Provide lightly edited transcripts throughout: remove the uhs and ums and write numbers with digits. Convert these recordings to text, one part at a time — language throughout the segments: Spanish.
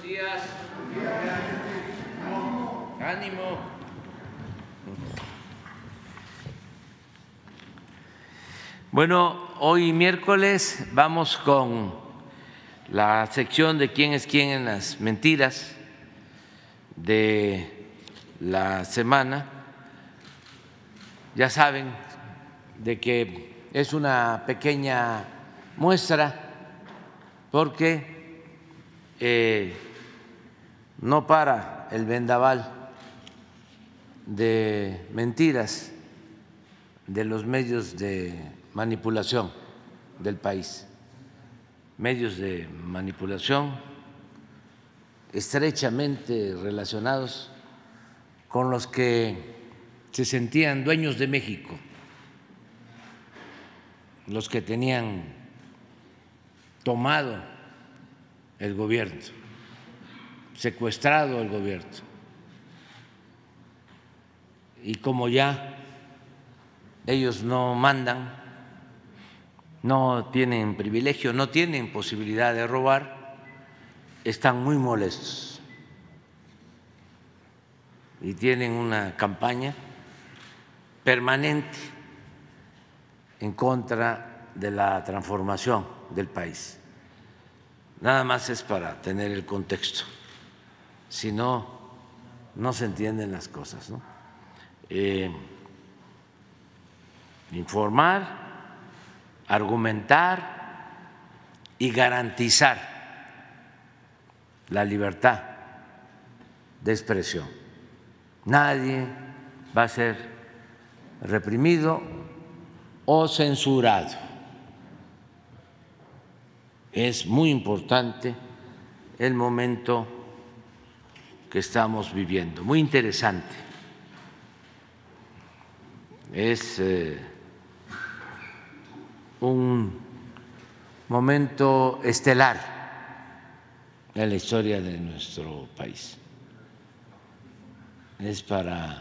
días. Ánimo. Bueno, hoy miércoles vamos con la sección de quién es quién en las mentiras de la semana. Ya saben de que es una pequeña muestra porque no para el vendaval de mentiras de los medios de manipulación del país, medios de manipulación estrechamente relacionados con los que se sentían dueños de México, los que tenían tomado el gobierno, secuestrado el gobierno. Y como ya ellos no mandan, no tienen privilegio, no tienen posibilidad de robar, están muy molestos y tienen una campaña permanente en contra de la transformación del país. Nada más es para tener el contexto, si no, no se entienden las cosas, ¿no? Informar, argumentar y garantizar la libertad de expresión. Nadie va a ser reprimido o censurado. Es muy importante el momento que estamos viviendo, muy interesante. Es un momento estelar en la historia de nuestro país. Es para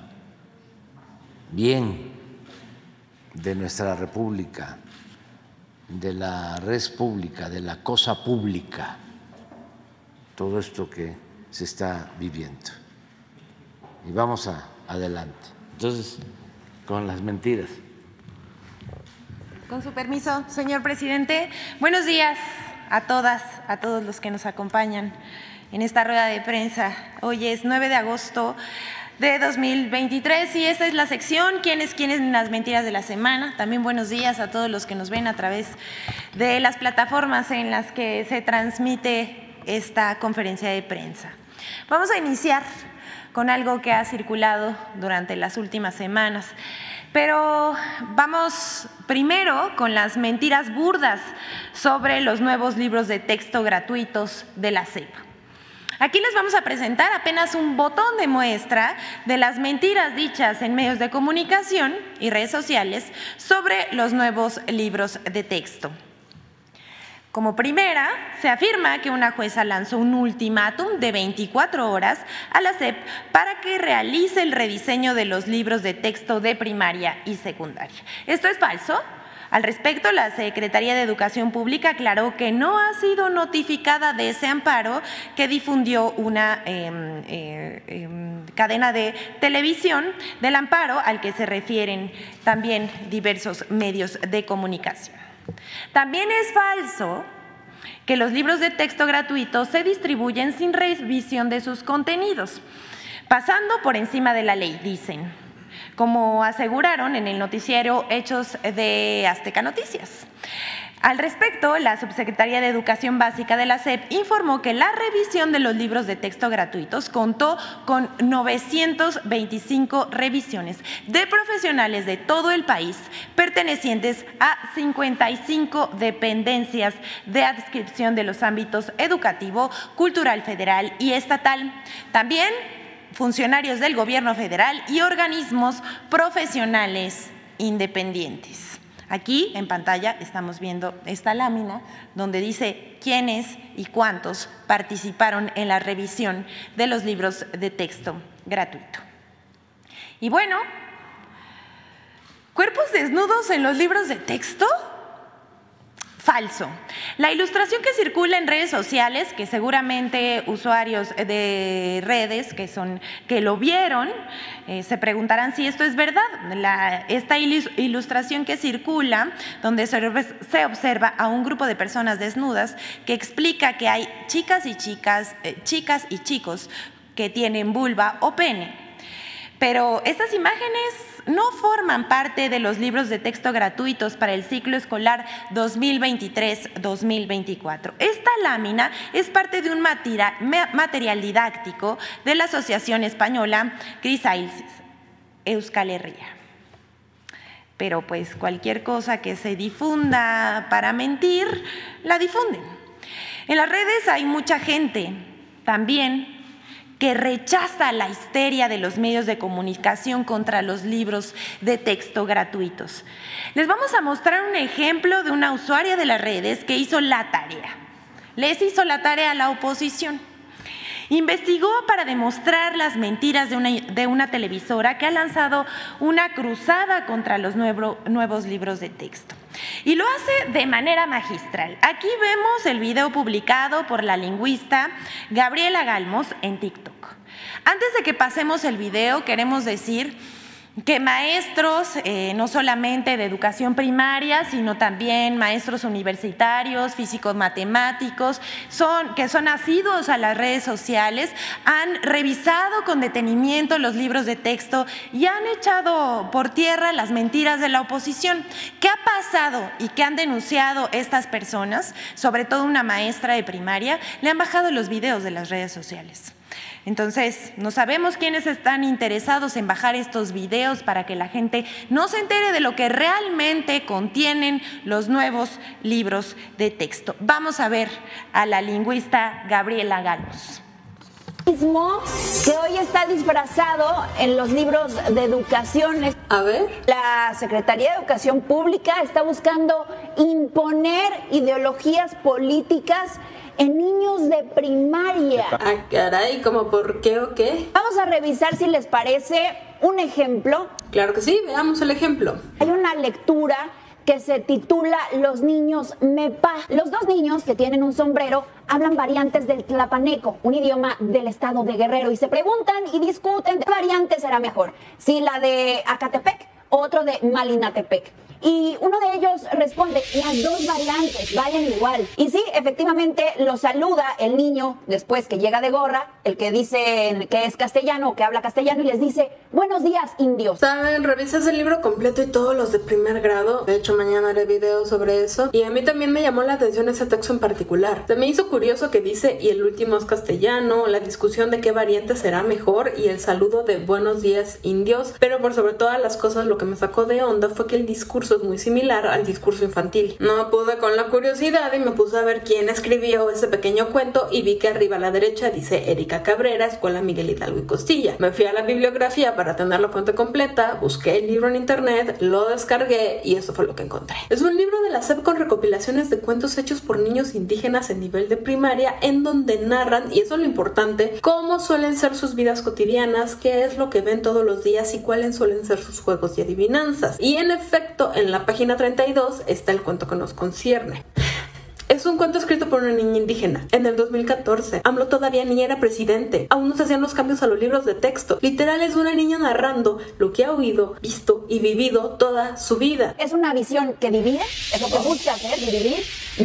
bien de nuestra república, de la res pública, de la cosa pública, todo esto que se está viviendo. Y vamos adelante. Entonces, con las mentiras. Con su permiso, señor presidente. Buenos días a todas, a todos los que nos acompañan en esta rueda de prensa. Hoy es 9 de agosto de 2023 y esta es la sección ¿Quién es quién en las mentiras de la semana? También buenos días a todos los que nos ven a través de las plataformas en las que se transmite esta conferencia de prensa. Vamos a iniciar con algo que ha circulado durante las últimas semanas. Pero vamos primero con las mentiras burdas sobre los nuevos libros de texto gratuitos de la SEP. Aquí les vamos a presentar apenas un botón de muestra de las mentiras dichas en medios de comunicación y redes sociales sobre los nuevos libros de texto. Como primera, se afirma que una jueza lanzó un ultimátum de 24 horas a la SEP para que realice el rediseño de los libros de texto de primaria y secundaria. ¿Esto es falso? Al respecto, la Secretaría de Educación Pública aclaró que no ha sido notificada de ese amparo que difundió una cadena de televisión, del amparo al que se refieren también diversos medios de comunicación. También es falso que los libros de texto gratuitos se distribuyen sin revisión de sus contenidos, pasando por encima de la ley, dicen, como aseguraron en el noticiero Hechos de Azteca Noticias. Al respecto, la Subsecretaría de Educación Básica de la SEP informó que la revisión de los libros de texto gratuitos contó con 925 revisiones de profesionales de todo el país pertenecientes a 55 dependencias de adscripción de los ámbitos educativo, cultural federal y estatal. También funcionarios del gobierno federal y organismos profesionales independientes. Aquí en pantalla estamos viendo esta lámina donde dice quiénes y cuántos participaron en la revisión de los libros de texto gratuito. Y bueno, ¿cuerpos desnudos en los libros de texto? Falso. La ilustración que circula en redes sociales, que seguramente usuarios de redes que lo vieron, se preguntarán si esto es verdad. Esta ilustración que circula, donde se observa a un grupo de personas desnudas, que explica que hay chicas y chicos que tienen vulva o pene. Pero estas imágenes no forman parte de los libros de texto gratuitos para el ciclo escolar 2023-2024. Esta lámina es parte de un material didáctico de la Asociación Española Crisaisis Euskal Herria. Pero pues cualquier cosa que se difunda para mentir, la difunden. En las redes hay mucha gente también que rechaza la histeria de los medios de comunicación contra los libros de texto gratuitos. Les vamos a mostrar un ejemplo de una usuaria de las redes que hizo la tarea. Les hizo la tarea a la oposición. Investigó para demostrar las mentiras de una televisora que ha lanzado una cruzada contra los nuevos libros de texto. Y lo hace de manera magistral. Aquí vemos el video publicado por la lingüista Gabriela Galmos en TikTok. Antes de que pasemos el video, queremos decir que maestros, no solamente de educación primaria, sino también maestros universitarios, físicos matemáticos, que son asiduos a las redes sociales, han revisado con detenimiento los libros de texto y han echado por tierra las mentiras de la oposición. ¿Qué ha pasado y qué han denunciado estas personas? Sobre todo una maestra de primaria, le han bajado los videos de las redes sociales. Entonces, no sabemos quiénes están interesados en bajar estos videos para que la gente no se entere de lo que realmente contienen los nuevos libros de texto. Vamos a ver a la lingüista Gabriela Galmos. Que hoy está disfrazado en los libros de educación. A ver. La Secretaría de Educación Pública está buscando imponer ideologías políticas en niños de primaria. Ah, caray, ¿cómo por qué o qué? Vamos a revisar si les parece un ejemplo. Claro que sí, veamos el ejemplo. Hay una lectura que se titula Los niños Mepa. Los dos niños que tienen un sombrero hablan variantes del tlapaneco, un idioma del estado de Guerrero, y se preguntan y discuten qué variante será mejor, si la de Acatepec o otro de Malinatepec. Y uno de ellos responde, las dos variantes valen igual. Y sí, efectivamente lo saluda el niño después que llega de gorra, el que dice que es castellano, que habla castellano, y les dice, buenos días, indios. ¿Saben? Revisas el libro completo y todos los de primer grado. De hecho, mañana haré video sobre eso. Y a mí también me llamó la atención ese texto en particular. Se me hizo curioso que dice, y el último es castellano, la discusión de qué variante será mejor y el saludo de buenos días, indios. Pero por sobre todas las cosas, lo que me sacó de onda fue que el discurso es muy similar al discurso infantil. No pude con la curiosidad y me puse a ver quién escribió ese pequeño cuento y vi que arriba a la derecha dice Erika Cabrera, Escuela Miguel Hidalgo y Costilla. Me fui a la bibliografía para tener la fuente completa, busqué el libro en internet, lo descargué y eso fue lo que encontré. Es un libro de la SEP con recopilaciones de cuentos hechos por niños indígenas en nivel de primaria, en donde narran, y eso es lo importante, cómo suelen ser sus vidas cotidianas, qué es lo que ven todos los días y cuáles suelen ser sus juegos y adivinanzas. Y en efecto, en la página 32 está el cuento que nos concierne. Es un cuento escrito por una niña indígena. En el 2014, AMLO todavía ni era presidente. Aún no se hacían los cambios a los libros de texto. Literal es una niña narrando lo que ha oído, visto y vivido toda su vida. Es una visión que divide, es lo que busca hacer, dividir,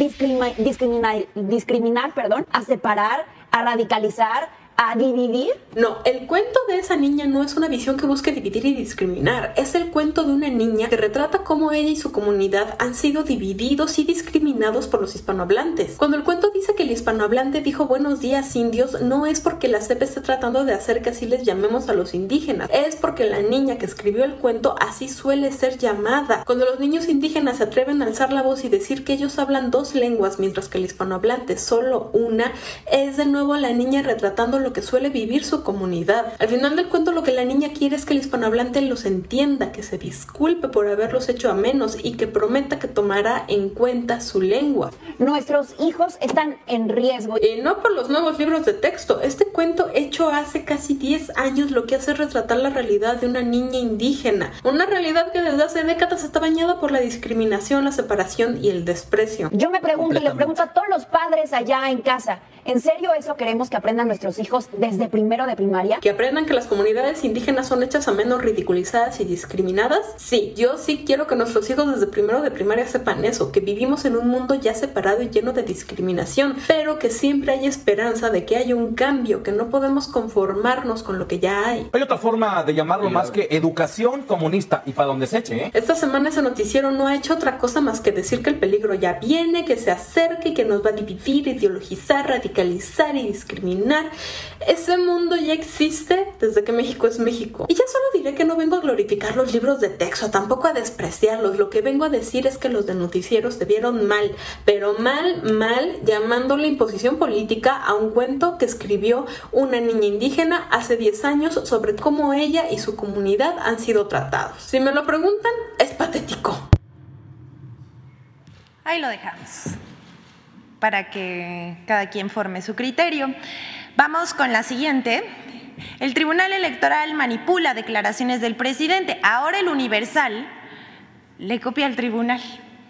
discriminar, a separar, a radicalizar, a dividir. No, el cuento de esa niña no es una visión que busque dividir y discriminar. Es el cuento de una niña que retrata cómo ella y su comunidad han sido divididos y discriminados por los hispanohablantes. Cuando el cuento dice que el hispanohablante dijo buenos días, indios, no es porque la SEP esté tratando de hacer que así les llamemos a los indígenas. Es porque la niña que escribió el cuento así suele ser llamada. Cuando los niños indígenas se atreven a alzar la voz y decir que ellos hablan dos lenguas mientras que el hispanohablante solo una, es de nuevo la niña retratando lo lo que suele vivir su comunidad. Al final del cuento, lo que la niña quiere es que el hispanohablante los entienda, que se disculpe por haberlos hecho a menos y que prometa que tomará en cuenta su lengua. Nuestros hijos están en riesgo. Y no por los nuevos libros de texto. Este cuento, hecho hace casi 10 años, lo que hace es retratar la realidad de una niña indígena. Una realidad que desde hace décadas está bañada por la discriminación, la separación y el desprecio. Yo me pregunto y le pregunto a todos los padres allá en casa, ¿en serio eso queremos que aprendan nuestros hijos desde primero de primaria? ¿Que aprendan que las comunidades indígenas son hechas a menos, ridiculizadas y discriminadas? Sí, yo sí quiero que nuestros hijos desde primero de primaria sepan eso, que vivimos en un mundo ya separado y lleno de discriminación, pero que siempre hay esperanza de que haya un cambio, que no podemos conformarnos con lo que ya hay. Hay otra forma de llamarlo más que educación comunista, y para donde se eche, ¿eh? Esta semana ese noticiero no ha hecho otra cosa más que decir que el peligro ya viene, que se acerca y que nos va a dividir, ideologizar, radicalizar y discriminar. Ese mundo ya existe desde que México es México. Y ya solo diré que no vengo a glorificar los libros de texto, tampoco a despreciarlos. Lo que vengo a decir es que los de noticieros se vieron mal, pero mal, llamándole imposición política a un cuento que escribió una niña indígena hace 10 años sobre cómo ella y su comunidad han sido tratados. Si me lo preguntan, es patético. Ahí lo dejamos, para que cada quien forme su criterio. Vamos con la siguiente. El Tribunal Electoral manipula declaraciones del presidente. Ahora el Universal le copia al tribunal.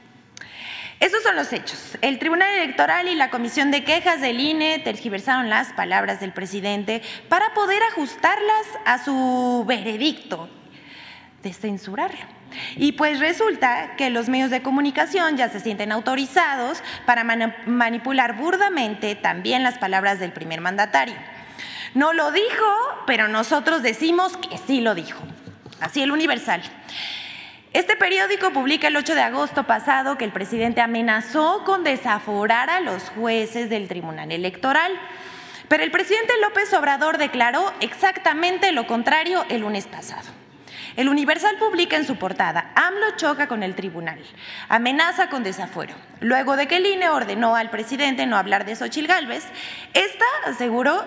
Esos son los hechos. El Tribunal Electoral y la Comisión de Quejas del INE tergiversaron las palabras del presidente para poder ajustarlas a su veredicto de censurarlo. Y pues resulta que los medios de comunicación ya se sienten autorizados para manipular burdamente también las palabras del primer mandatario. No lo dijo, pero nosotros decimos que sí lo dijo. Así el Universal. Este periódico publica el 8 de agosto pasado que el presidente amenazó con desaforar a los jueces del Tribunal Electoral. Pero el presidente López Obrador declaró exactamente lo contrario el lunes pasado. El Universal publica en su portada: AMLO choca con el tribunal, amenaza con desafuero. Luego de que el INE ordenó al presidente no hablar de Xóchitl Gálvez, esta aseguró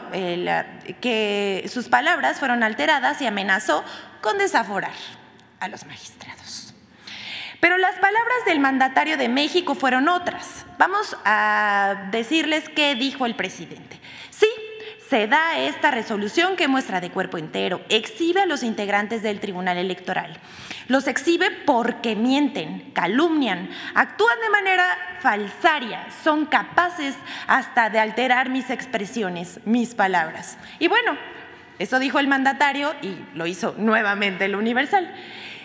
que sus palabras fueron alteradas y amenazó con desaforar a los magistrados. Pero las palabras del mandatario de México fueron otras. Vamos a decirles qué dijo el presidente. Sí, se da esta resolución que muestra de cuerpo entero, exhibe a los integrantes del Tribunal Electoral. Los exhibe porque mienten, calumnian, actúan de manera falsaria, son capaces hasta de alterar mis expresiones, mis palabras. Y bueno, eso dijo el mandatario y lo hizo nuevamente el Universal.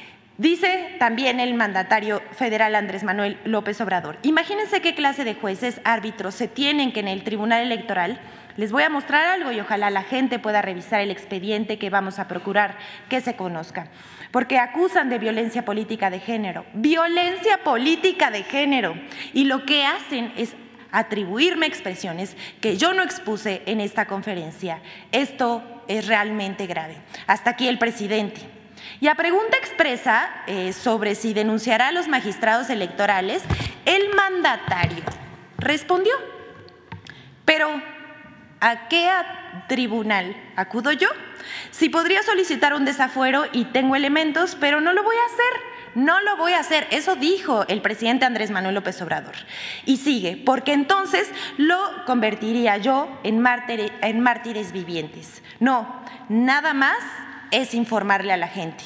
Dice también el mandatario federal Andrés Manuel López Obrador: imagínense qué clase de jueces, árbitros se tienen que en el Tribunal Electoral. Les voy a mostrar algo y ojalá la gente pueda revisar el expediente que vamos a procurar que se conozca. Porque acusan de violencia política de género. ¡Violencia política de género! Y lo que hacen es atribuirme expresiones que yo no expuse en esta conferencia. Esto es realmente grave. Hasta aquí el presidente. Y a pregunta expresa sobre si denunciará a los magistrados electorales, el mandatario respondió: pero ¿a qué tribunal acudo yo? Sí podría solicitar un desafuero y tengo elementos, pero no lo voy a hacer. No lo voy a hacer. Eso dijo el presidente Andrés Manuel López Obrador. Y sigue: porque entonces lo convertiría yo en mártires vivientes. No, nada más es informarle a la gente.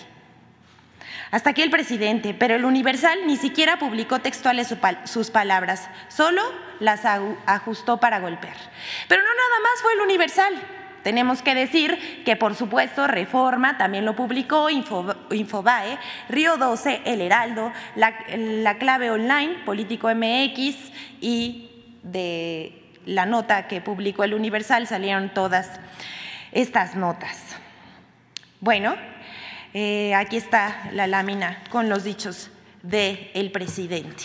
Hasta aquí el presidente, pero el Universal ni siquiera publicó textuales sus palabras, solo las ajustó para golpear. Pero no nada más fue el Universal. Tenemos que decir que, por supuesto, Reforma también lo publicó, Infobae, Río 12, El Heraldo, La Clave Online, Político MX, y de la nota que publicó el Universal salieron todas estas notas. Bueno, aquí está la lámina con los dichos del presidente.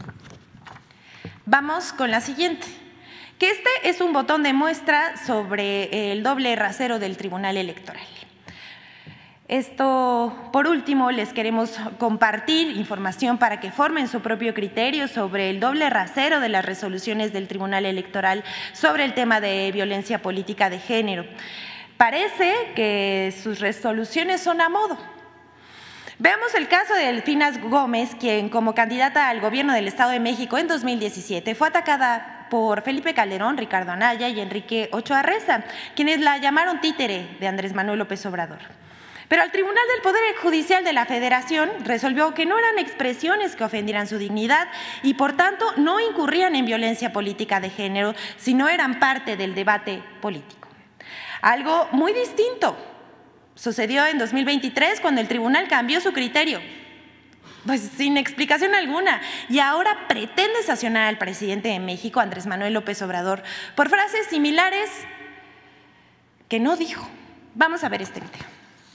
Vamos con la siguiente, que este es un botón de muestra sobre el doble rasero del Tribunal Electoral. Esto, por último, les queremos compartir información para que formen su propio criterio sobre el doble rasero de las resoluciones del Tribunal Electoral sobre el tema de violencia política de género. Parece que sus resoluciones son a modo. Veamos el caso de Delfina Gómez, quien como candidata al gobierno del Estado de México en 2017 fue atacada por Felipe Calderón, Ricardo Anaya y Enrique Ochoa Reza, quienes la llamaron títere de Andrés Manuel López Obrador. Pero el Tribunal del Poder Judicial de la Federación resolvió que no eran expresiones que ofendieran su dignidad y por tanto no incurrían en violencia política de género, sino eran parte del debate político. Algo muy distinto sucedió en 2023 cuando el tribunal cambió su criterio, pues sin explicación alguna, y ahora pretende sancionar al presidente de México, Andrés Manuel López Obrador, por frases similares que no dijo. Vamos a ver este video.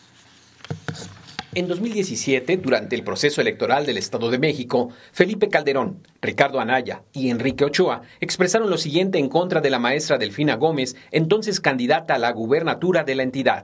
En 2017, durante el proceso electoral del Estado de México, Felipe Calderón, Ricardo Anaya y Enrique Ochoa expresaron lo siguiente en contra de la maestra Delfina Gómez, entonces candidata a la gubernatura de la entidad.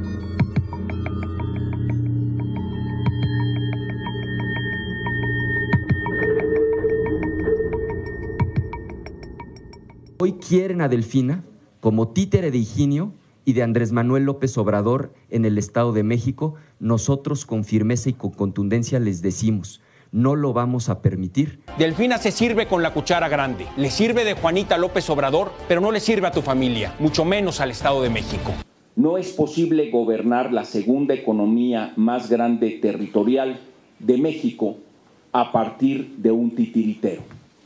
Hoy quieren a Delfina como títere de Higinio y de Andrés Manuel López Obrador en el Estado de México. Nosotros con firmeza y con contundencia les decimos, no lo vamos a permitir. Delfina se sirve con la cuchara grande. Le sirve de Juanita López Obrador, pero no le sirve a tu familia, mucho menos al Estado de México. No es posible gobernar la segunda economía más grande territorial de México a partir de un titiritero.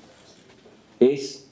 Es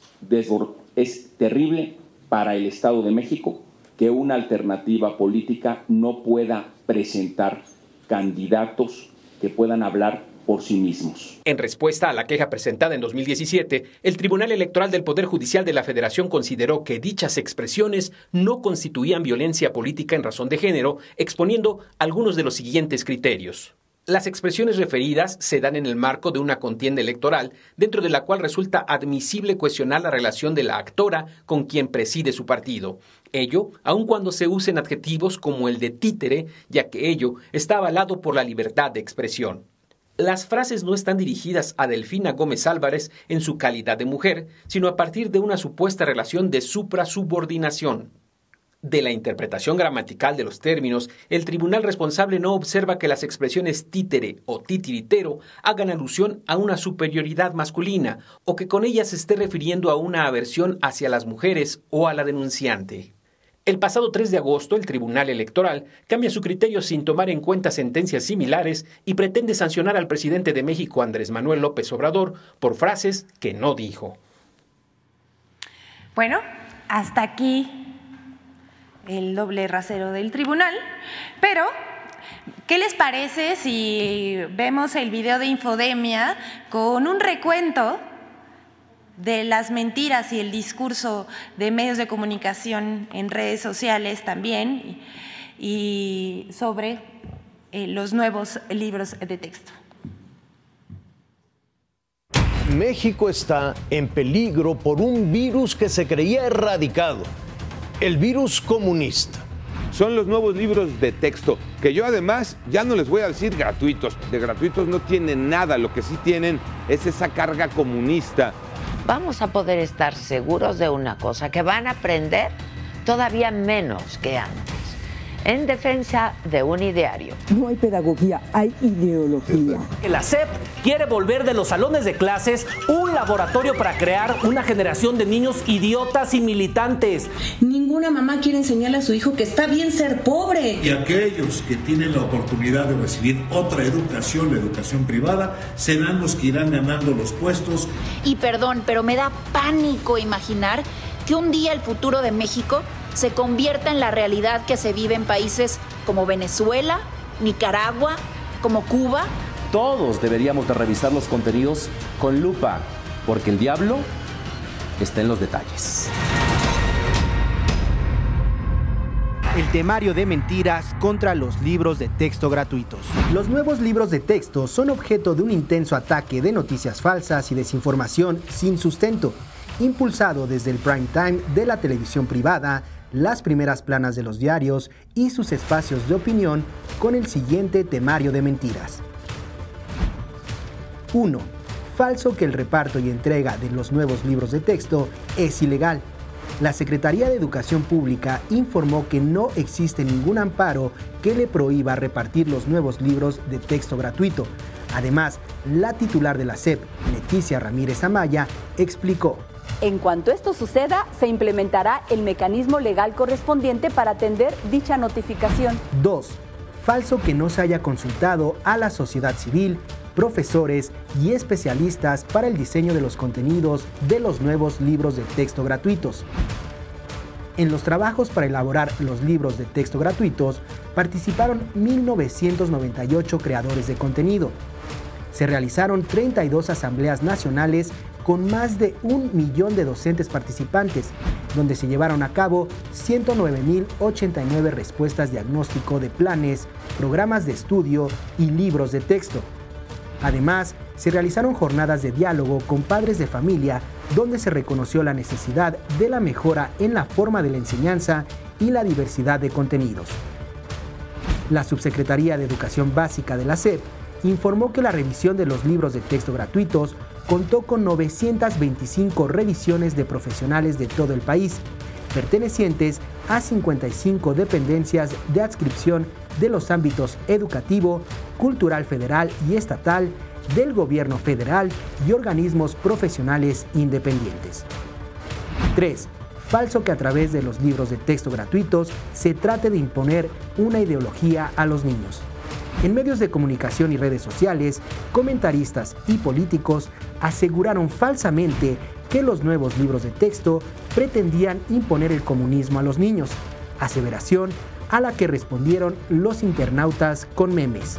terrible para el Estado de México que una alternativa política no pueda presentar candidatos que puedan hablar por sí mismos. En respuesta a la queja presentada en 2017, el Tribunal Electoral del Poder Judicial de la Federación consideró que dichas expresiones no constituían violencia política en razón de género, exponiendo algunos de los siguientes criterios. Las expresiones referidas se dan en el marco de una contienda electoral, dentro de la cual resulta admisible cuestionar la relación de la actora con quien preside su partido. Ello, aun cuando se usen adjetivos como el de títere, ya que ello está avalado por la libertad de expresión. Las frases no están dirigidas a Delfina Gómez Álvarez en su calidad de mujer, sino a partir de una supuesta relación de suprasubordinación. De la interpretación gramatical de los términos, el tribunal responsable no observa que las expresiones títere o titiritero hagan alusión a una superioridad masculina o que con ellas se esté refiriendo a una aversión hacia las mujeres o a la denunciante. El pasado 3 de agosto, el Tribunal Electoral cambia su criterio sin tomar en cuenta sentencias similares y pretende sancionar al presidente de México, Andrés Manuel López Obrador, por frases que no dijo. Bueno, hasta aquí el doble rasero del tribunal, pero ¿qué les parece si vemos el video de Infodemia con un recuento de las mentiras y el discurso de medios de comunicación en redes sociales también y sobre los nuevos libros de texto? México está en peligro por un virus que se creía erradicado. El virus comunista. Son los nuevos libros de texto, que yo además ya no les voy a decir gratuitos. De gratuitos no tienen nada, lo que sí tienen es esa carga comunista. Vamos a poder estar seguros de una cosa, que van a aprender todavía menos que antes, en defensa de un ideario. No hay pedagogía, hay ideología. La SEP quiere volver de los salones de clases un laboratorio para crear una generación de niños idiotas y militantes. Ninguna mamá quiere enseñarle a su hijo que está bien ser pobre. Y aquellos que tienen la oportunidad de recibir otra educación, la educación privada, serán los que irán ganando los puestos. Y perdón, pero me da pánico imaginar que un día el futuro de México se convierta en la realidad que se vive en países como Venezuela, Nicaragua, como Cuba. Todos deberíamos de revisar los contenidos con lupa, porque el diablo está en los detalles. El temario de mentiras contra los libros de texto gratuitos. Los nuevos libros de texto son objeto de un intenso ataque de noticias falsas y desinformación sin sustento. impulsado desde el prime time de la televisión privada, las primeras planas de los diarios y sus espacios de opinión con el siguiente temario de mentiras. 1. Falso que el reparto y entrega de los nuevos libros de texto es ilegal. La Secretaría de Educación Pública informó que no existe ningún amparo que le prohíba repartir los nuevos libros de texto gratuito. Además, la titular de la SEP, Leticia Ramírez Amaya, explicó: en cuanto esto suceda, se implementará el mecanismo legal correspondiente para atender dicha notificación. 2. Falso que no se haya consultado a la sociedad civil, profesores y especialistas para el diseño de los contenidos de los nuevos libros de texto gratuitos. En los trabajos para elaborar los libros de texto gratuitos participaron 1.998 creadores de contenido. Se realizaron 32 asambleas nacionales con más de 1 millón de docentes participantes, donde se llevaron a cabo 109.089 respuestas diagnóstico de planes, programas de estudio y libros de texto. Además, se realizaron jornadas de diálogo con padres de familia, donde se reconoció la necesidad de la mejora en la forma de la enseñanza y la diversidad de contenidos. La Subsecretaría de Educación Básica de la SEP informó que la revisión de los libros de texto gratuitos contó con 925 revisiones de profesionales de todo el país, pertenecientes a 55 dependencias de adscripción de los ámbitos educativo, cultural federal y estatal, del gobierno federal y organismos profesionales independientes. 3. Falso que a través de los libros de texto gratuitos se trate de imponer una ideología a los niños. En medios de comunicación y redes sociales, comentaristas y políticos aseguraron falsamente que los nuevos libros de texto pretendían imponer el comunismo a los niños, aseveración a la que respondieron los internautas con memes.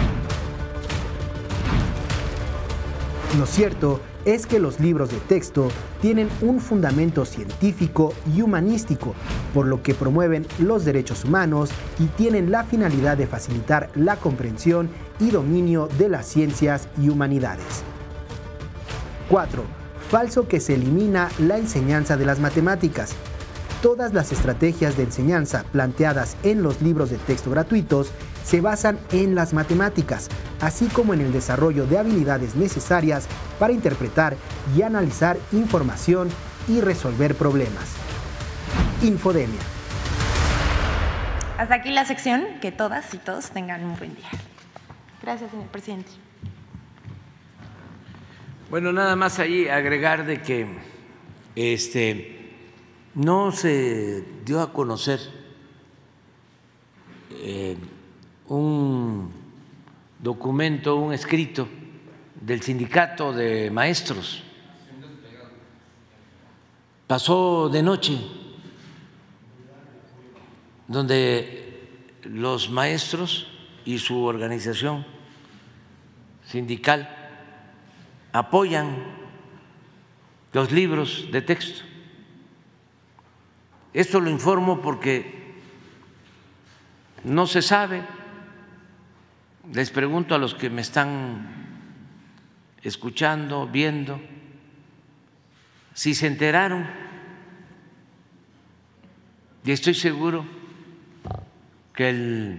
Lo cierto es que los libros de texto tienen un fundamento científico y humanístico, por lo que promueven los derechos humanos y tienen la finalidad de facilitar la comprensión y dominio de las ciencias y humanidades. 4. Falso que se elimina la enseñanza de las matemáticas. Todas las estrategias de enseñanza planteadas en los libros de texto gratuitos se basan en las matemáticas, así como en el desarrollo de habilidades necesarias para interpretar y analizar información y resolver problemas. Infodemia. Hasta aquí la sección. Que todas y todos tengan un buen día. Gracias, señor presidente. Bueno, nada más ahí agregar de que no se dio a conocer un documento, un escrito del sindicato de maestros. Pasó de noche, donde los maestros y su organización sindical apoyan los libros de texto. Esto lo informo porque no se sabe. Les pregunto a los que me están escuchando, viendo, si se enteraron, y estoy seguro que el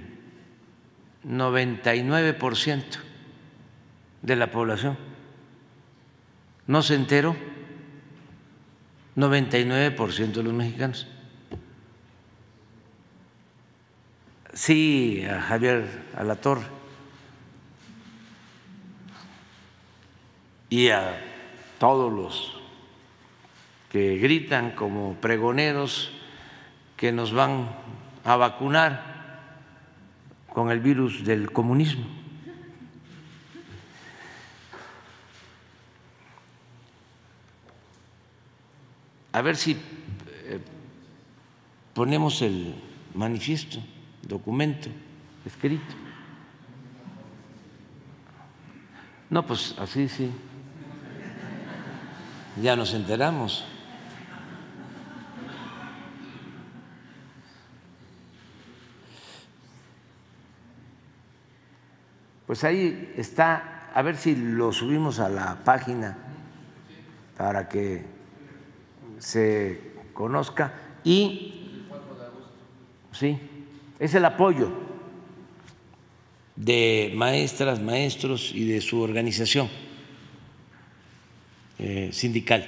99% de la población no se enteró, 99% de los mexicanos. Sí, a Javier Alatorre y a todos los que gritan como pregoneros que nos van a vacunar con el virus del comunismo. A ver si ponemos el manifiesto, documento escrito. No, pues así sí. Ya nos enteramos. Pues ahí está, a ver si lo subimos a la página para que se conozca y sí, es el apoyo de maestras, maestros y de su organización sindical.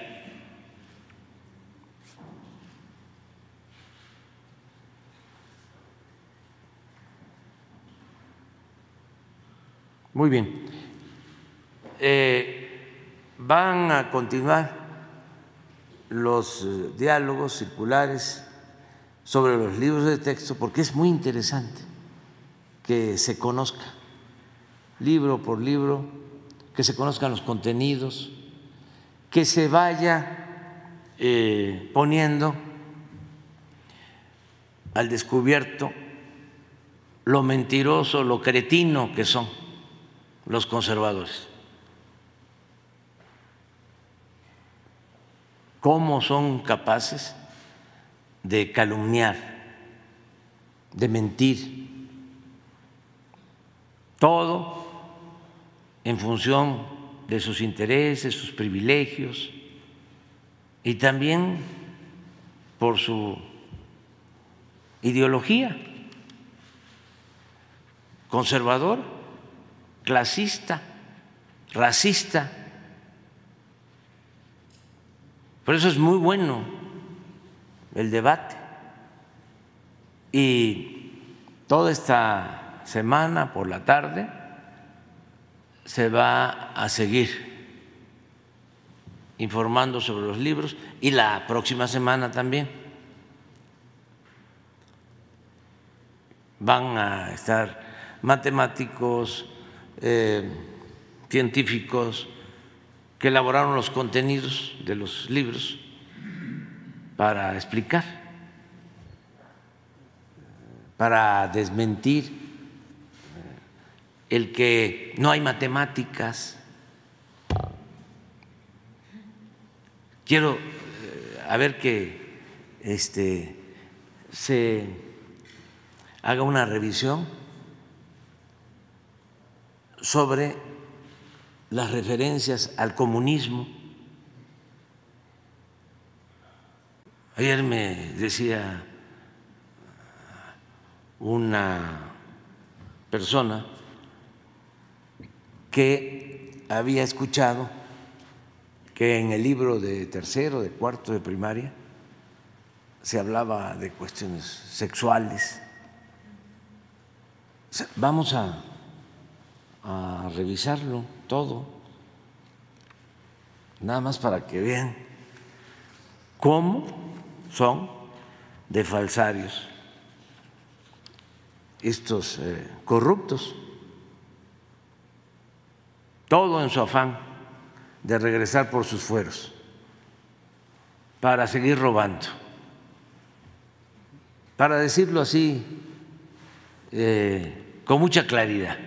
Muy bien. Van a continuar los diálogos circulares sobre los libros de texto porque es muy interesante que se conozca libro por libro, que se conozcan los contenidos, que se vaya poniendo al descubierto lo mentiroso, lo cretino que son los conservadores, cómo son capaces de calumniar, de mentir, todo en función de sus intereses, sus privilegios y también por su ideología conservador, clasista, racista. Por eso es muy bueno el debate y toda esta semana por la tarde se va a seguir informando sobre los libros y la próxima semana también van a estar matemáticos, científicos que elaboraron los contenidos de los libros para explicar, para desmentir el que no hay matemáticas. Quiero a ver que se haga una revisión sobre las referencias al comunismo. Ayer me decía una persona que había escuchado que en el libro de tercero, de cuarto de primaria se hablaba de cuestiones sexuales. Vamos a revisarlo todo, nada más para que vean cómo son de falsarios estos corruptos, todo en su afán de regresar por sus fueros para seguir robando, para decirlo así con mucha claridad.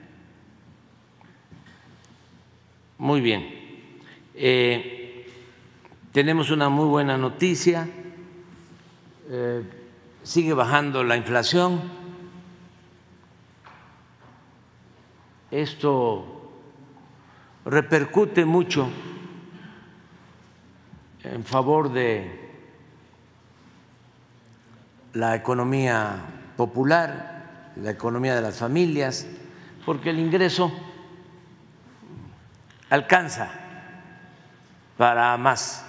Muy bien, tenemos una muy buena noticia, sigue bajando la inflación. Esto repercute mucho en favor de la economía popular, la economía de las familias, porque el ingreso alcanza para más.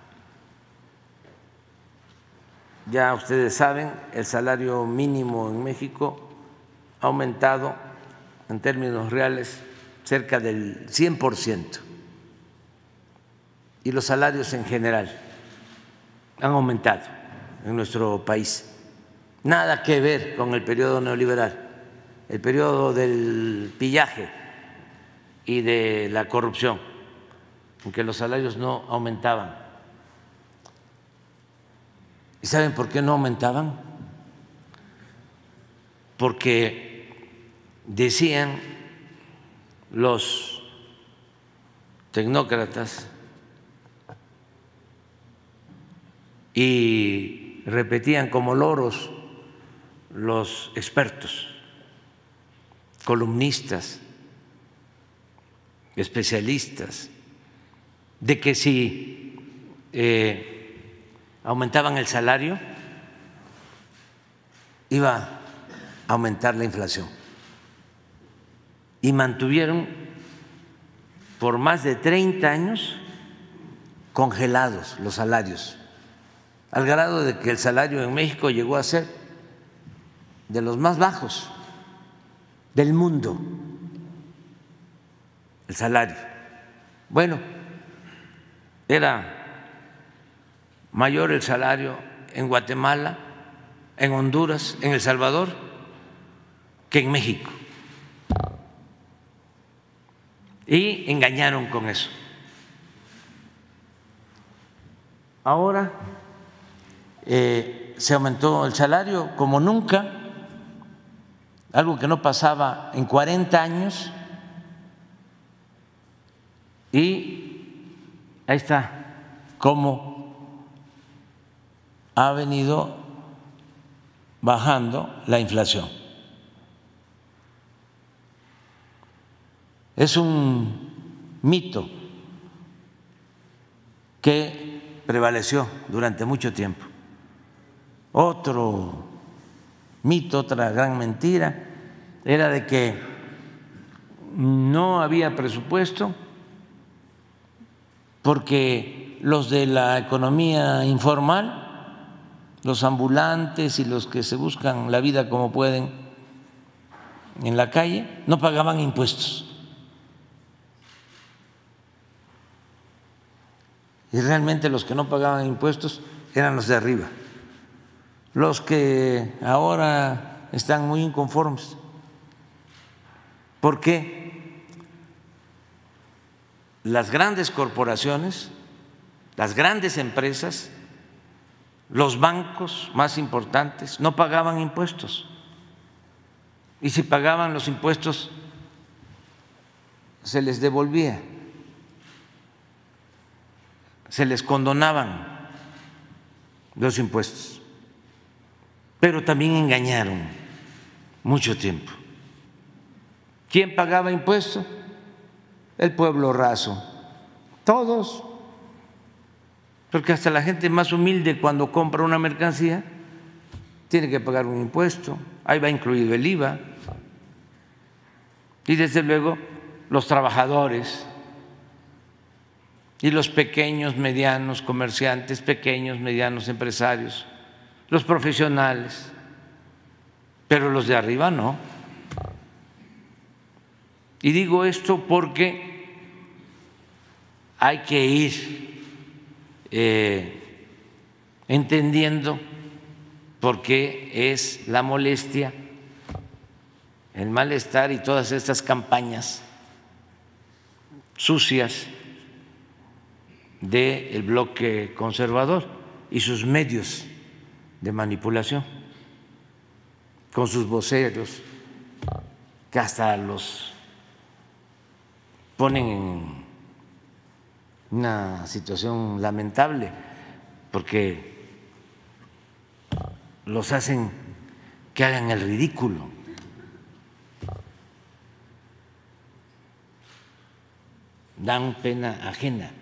Ya ustedes saben, el salario mínimo en México ha aumentado en términos reales cerca del 100% y los salarios en general han aumentado en nuestro país. Nada que ver con el periodo neoliberal, el periodo del pillaje y de la corrupción, en que los salarios no aumentaban. ¿Y saben por qué no aumentaban? Porque decían los tecnócratas y repetían como loros los expertos, columnistas, especialistas, de que si aumentaban el salario, iba a aumentar la inflación. Y mantuvieron por más de 30 años congelados los salarios, al grado de que el salario en México llegó a ser de los más bajos del mundo, el salario. Bueno, era mayor el salario en Guatemala, en Honduras, en El Salvador, que en México. Y engañaron con eso. Ahora se aumentó el salario como nunca, algo que no pasaba en 40 años, y ahí está cómo ha venido bajando la inflación. Es un mito que prevaleció durante mucho tiempo. Otro mito, otra gran mentira, era de que no había presupuesto porque los de la economía informal, los ambulantes y los que se buscan la vida como pueden en la calle, no pagaban impuestos. Y realmente los que no pagaban impuestos eran los de arriba, los que ahora están muy inconformes. ¿Por qué? Las grandes corporaciones, las grandes empresas, los bancos más importantes no pagaban impuestos. Y si pagaban los impuestos, se les devolvía, se les condonaban los impuestos. Pero también engañaron mucho tiempo. ¿Quién pagaba impuestos? El pueblo raso, todos, porque hasta la gente más humilde cuando compra una mercancía tiene que pagar un impuesto, ahí va incluido el IVA, y desde luego los trabajadores y los pequeños, medianos comerciantes, pequeños, medianos empresarios, los profesionales, pero los de arriba no. Y digo esto porque hay que ir entendiendo por qué es la molestia, el malestar y todas estas campañas sucias del bloque conservador y sus medios de manipulación, con sus voceros, que hasta los ponen en una situación lamentable, porque los hacen que hagan el ridículo. Dan pena ajena.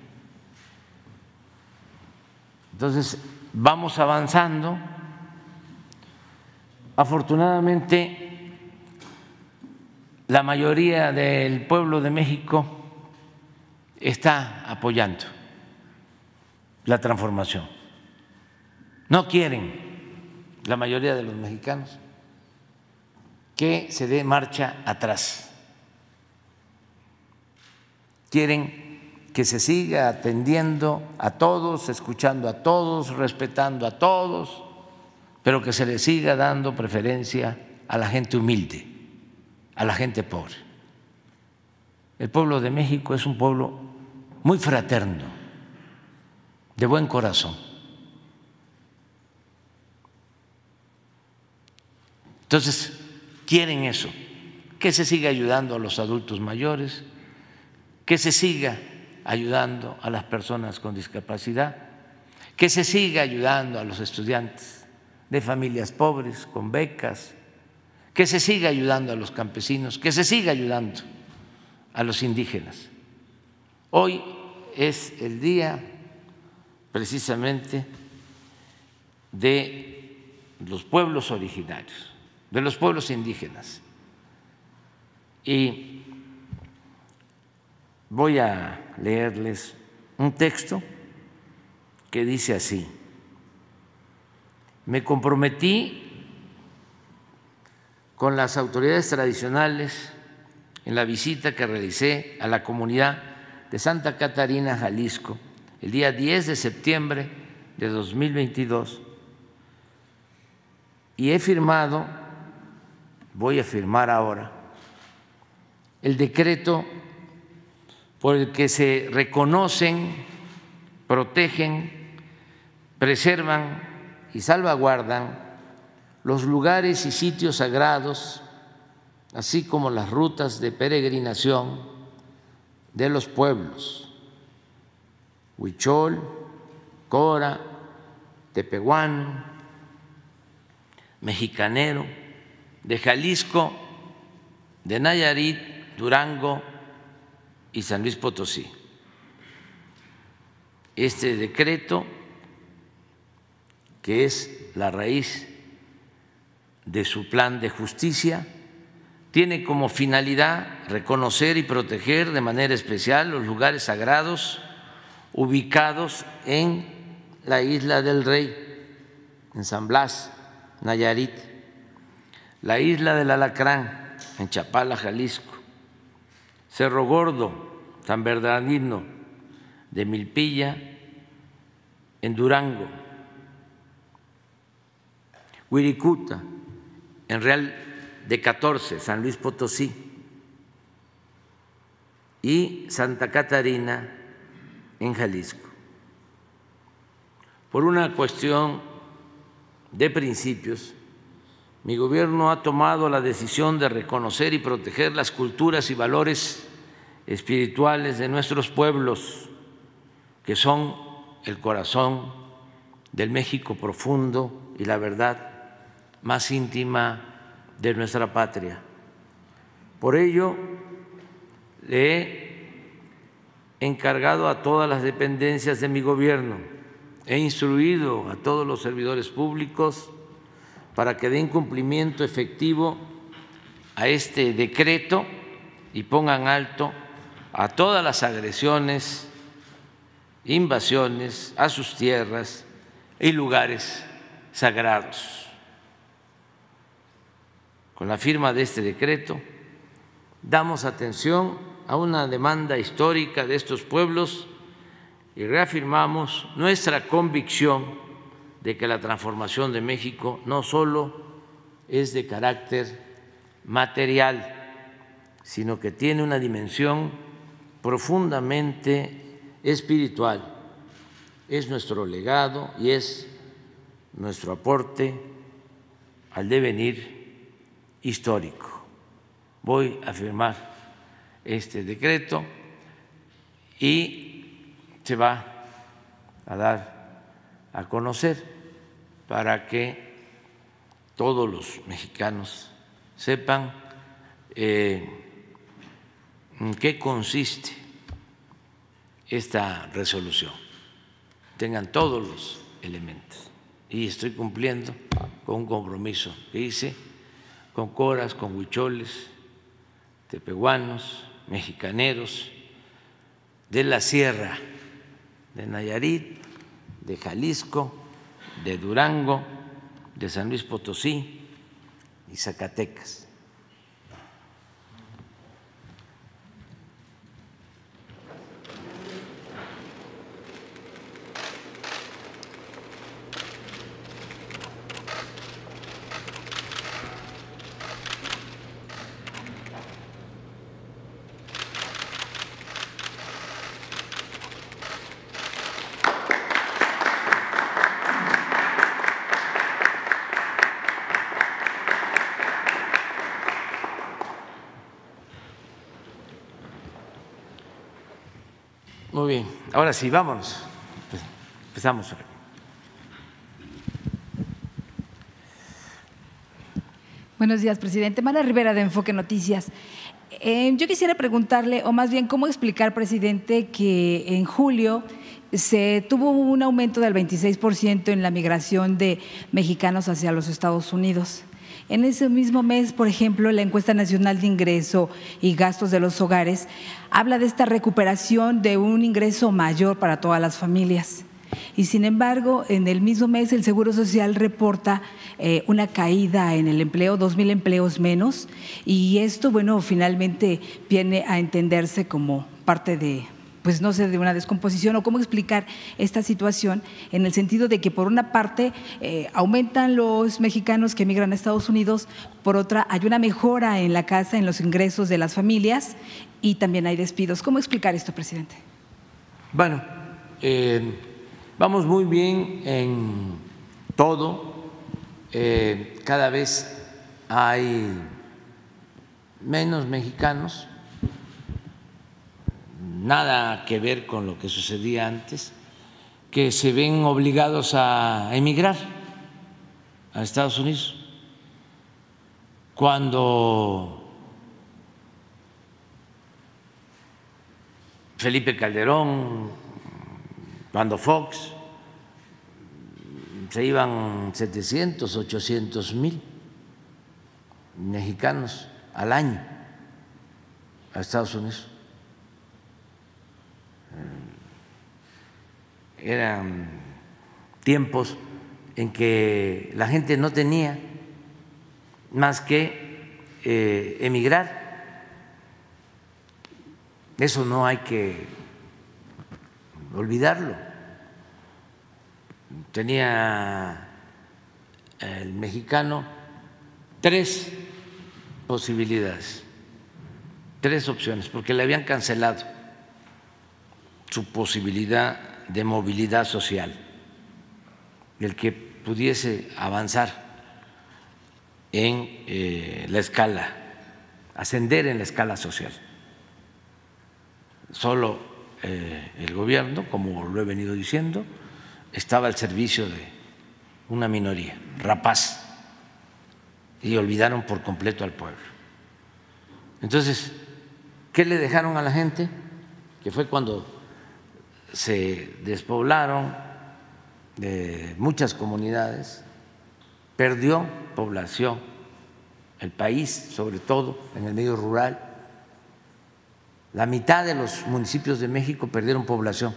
Entonces, vamos avanzando. Afortunadamente, la mayoría del pueblo de México está apoyando la transformación. No quieren, la mayoría de los mexicanos, que se dé marcha atrás. Quieren que se siga atendiendo a todos, escuchando a todos, respetando a todos, pero que se le siga dando preferencia a la gente humilde, a la gente pobre. El pueblo de México es un pueblo muy fraterno, de buen corazón. Entonces, quieren eso, que se siga ayudando a los adultos mayores, que se siga ayudando a las personas con discapacidad, que se siga ayudando a los estudiantes de familias pobres con becas, que se siga ayudando a los campesinos, que se siga ayudando a los indígenas. Hoy es el día precisamente de los pueblos originarios, de los pueblos indígenas. Y voy a leerles un texto que dice así: me comprometí con las autoridades tradicionales en la visita que realicé a la comunidad de Santa Catarina, Jalisco, el día 10 de septiembre de 2022, y he firmado, voy a firmar ahora, el decreto por el que se reconocen, protegen, preservan y salvaguardan los lugares y sitios sagrados, así como las rutas de peregrinación de los pueblos Huichol, Cora, Tepehuano, Mexicanero, de Jalisco, de Nayarit, Durango y San Luis Potosí. Este decreto, que es la raíz de su plan de justicia, tiene como finalidad reconocer y proteger de manera especial los lugares sagrados ubicados en la Isla del Rey, en San Blas, Nayarit, la Isla del Alacrán, en Chapala, Jalisco, Cerro Gordo, San Bernardino de Milpilla, en Durango, Huiricuta, en Real de 14, San Luis Potosí, y Santa Catarina, en Jalisco. Por una cuestión de principios, mi gobierno ha tomado la decisión de reconocer y proteger las culturas y valores espirituales de nuestros pueblos, que son el corazón del México profundo y la verdad más íntima de nuestra patria. Por ello, le he encargado a todas las dependencias de mi gobierno, he instruido a todos los servidores públicos para que den cumplimiento efectivo a este decreto y pongan alto a todas las agresiones, invasiones a sus tierras y lugares sagrados. Con la firma de este decreto, damos atención a una demanda histórica de estos pueblos y reafirmamos nuestra convicción de que la transformación de México no solo es de carácter material, sino que tiene una dimensión profundamente espiritual. Es nuestro legado y es nuestro aporte al devenir histórico. Voy a firmar este decreto y se va a dar a conocer para que todos los mexicanos sepan en qué consiste esta resolución, tengan todos los elementos. Y estoy cumpliendo con un compromiso que hice con coras, con huicholes, tepehuanos, mexicaneros de la sierra de Nayarit, de Jalisco, de Durango, de San Luis Potosí y Zacatecas. Muy bien, ahora sí, vámonos. Empezamos. Buenos días, presidente. Mara Rivera, de Enfoque Noticias. Yo quisiera preguntarle, o más bien, ¿cómo explicar, presidente, que en julio se tuvo un aumento del 26% en la migración de mexicanos hacia los Estados Unidos. En ese mismo mes, por ejemplo, la encuesta nacional de ingreso y gastos de los hogares habla de esta recuperación de un ingreso mayor para todas las familias. Y sin embargo, en el mismo mes el Seguro Social reporta una caída en el empleo, 2,000 empleos menos, y esto, bueno, finalmente viene a entenderse como parte de, pues no sé, de una descomposición o cómo explicar esta situación en el sentido de que por una parte aumentan los mexicanos que emigran a Estados Unidos, por otra hay una mejora en la casa, en los ingresos de las familias y también hay despidos. ¿Cómo explicar esto, presidente? Bueno, vamos muy bien en todo, cada vez hay menos mexicanos, nada que ver con lo que sucedía antes, que se ven obligados a emigrar a Estados Unidos. Cuando Felipe Calderón, cuando Fox, se iban 700, 800 mil mexicanos al año a Estados Unidos. Eran tiempos en que la gente no tenía más que emigrar. Eso no hay que olvidarlo. Tenía el mexicano 3 posibilidades, 3 opciones, porque le habían cancelado su posibilidad de movilidad social, el que pudiese avanzar en la escala, ascender en la escala social. Solo el gobierno, como lo he venido diciendo, estaba al servicio de una minoría rapaz y olvidaron por completo al pueblo. Entonces, ¿qué le dejaron a la gente? Que fue cuando se despoblaron de muchas comunidades, perdió población el país, sobre todo en el medio rural. La mitad de los municipios de México perdieron población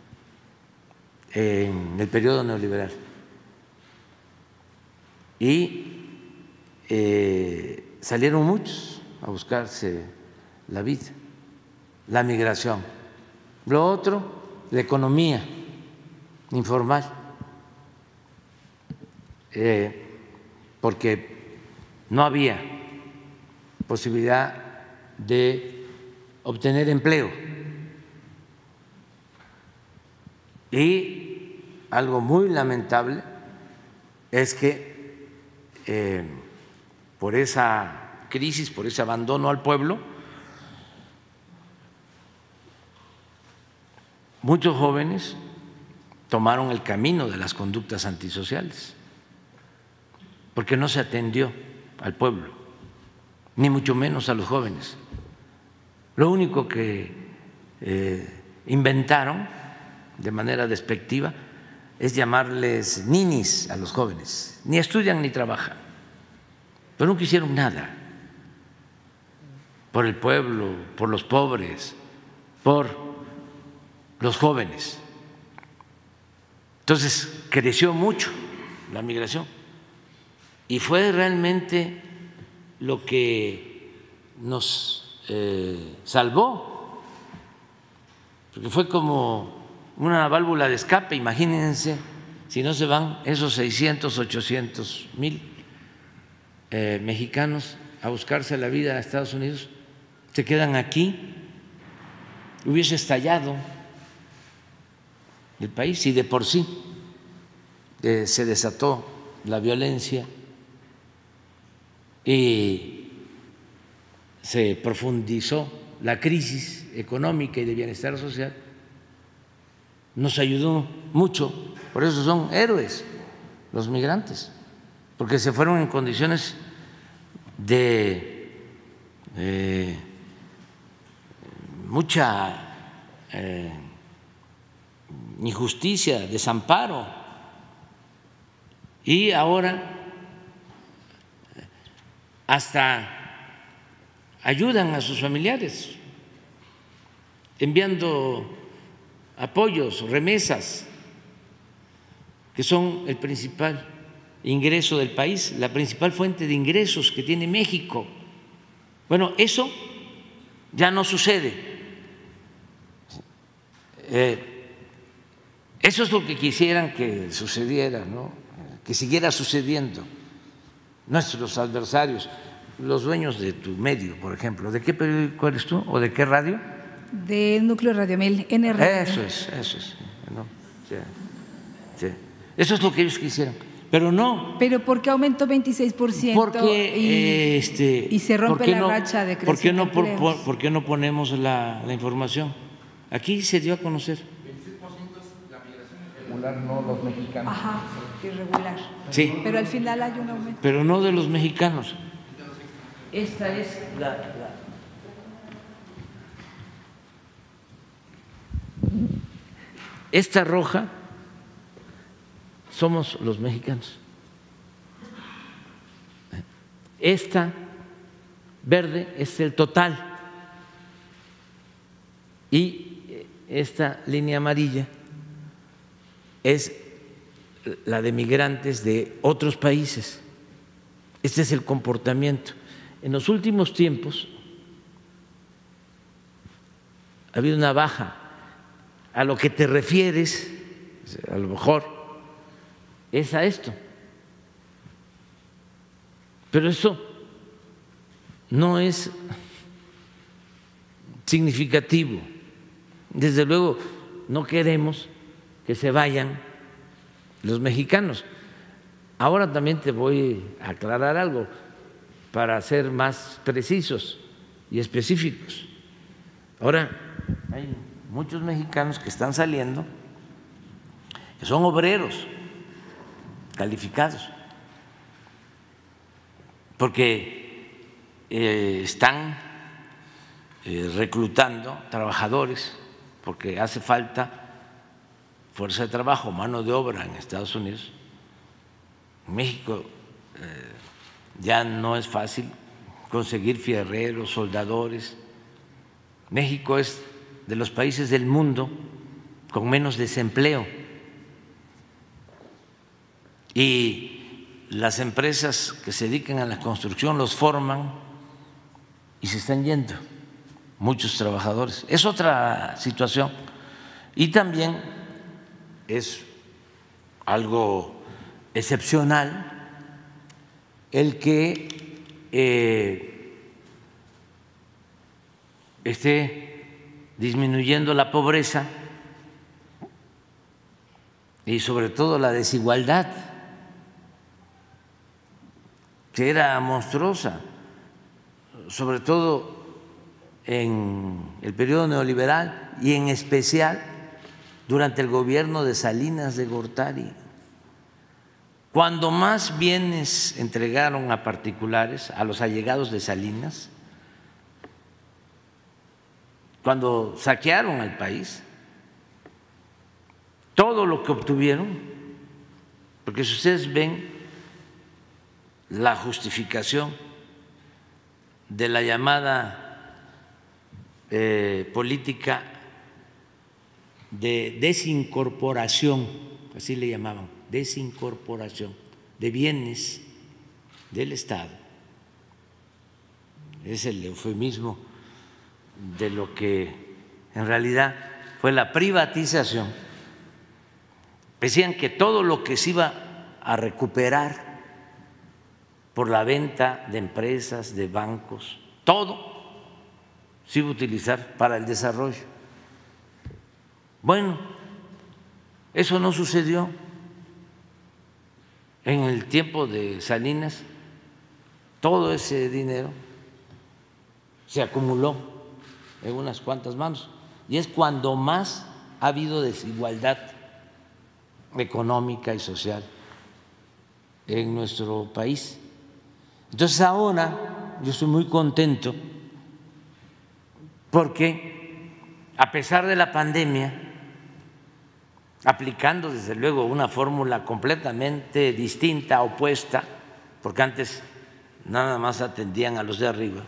en el periodo neoliberal. Y salieron muchos a buscarse la vida, la migración. Lo otro, la economía informal, porque no había posibilidad de obtener empleo. Y algo muy lamentable es que por esa crisis, por ese abandono al pueblo, muchos jóvenes tomaron el camino de las conductas antisociales, porque no se atendió al pueblo, ni mucho menos a los jóvenes. Lo único que inventaron de manera despectiva es llamarles ninis a los jóvenes. Ni estudian ni trabajan, pero nunca hicieron nada por el pueblo, por los pobres, por los jóvenes. Entonces creció mucho la migración y fue realmente lo que nos salvó, porque fue como una válvula de escape. Imagínense si no se van esos 600, 800 mil mexicanos a buscarse la vida a Estados Unidos, se quedan aquí, hubiese estallado el país, y de por sí se desató la violencia y se profundizó la crisis económica y de bienestar social. Nos ayudó mucho, por eso son héroes los migrantes, porque se fueron en condiciones de mucha injusticia, desamparo. Y ahora hasta ayudan a sus familiares, enviando apoyos, remesas, que son el principal ingreso del país, la principal fuente de ingresos que tiene México. Bueno, eso ya no sucede. Eso es lo que quisieran que sucediera, ¿no? Que siguiera sucediendo. Nuestros adversarios, los dueños de tu medio, por ejemplo, ¿de qué periódico eres tú o de qué radio? Del Núcleo Radio 1000, NR. Eso es, ¿no? Sí, sí. Eso es lo que ellos quisieran, pero no. ¿Pero por qué aumentó 26%? Porque, y se rompe la racha de crecimiento. ¿Por qué no ponemos la información? Aquí se dio a conocer. 26% es la migración irregular, no los mexicanos. Ajá, irregular. Sí. Pero al final hay un aumento. Pero no de los mexicanos. Esta es esta roja somos los mexicanos. Esta verde es el total. Y esta línea amarilla es la de migrantes de otros países. Este es el comportamiento. En los últimos tiempos ha habido una baja. A lo que te refieres, a lo mejor, es a esto. Pero eso no es significativo. Desde luego, no queremos que se vayan los mexicanos. Ahora también te voy a aclarar algo para ser más precisos y específicos. Ahora hay muchos mexicanos que están saliendo, que son obreros calificados, porque están reclutando trabajadores, porque hace falta fuerza de trabajo, mano de obra en Estados Unidos. En México ya no es fácil conseguir fierreros, soldadores. México es de los países del mundo con menos desempleo. Y las empresas que se dedican a la construcción los forman y se están yendo muchos trabajadores. Es otra situación. Y también es algo excepcional el que esté disminuyendo la pobreza y sobre todo la desigualdad, que era monstruosa, sobre todo en el periodo neoliberal y en especial durante el gobierno de Salinas de Gortari. Cuando más bienes entregaron a particulares, a los allegados de Salinas, cuando saquearon al país, todo lo que obtuvieron, porque si ustedes ven la justificación de la llamada política de desincorporación, así le llamaban, desincorporación de bienes del Estado, es el eufemismo de lo que en realidad fue la privatización. Decían que todo lo que se iba a recuperar por la venta de empresas, de bancos, todo se iba a utilizar para el desarrollo. Bueno, eso no sucedió. En el tiempo de Salinas, todo ese dinero se acumuló en unas cuantas manos y es cuando más ha habido desigualdad económica y social en nuestro país. Entonces ahora yo estoy muy contento porque a pesar de la pandemia aplicando desde luego una fórmula completamente distinta, opuesta, porque antes nada más atendían a los de arriba.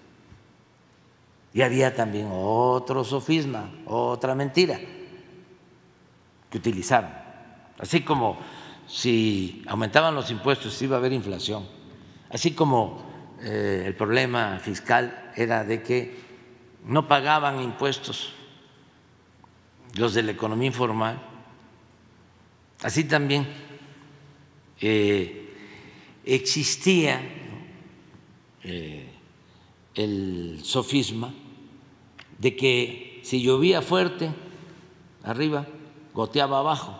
Y había también otro sofisma, otra mentira que utilizaron. Así como si aumentaban los impuestos iba a haber inflación, así como el problema fiscal era de que no pagaban impuestos los de la economía informal, así también existía el sofisma de que si llovía fuerte arriba, goteaba abajo.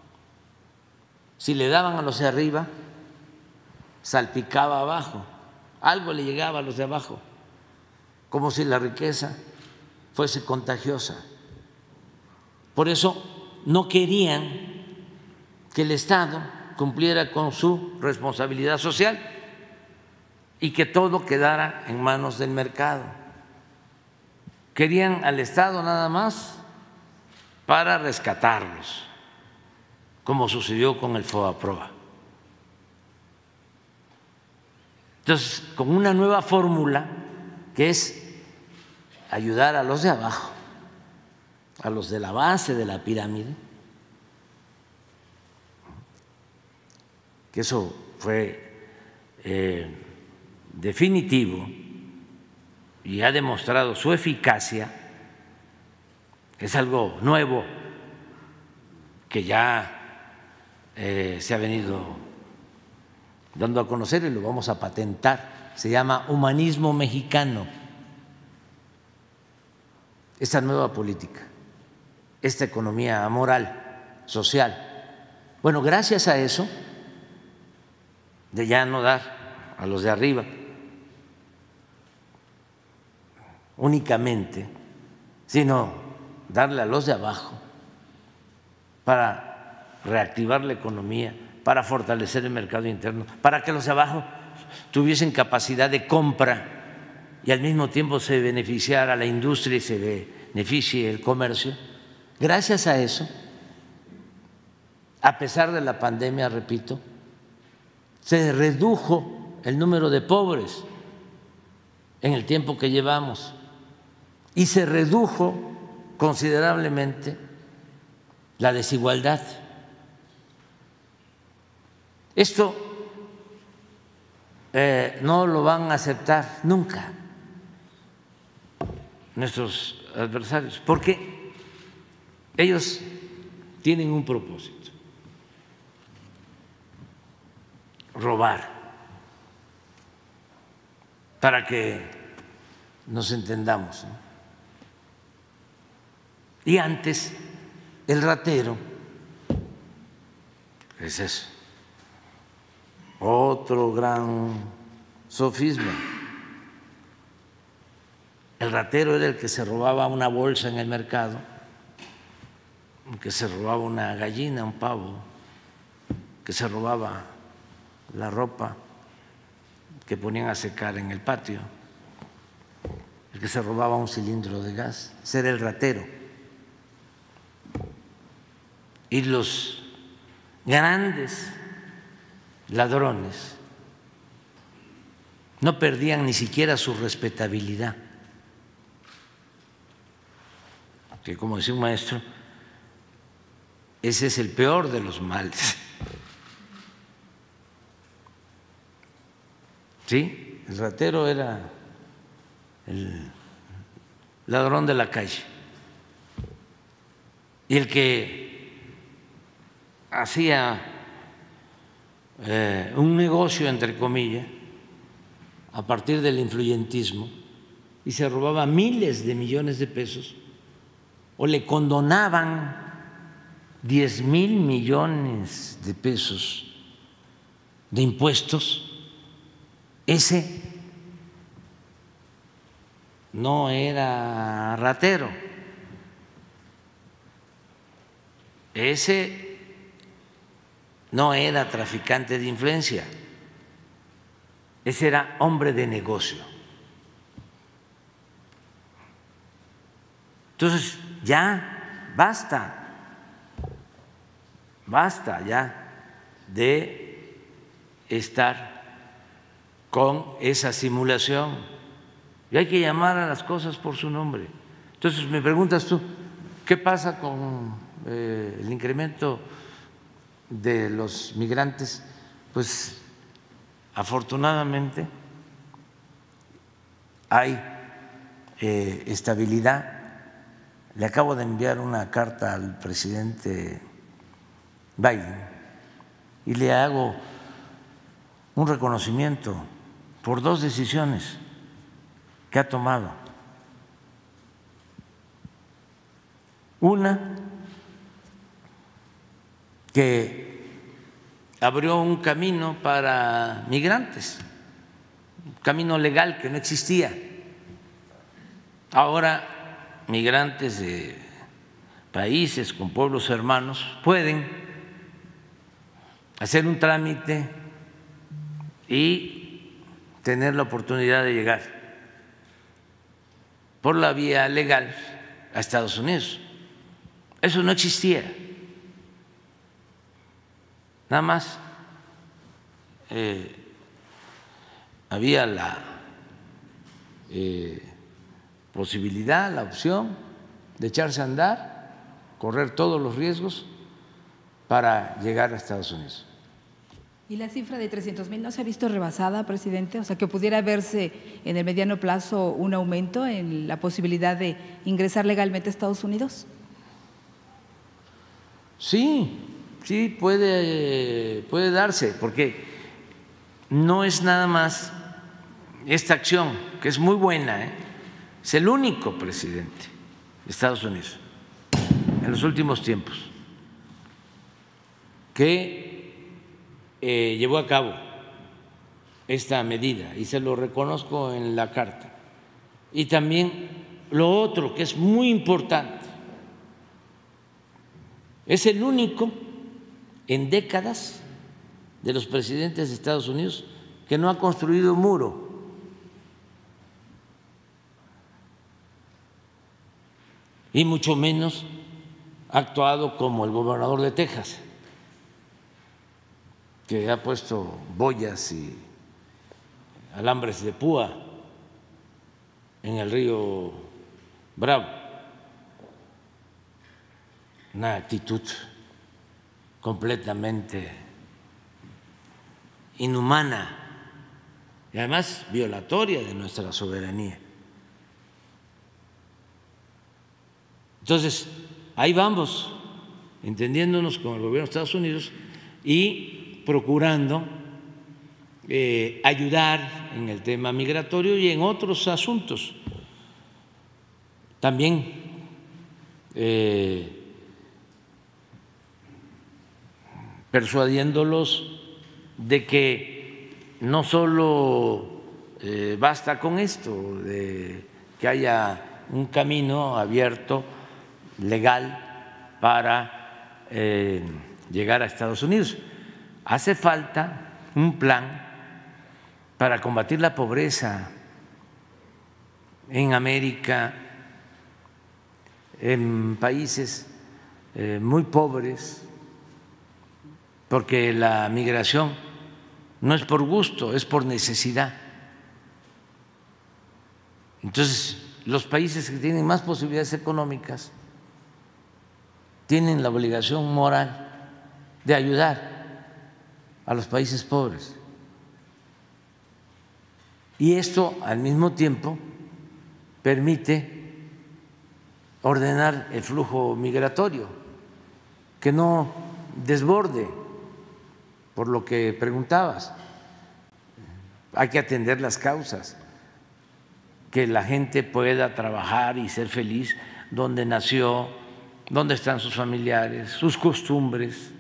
Si le daban a los de arriba, salpicaba abajo. Algo le llegaba a los de abajo, como si la riqueza fuese contagiosa. Por eso no querían que el Estado cumpliera con su responsabilidad social y que todo quedara en manos del mercado. Querían al Estado nada más para rescatarlos, como sucedió con el FOBAPROA. Entonces, con una nueva fórmula que es ayudar a los de abajo, a los de la base de la pirámide, que eso fue definitivo y ha demostrado su eficacia, es algo nuevo que ya se ha venido dando a conocer y lo vamos a patentar. Se llama humanismo mexicano. Esta nueva política, esta economía moral, social. Bueno, gracias a eso, de ya no dar a los de arriba únicamente, sino darle a los de abajo para reactivar la economía, para fortalecer el mercado interno, para que los de abajo tuviesen capacidad de compra y al mismo tiempo se beneficiara la industria y se beneficie el comercio. Gracias a eso, a pesar de la pandemia, repito, se redujo el número de pobres en el tiempo que llevamos y se redujo considerablemente la desigualdad. Esto no lo van a aceptar nunca nuestros adversarios, porque ellos tienen un propósito: robar. Para que nos entendamos, ¿no? Y antes el ratero, es eso, otro gran sofisma. El ratero era el que se robaba una bolsa en el mercado, el que se robaba una gallina, un pavo, que se robaba la ropa que ponían a secar en el patio, el que se robaba un cilindro de gas. Ese era el ratero. Y los grandes ladrones no perdían ni siquiera su respetabilidad, que, como decía un maestro, ese es el peor de los males. ¿Sí? El ratero era el ladrón de la calle. Y el que hacía un negocio, entre comillas, a partir del influyentismo y se robaba miles de millones de pesos, o le condonaban 10,000 millones de pesos de impuestos, ese no era ratero, ese no era traficante de influencia, ese era hombre de negocio. Entonces, ya basta basta ya de estar con esa simulación y hay que llamar a las cosas por su nombre. Entonces me preguntas tú, ¿qué pasa con el incremento de los migrantes? Pues afortunadamente hay estabilidad. Le acabo de enviar una carta al presidente Biden y le hago un reconocimiento por 2 decisiones que ha tomado. Una, que abrió un camino para migrantes, un camino legal que no existía. Ahora migrantes de países con pueblos hermanos pueden hacer un trámite y tener la oportunidad de llegar por la vía legal a Estados Unidos. Eso no existía. Nada más había la posibilidad, la opción de echarse a andar, correr todos los riesgos para llegar a Estados Unidos. ¿Y la cifra de 300,000 no se ha visto rebasada, presidente? O sea, que pudiera verse en el mediano plazo un aumento en la posibilidad de ingresar legalmente a Estados Unidos. Sí, sí puede darse, porque no es nada más esta acción, que es muy buena, es el único presidente de Estados Unidos en los últimos tiempos que llevó a cabo esta medida y se lo reconozco en la carta. Y también lo otro que es muy importante, es el único en décadas de los presidentes de Estados Unidos que no ha construido un muro. Y mucho menos ha actuado como el gobernador de Texas, que ha puesto boyas y alambres de púa en el río Bravo. Una actitud completamente inhumana y además violatoria de nuestra soberanía. Entonces, ahí vamos, entendiéndonos con el gobierno de Estados Unidos y procurando ayudar en el tema migratorio y en otros asuntos. También persuadiéndolos de que no solo basta con esto, de que haya un camino abierto, legal, para llegar a Estados Unidos. Hace falta un plan para combatir la pobreza en América, en países muy pobres, porque la migración no es por gusto, es por necesidad. Entonces, los países que tienen más posibilidades económicas tienen la obligación moral de ayudar a los países pobres. Y esto, al mismo tiempo, permite ordenar el flujo migratorio, que no desborde, por lo que preguntabas. Hay que atender las causas, que la gente pueda trabajar y ser feliz donde nació, donde están sus familiares, sus costumbres.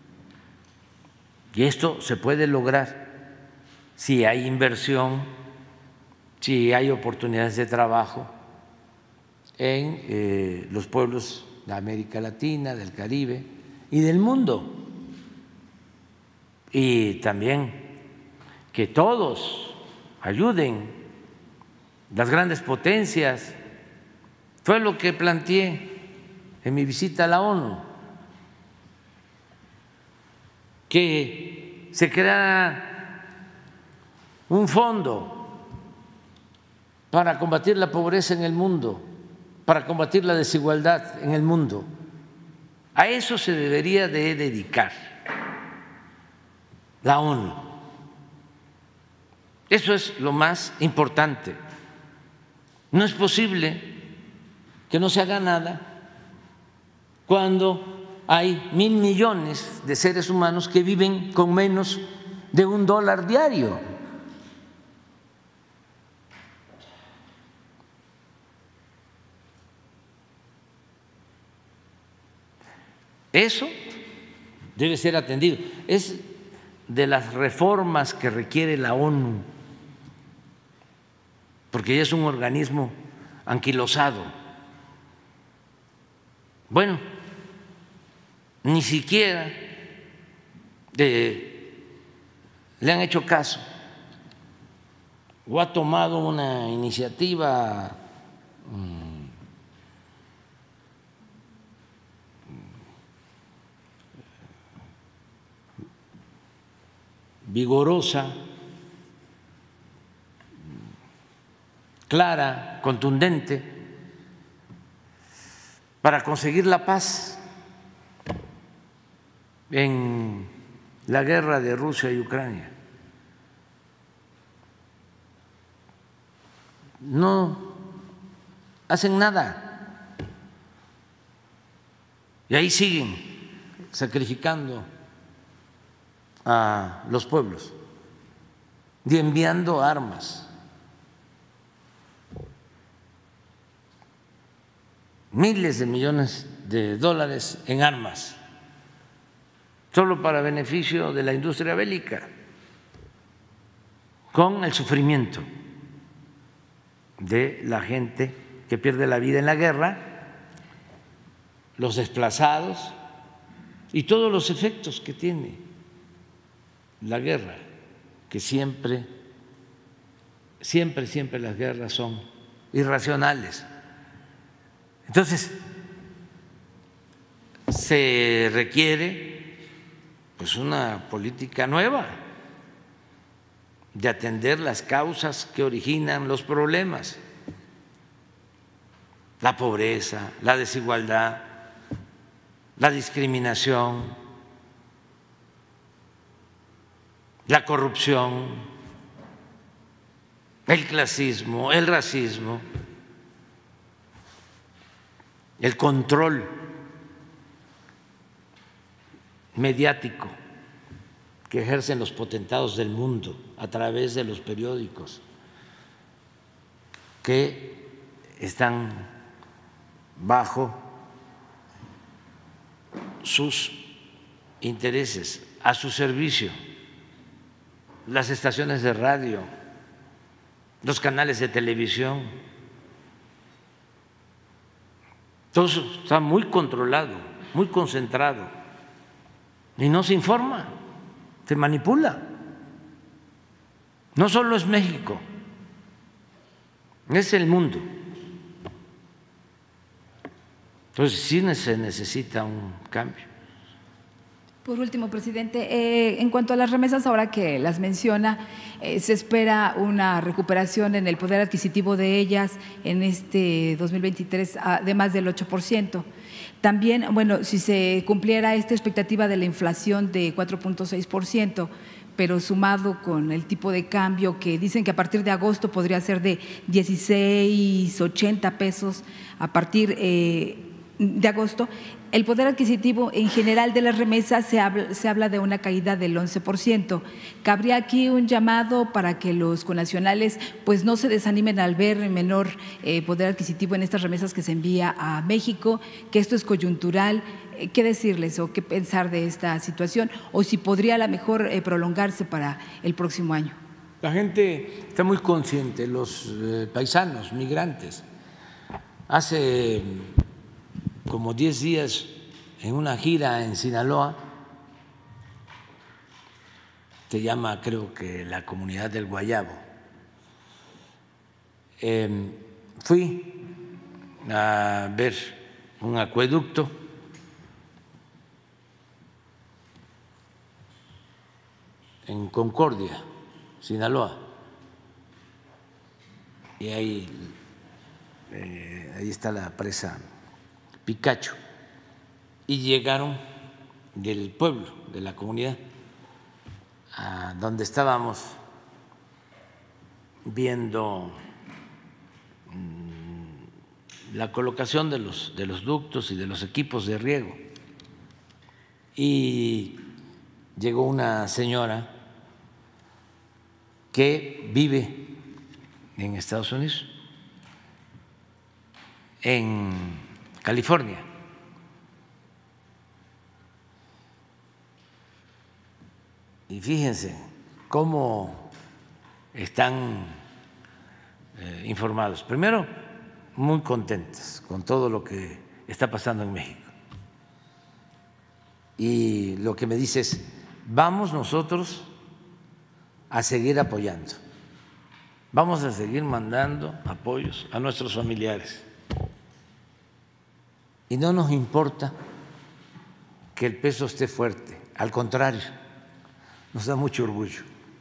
Y esto se puede lograr si hay inversión, si hay oportunidades de trabajo en los pueblos de América Latina, del Caribe y del mundo. Y también que todos ayuden, las grandes potencias. Fue lo que planteé en mi visita a la ONU. que se creara un fondo para combatir la pobreza en el mundo, para combatir la desigualdad en el mundo. A eso se debería de dedicar la ONU. Eso es lo más importante. No es posible que no se haga nada cuando hay 1.000 millones de seres humanos que viven con menos de $1 diario. Eso debe ser atendido. Es de las reformas que requiere la ONU, porque ya es un organismo anquilosado. Bueno, ni siquiera le han hecho caso o ha tomado una iniciativa vigorosa, clara, contundente, para conseguir la paz en la guerra de Rusia y Ucrania. No hacen nada y ahí siguen sacrificando a los pueblos y enviando armas. Miles de millones de dólares en armas, solo para beneficio de la industria bélica, con el sufrimiento de la gente que pierde la vida en la guerra, los desplazados y todos los efectos que tiene la guerra, que siempre las guerras son irracionales. Entonces, se requiere pues una política nueva de atender las causas que originan los problemas, la pobreza, la desigualdad, la discriminación, la corrupción, el clasismo, el racismo, el control mediático que ejercen los potentados del mundo a través de los periódicos que están bajo sus intereses, a su servicio. Las estaciones de radio, los canales de televisión, todo eso está muy controlado, muy concentrado y no se informa, se manipula. No solo es México, es el mundo. Entonces sí se necesita un cambio. Por último, presidente, en cuanto a las remesas, ahora que las menciona, se espera una recuperación en el poder adquisitivo de ellas en este 2023 de más del 8%. También, bueno, si se cumpliera esta expectativa de la inflación de 4.6%, pero sumado con el tipo de cambio que dicen que a partir de agosto podría ser de 16.80 pesos a partir de agosto, el poder adquisitivo en general de las remesas se habla de una caída del 11%. ¿Cabría aquí un llamado para que los connacionales pues no se desanimen al ver menor poder adquisitivo en estas remesas que se envía a México, que esto es coyuntural? ¿Qué decirles o qué pensar de esta situación? O si podría a lo mejor prolongarse para el próximo año. La gente está muy consciente, los paisanos, migrantes. Hace como 10 días en una gira en Sinaloa, se llama creo que la Comunidad del Guayabo, fui a ver un acueducto en Concordia, Sinaloa, y ahí está la presa Picacho, y llegaron del pueblo, de la comunidad, a donde estábamos viendo la colocación de los ductos y de los equipos de riego. Y llegó una señora que vive en Estados Unidos, en California. Y fíjense cómo están informados. Primero, muy contentos con todo lo que está pasando en México. Y lo que me dice es, vamos nosotros a seguir apoyando, vamos a seguir mandando apoyos a nuestros familiares. Y no nos importa que el peso esté fuerte, al contrario, nos da mucho orgullo.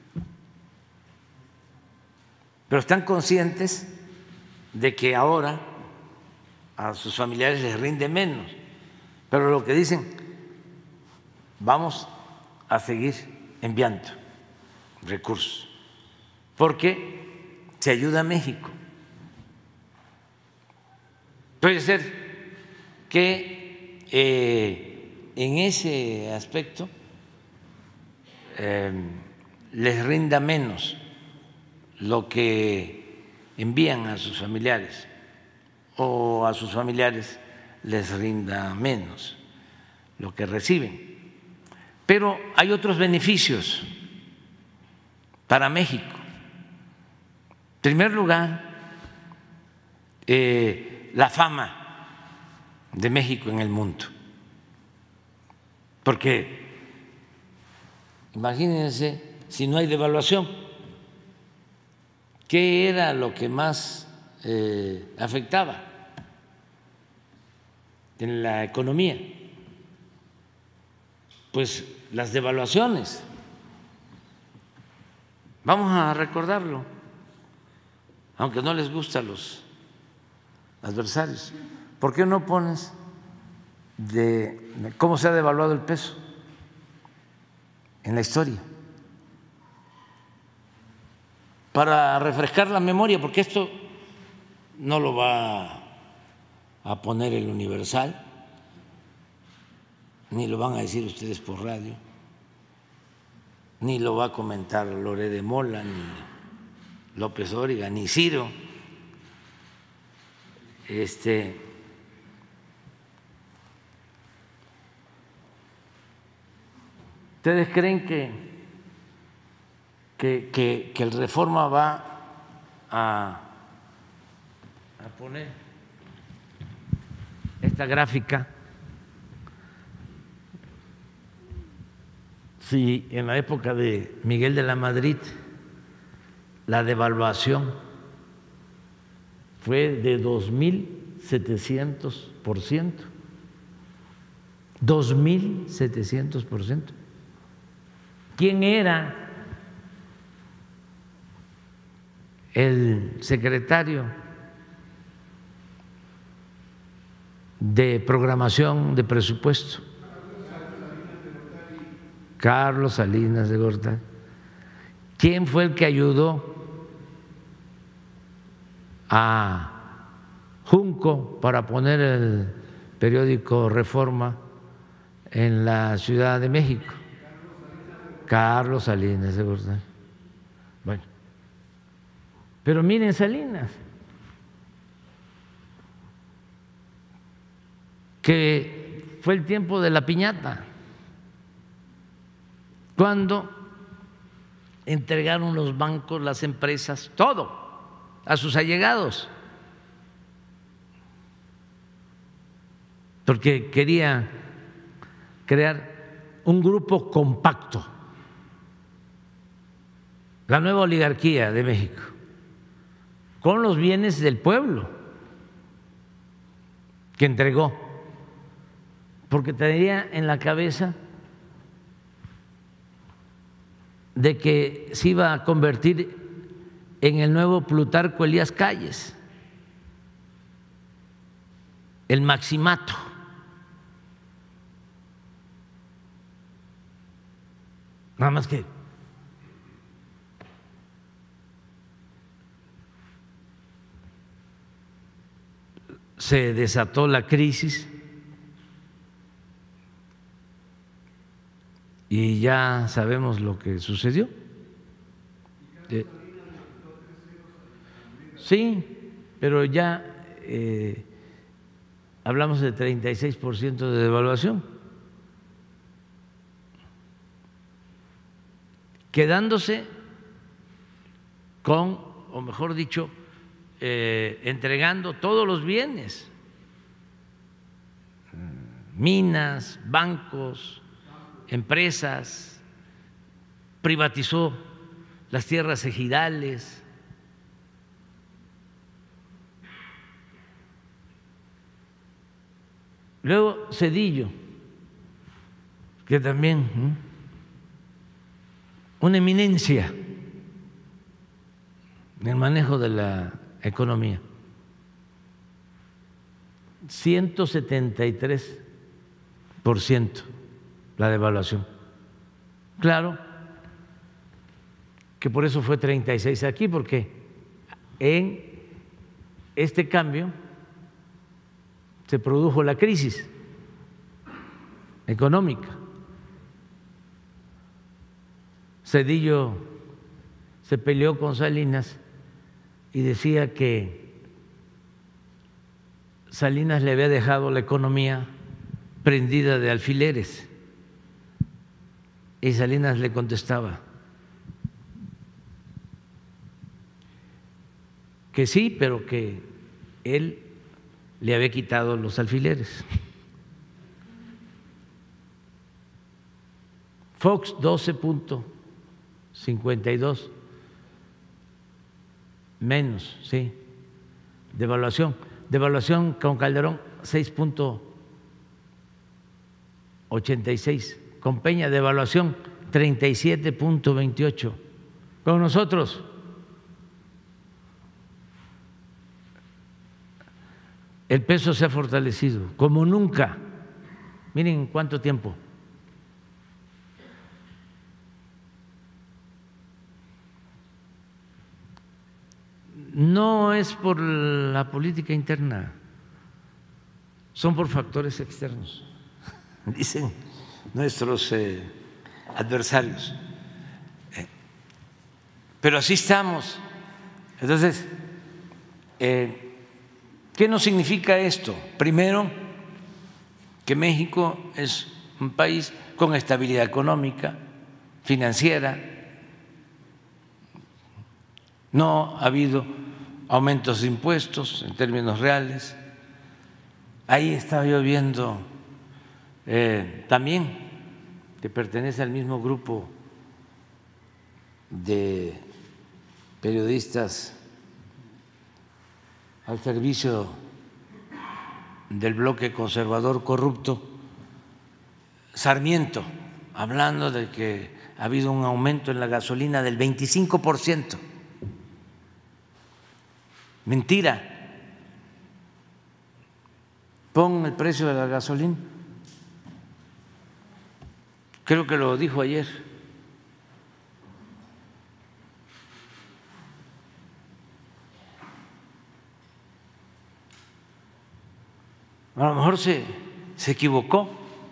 Pero están conscientes de que ahora a sus familiares les rinde menos, pero lo que dicen, vamos a seguir enviando recursos, porque se ayuda a México. Puede ser que en ese aspecto les rinda menos lo que envían a sus familiares o a sus familiares les rinda menos lo que reciben. Pero hay otros beneficios para México. En primer lugar, la fama de México en el mundo. Porque imagínense si no hay devaluación, ¿qué era lo que más afectaba en la economía? Pues las devaluaciones. Vamos a recordarlo, aunque no les gusta a los adversarios. ¿Por qué no pones de cómo se ha devaluado el peso en la historia? Para refrescar la memoria, porque esto no lo va a poner el Universal, ni lo van a decir ustedes por radio, ni lo va a comentar Loré de Mola, ni López Dóriga, ni Ciro. ¿Ustedes creen que el Reforma va a poner esta gráfica? Si en la época de Miguel de la Madrid la devaluación fue de 2.700%, 2.700%. ¿Quién era el secretario de programación de presupuesto? Carlos Salinas de Gortari. ¿Quién fue el que ayudó a Junco para poner el periódico Reforma en la Ciudad de México? Carlos Salinas de Gortari. Bueno, pero miren Salinas, que fue el tiempo de la piñata, cuando entregaron los bancos, las empresas, todo a sus allegados, porque quería crear un grupo compacto, la nueva oligarquía de México, con los bienes del pueblo que entregó, porque tenía en la cabeza de que se iba a convertir en el nuevo Plutarco Elías Calles, el maximato. Nada más que se desató la crisis y ya sabemos lo que sucedió. Sí, pero ya hablamos de 36% de devaluación, quedándose con, o mejor dicho, entregando todos los bienes, minas, bancos, empresas, privatizó las tierras ejidales. Luego Zedillo, que también una eminencia en el manejo de la economía, 173% la devaluación. Claro que por eso fue 36 aquí, porque en este cambio se produjo la crisis económica. Zedillo se peleó con Salinas y decía que Salinas le había dejado la economía prendida de alfileres, y Salinas le contestaba que sí, pero que él le había quitado los alfileres. Fox 12.52 menos, sí, devaluación con Calderón 6.86, con Peña devaluación 37.28, con nosotros el peso se ha fortalecido como nunca. Miren cuánto tiempo. No es por la política interna, son por factores externos, dicen nuestros adversarios. Pero así estamos. Entonces, ¿qué nos significa esto? Primero, que México es un país con estabilidad económica, financiera, no ha habido aumentos de impuestos en términos reales. Ahí estaba yo viendo también, que pertenece al mismo grupo de periodistas al servicio del bloque conservador corrupto, Sarmiento, hablando de que ha habido un aumento en la gasolina del 25%. Mentira. Pon el precio de la gasolina. Creo que lo dijo ayer. A lo mejor se equivocó,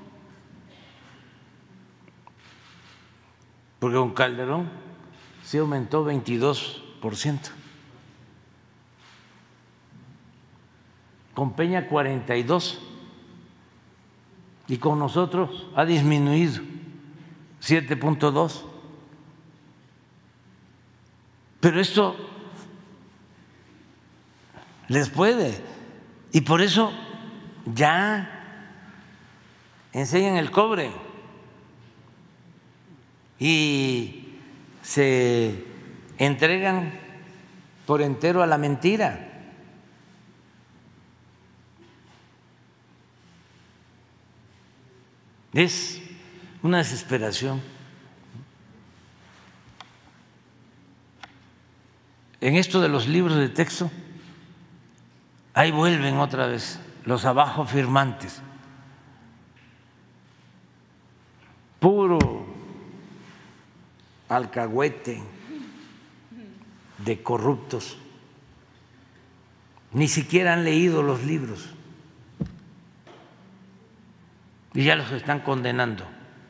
porque con Calderón sí aumentó 22%, con Peña 42%, y con nosotros ha disminuido 7.2%. Pero esto les puede, y por eso ya enseñan el cobre y se entregan por entero a la mentira. Es una desesperación. en esto de los libros de texto, ahí vuelven otra vez los abajo firmantes, puro alcahuete de corruptos, ni siquiera han leído los libros y ya los están condenando,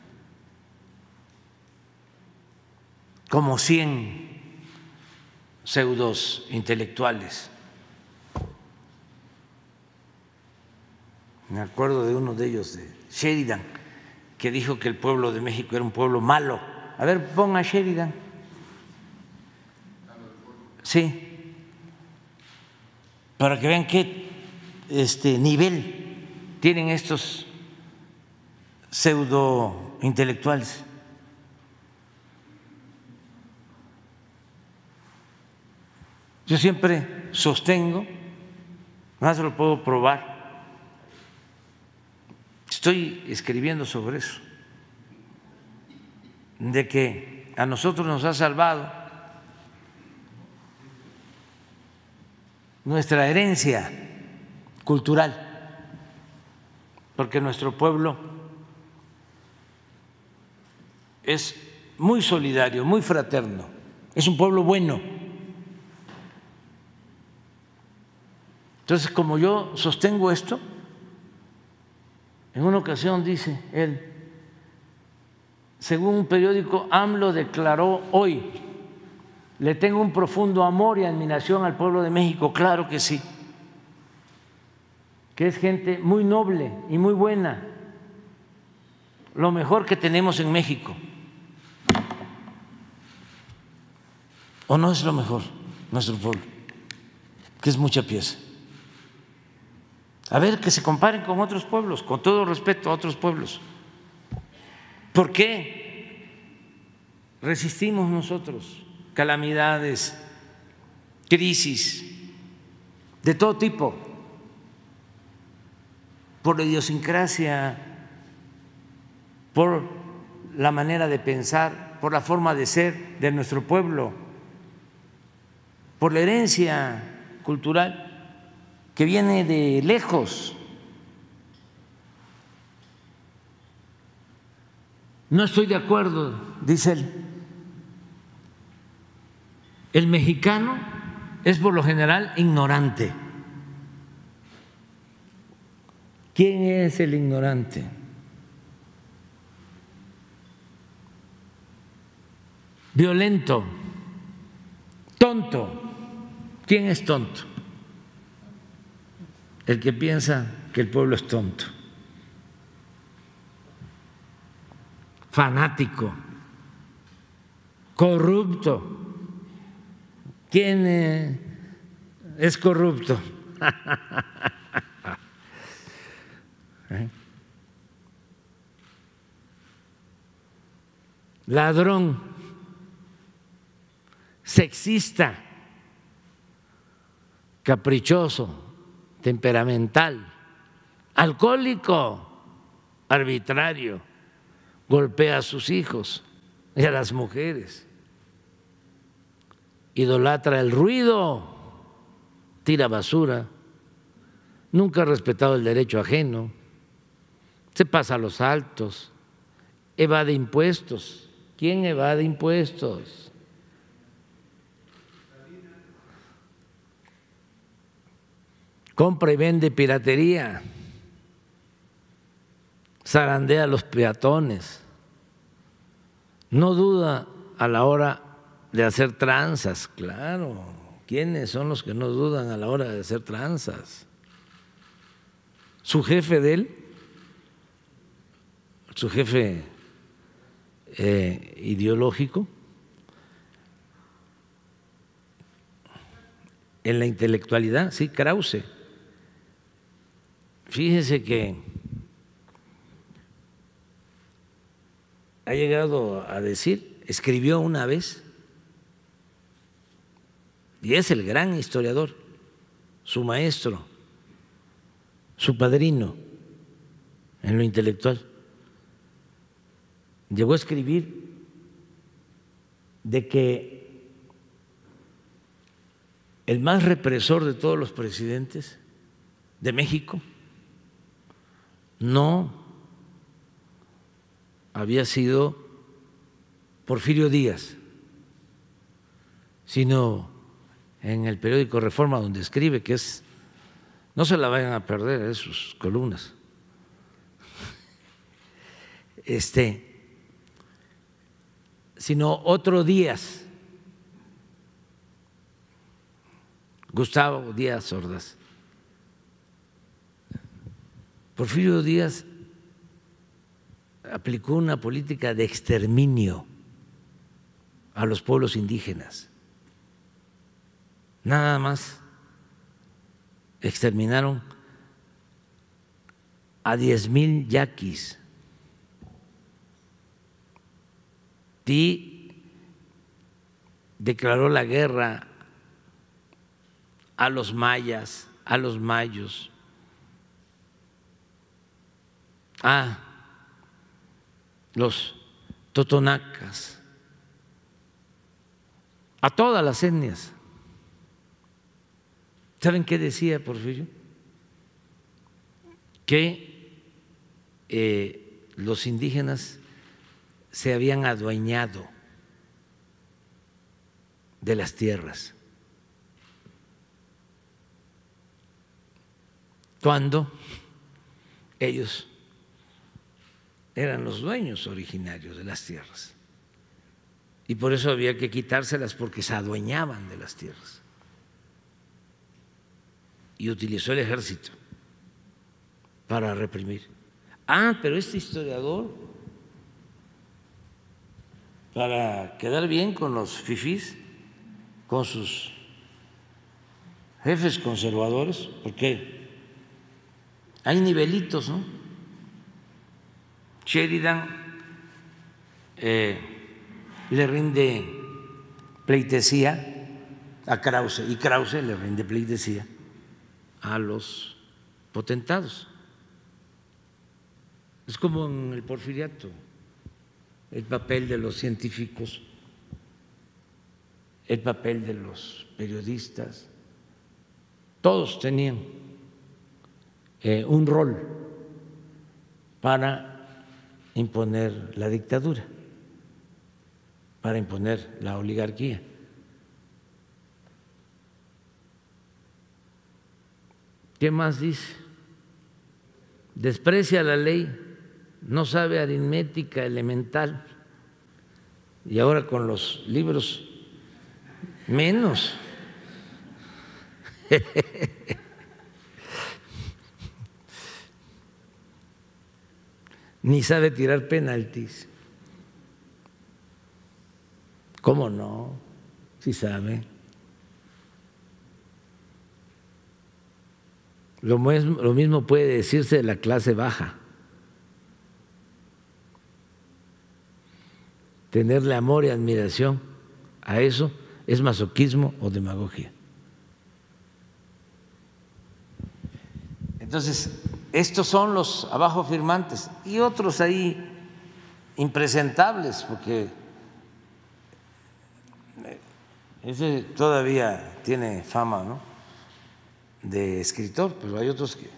como 100 pseudos intelectuales. Me acuerdo de uno de ellos, de Sheridan, que dijo que el pueblo de México era un pueblo malo. A ver, ponga a Sheridan. Sí, para que vean qué nivel tienen estos pseudo intelectuales. Yo siempre sostengo, más lo puedo probar, estoy escribiendo sobre eso, de que a nosotros nos ha salvado nuestra herencia cultural, porque nuestro pueblo es muy solidario, muy fraterno, es un pueblo bueno. Entonces, como yo sostengo esto, en una ocasión dice él, según un periódico, AMLO declaró hoy: le tengo un profundo amor y admiración al pueblo de México. Claro que sí, que es gente muy noble y muy buena, lo mejor que tenemos en México. ¿O no es lo mejor nuestro pueblo? Que es mucha pieza. A ver, que se comparen con otros pueblos, con todo respeto a otros pueblos. ¿Por qué resistimos nosotros calamidades, crisis de todo tipo? Por la idiosincrasia, por la manera de pensar, por la forma de ser de nuestro pueblo, por la herencia cultural que viene de lejos. No estoy de acuerdo, dice él. El mexicano es por lo general ignorante. ¿Quién es el ignorante? Violento, tonto. ¿Quién es tonto? El que piensa que el pueblo es tonto, fanático, corrupto. ¿Quién es corrupto? Ladrón, sexista, caprichoso, temperamental, alcohólico, arbitrario, golpea a sus hijos y a las mujeres, idolatra el ruido, tira basura, nunca ha respetado el derecho ajeno, se pasa a los altos, evade impuestos. ¿Quién evade impuestos? Compra y vende piratería, zarandea a los peatones, no duda a la hora de hacer tranzas. Claro, ¿quiénes son los que no dudan a la hora de hacer tranzas? Su jefe de él, su jefe ideológico, en la intelectualidad, sí, Krause. Fíjese que ha llegado a decir, escribió una vez, y es el gran historiador, su maestro, su padrino en lo intelectual. Llegó a escribir de que el más represor de todos los presidentes de México, no había sido Porfirio Díaz, sino en el periódico Reforma, donde escribe, que es, no se la vayan a perder, sus columnas, sino otro Díaz, Gustavo Díaz Ordaz. Porfirio Díaz aplicó una política de exterminio a los pueblos indígenas. Nada más exterminaron a 10,000 yaquis y declaró la guerra a los mayas, a los mayos, a los totonacas, a todas las etnias. ¿Saben qué decía Porfirio? Que los indígenas se habían adueñado de las tierras cuando ellos eran los dueños originarios de las tierras, y por eso había que quitárselas, porque se adueñaban de las tierras, y utilizó el ejército para reprimir. Pero este historiador, para quedar bien con los fifís, con sus jefes conservadores, porque hay nivelitos, ¿no? Sheridan le rinde pleitesía a Krause, y Krause le rinde pleitesía a los potentados. Es como en el porfiriato, el papel de los científicos, el papel de los periodistas, todos tenían un rol para imponer la dictadura, para imponer la oligarquía. ¿Qué más dice? Desprecia la ley, no sabe aritmética elemental, y ahora con los libros menos. Ni sabe tirar penaltis. ¿Cómo no? Sí sabe. Lo mismo puede decirse de la clase baja. Tenerle amor y admiración a eso es masoquismo o demagogia. Entonces, estos son los abajo firmantes y otros ahí impresentables, porque ese todavía tiene fama, ¿no?, de escritor, pero hay otros que…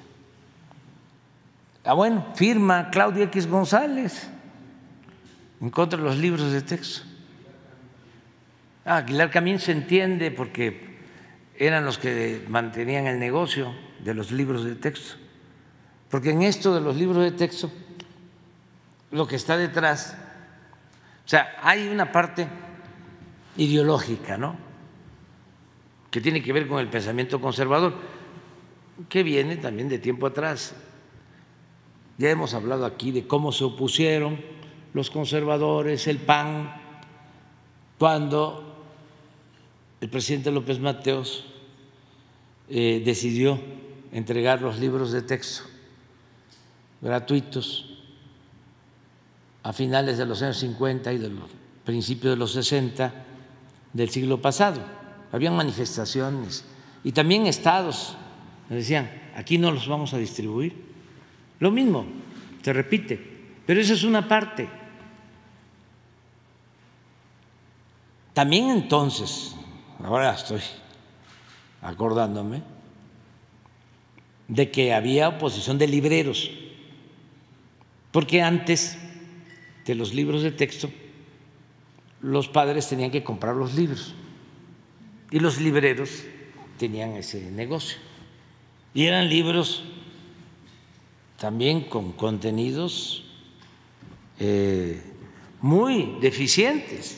bueno, firma Claudia X González en contra de los libros de texto. Aguilar Camín se entiende porque eran los que mantenían el negocio de los libros de texto, porque en esto de los libros de texto lo que está detrás, o sea, hay una parte ideológica, ¿no?, que tiene que ver con el pensamiento conservador, que viene también de tiempo atrás. Ya hemos hablado aquí de cómo se opusieron los conservadores, el PAN, cuando el presidente López Mateos decidió entregar los libros de texto gratuitos a finales de los años 50 y de los principios de los 60 del siglo pasado. Habían manifestaciones y también estados me decían, aquí no los vamos a distribuir. Lo mismo, se repite, pero esa es una parte. También entonces, ahora estoy acordándome de que había oposición de libreros, porque antes de los libros de texto los padres tenían que comprar los libros y los libreros tenían ese negocio. Y eran libros también con contenidos muy deficientes.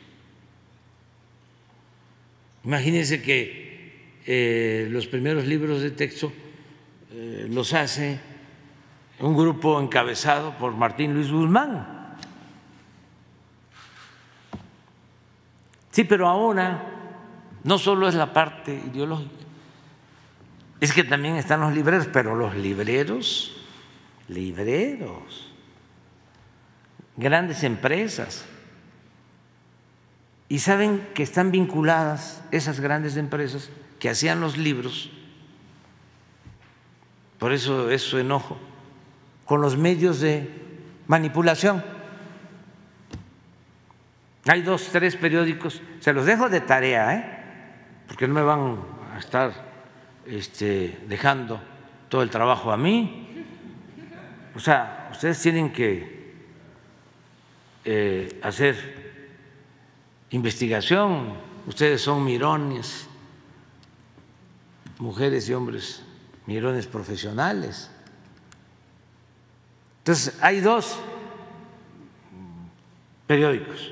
Imagínense que los primeros libros de texto los hace un grupo encabezado por Martín Luis Guzmán. Sí, pero ahora no solo es la parte ideológica, es que también están los libreros, pero los libreros, grandes empresas. Y saben que están vinculadas esas grandes empresas que hacían los libros, por eso es su enojo, con los medios de manipulación. Hay 2, 3 periódicos, se los dejo de tarea, porque no me van a estar dejando todo el trabajo a mí. O sea, ustedes tienen que hacer investigación, ustedes son mirones, mujeres y hombres mirones profesionales. Entonces, hay 2 periódicos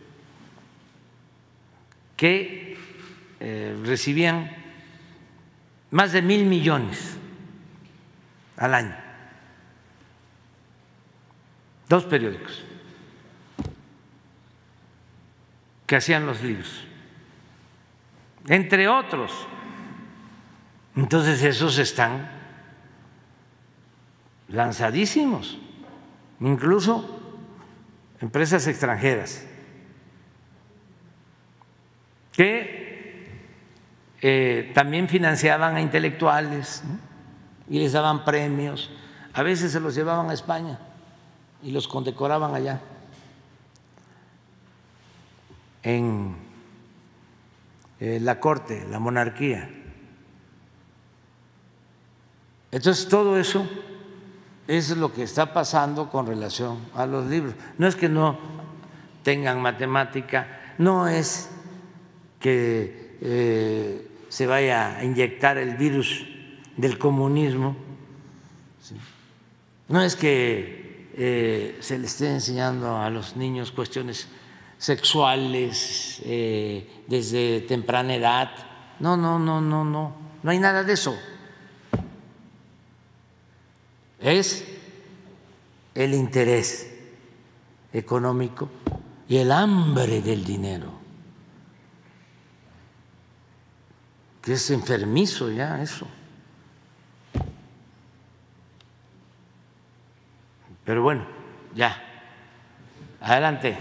que recibían más de 1,000 millones al año. 2 periódicos que hacían los libros, entre otros. Entonces esos están lanzadísimos, incluso empresas extranjeras que también financiaban a intelectuales, ¿no? Y les daban premios, a veces se los llevaban a España y los condecoraban allá en la corte, la monarquía. Entonces todo eso es lo que está pasando con relación a los libros. No es que no tengan matemática, no es que se vaya a inyectar el virus del comunismo, ¿sí? No es que se le esté enseñando a los niños cuestiones sexuales desde temprana edad. No hay nada de eso. Es el interés económico y el hambre del dinero, que es enfermizo ya eso. Pero bueno, ya. Adelante.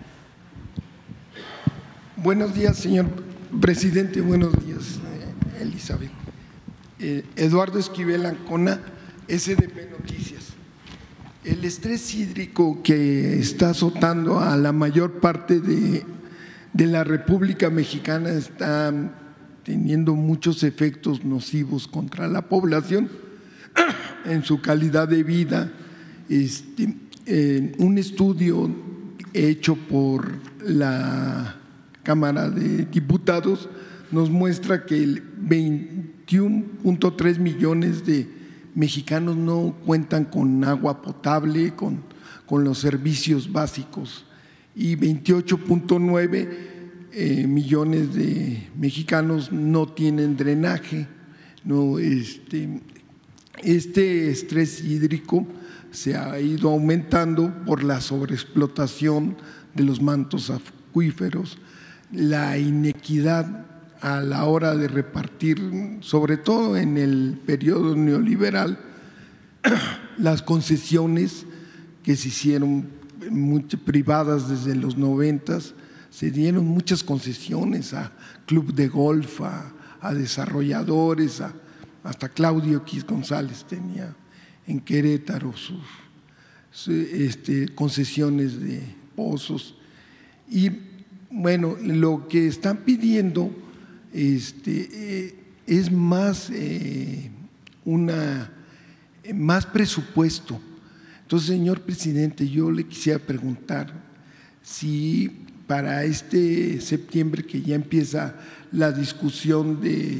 Buenos días, señor presidente. Buenos días, Elizabeth. Eduardo Esquivel Ancona, SDP Noticias. El estrés hídrico que está azotando a la mayor parte de la República Mexicana está teniendo muchos efectos nocivos contra la población en su calidad de vida. Un estudio hecho por la Cámara de Diputados nos muestra que el 21.3 millones de mexicanos no cuentan con agua potable, con los servicios básicos, y 28.9 millones de mexicanos no tienen drenaje. Este estrés hídrico se ha ido aumentando por la sobreexplotación de los mantos acuíferos, la inequidad a la hora de repartir, sobre todo en el periodo neoliberal, las concesiones que se hicieron privadas desde los 90, se dieron muchas concesiones a club de golf, a desarrolladores, hasta Claudio X González tenía en Querétaro sus concesiones de pozos. Y bueno, lo que están pidiendo es más, más presupuesto. Entonces, señor presidente, yo le quisiera preguntar si para este septiembre, que ya empieza la discusión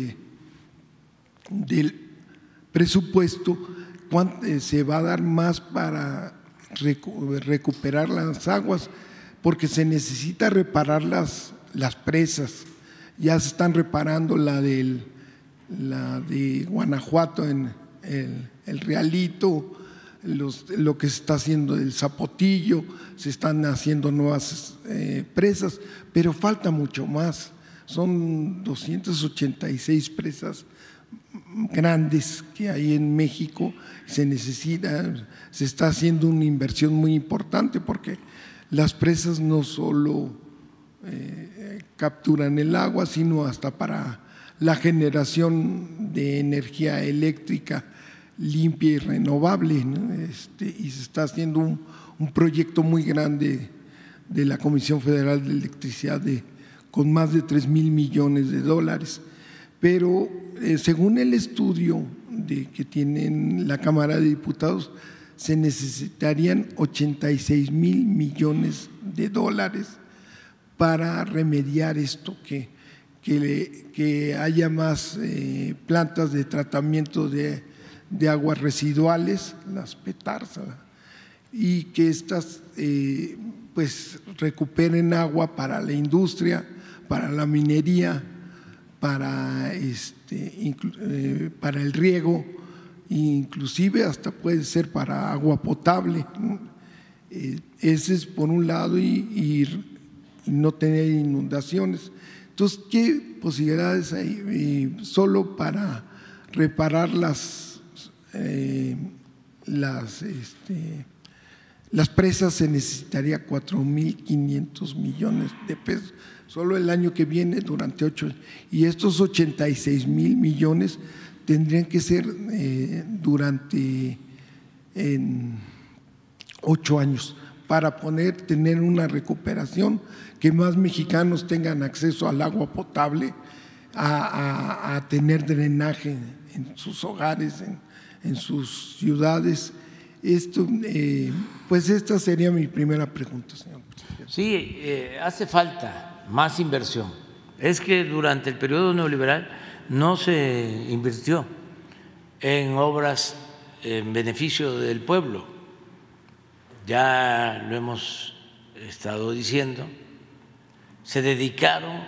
del presupuesto, se va a dar más para recuperar las aguas, porque se necesita reparar las presas. Ya se están reparando la de Guanajuato en el Realito, lo que se está haciendo del Zapotillo, se están haciendo nuevas presas, pero falta mucho más. Son 286 presas grandes que hay en México. Se está haciendo una inversión muy importante, porque las presas no solo capturan el agua, sino hasta para la generación de energía eléctrica limpia y renovable, ¿no? Y se está haciendo un proyecto muy grande de la Comisión Federal de Electricidad con más de 3,000 millones de dólares. Pero según el estudio que tienen la Cámara de Diputados, se necesitarían 86,000 millones de dólares para remediar esto, que haya más plantas de tratamiento de aguas residuales, las PETARS, y que estas pues recuperen agua para la industria, para la minería, para el riego, inclusive hasta puede ser para agua potable, ¿no? Ese es por un lado, y no tener inundaciones. Entonces, ¿qué posibilidades hay? Solo para reparar las presas se necesitaría 4,500 millones de pesos, solo el año que viene durante 8 años. Y estos 86,000 millones tendrían que ser durante 8 años para tener una recuperación, que más mexicanos tengan acceso al agua potable, a tener drenaje en sus hogares, en sus ciudades. Pues esta sería mi primera pregunta, señor presidente. Sí, hace falta más inversión. Es que durante el periodo neoliberal no se invirtió en obras en beneficio del pueblo. Ya lo hemos estado diciendo, se dedicaron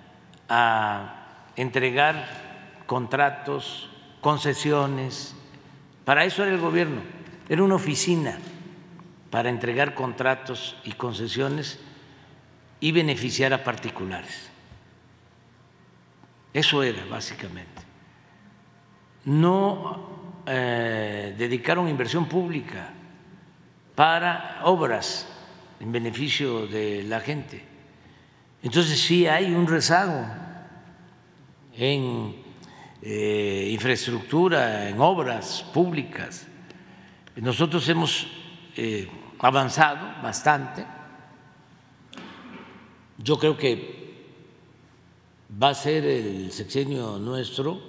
a entregar contratos, concesiones. Para eso era el gobierno, era una oficina para entregar contratos y concesiones y beneficiar a particulares. Eso era básicamente. No dedicaron inversión pública para obras en beneficio de la gente. Entonces sí hay un rezago en infraestructura, en obras públicas. Nosotros hemos avanzado bastante. Yo creo que va a ser el sexenio nuestro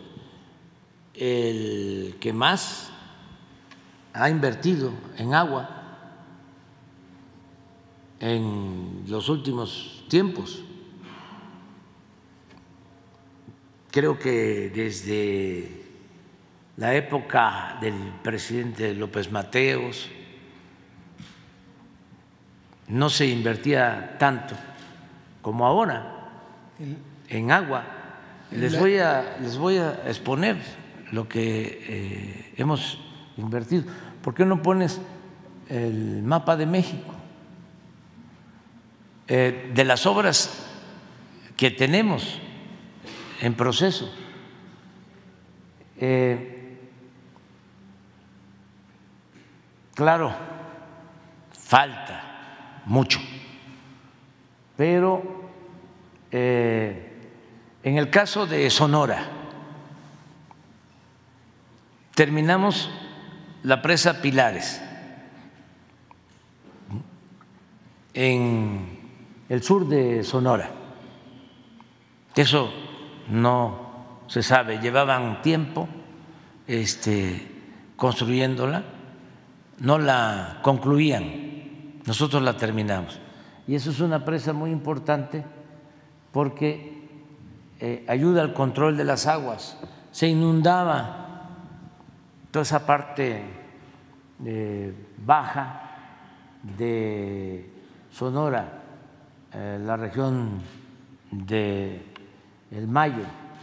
el que más ha invertido en agua en los últimos tiempos. Creo que desde la época del presidente López Mateos no se invertía tanto como ahora en agua. Les voy a exponer lo que hemos invertido. ¿Por qué no pones el mapa de México? De las obras que tenemos en proceso. Claro, falta mucho, pero en el caso de Sonora, terminamos la presa Pilares en el sur de Sonora. Eso no se sabe, llevaban tiempo construyéndola, no la concluían, nosotros la terminamos. Y eso es una presa muy importante porque ayuda al control de las aguas. Se inundaba toda esa parte baja de Sonora, la región de El Mayo,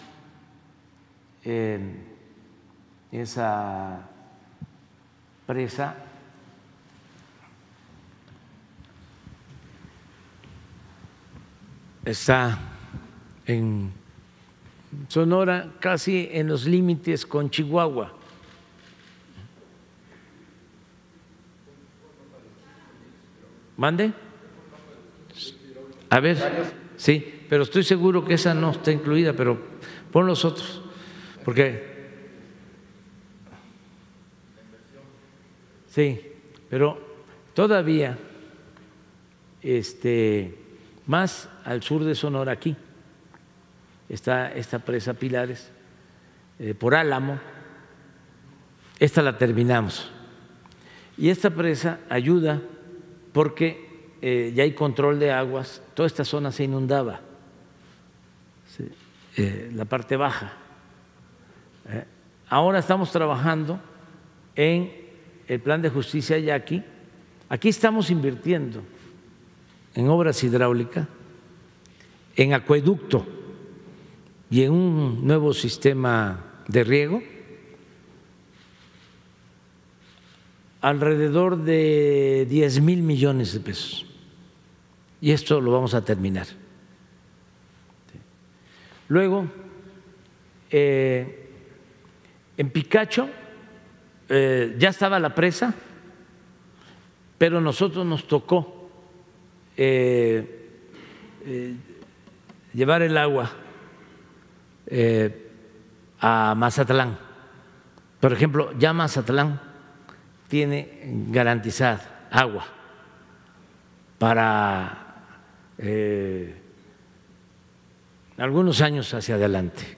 esa presa está en Sonora, casi en los límites con Chihuahua. ¿Mande? A ver, sí, pero estoy seguro que esa no está incluida, pero pon los otros, porque sí, pero todavía más al sur de Sonora, aquí está esta presa Pilares, por Álamo, esta la terminamos. Y esta presa ayuda porque ya hay control de aguas, toda esta zona se inundaba, ¿sí? La parte baja. Ahora estamos trabajando en el plan de justicia Yaqui. Aquí estamos invirtiendo en obras hidráulicas, en acueducto y en un nuevo sistema de riego, alrededor de 10,000 millones de pesos. Y esto lo vamos a terminar. Luego, en Picacho ya estaba la presa, pero a nosotros nos tocó llevar el agua a Mazatlán. Por ejemplo, ya Mazatlán tiene garantizada agua para algunos años hacia adelante,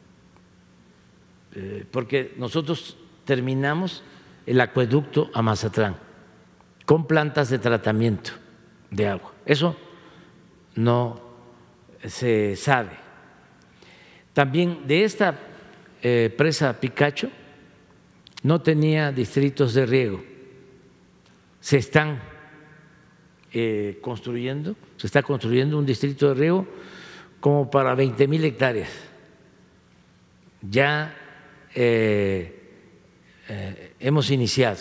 porque nosotros terminamos el acueducto a Mazatlán con plantas de tratamiento de agua. Eso no se sabe. También de esta presa Picacho no tenía distritos de riego. Se están construyendo, se está construyendo un distrito de riego como para 20,000 hectáreas. Ya hemos iniciado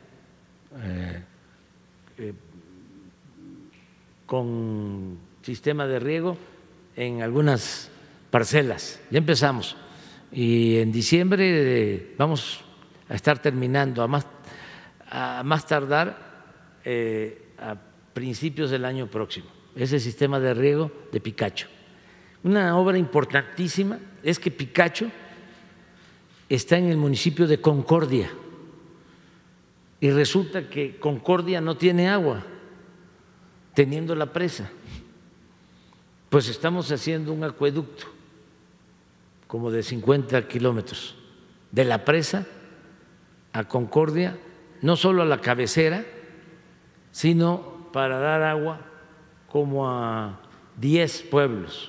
con sistema de riego en algunas parcelas. Ya empezamos y en diciembre vamos a estar terminando, a más tardar a principios del año próximo, ese sistema de riego de Picacho. Una obra importantísima es que Picacho está en el municipio de Concordia y resulta que Concordia no tiene agua, teniendo la presa. Pues estamos haciendo un acueducto como de 50 kilómetros de la presa a Concordia, no solo a la cabecera, sino para dar agua como a 10 pueblos.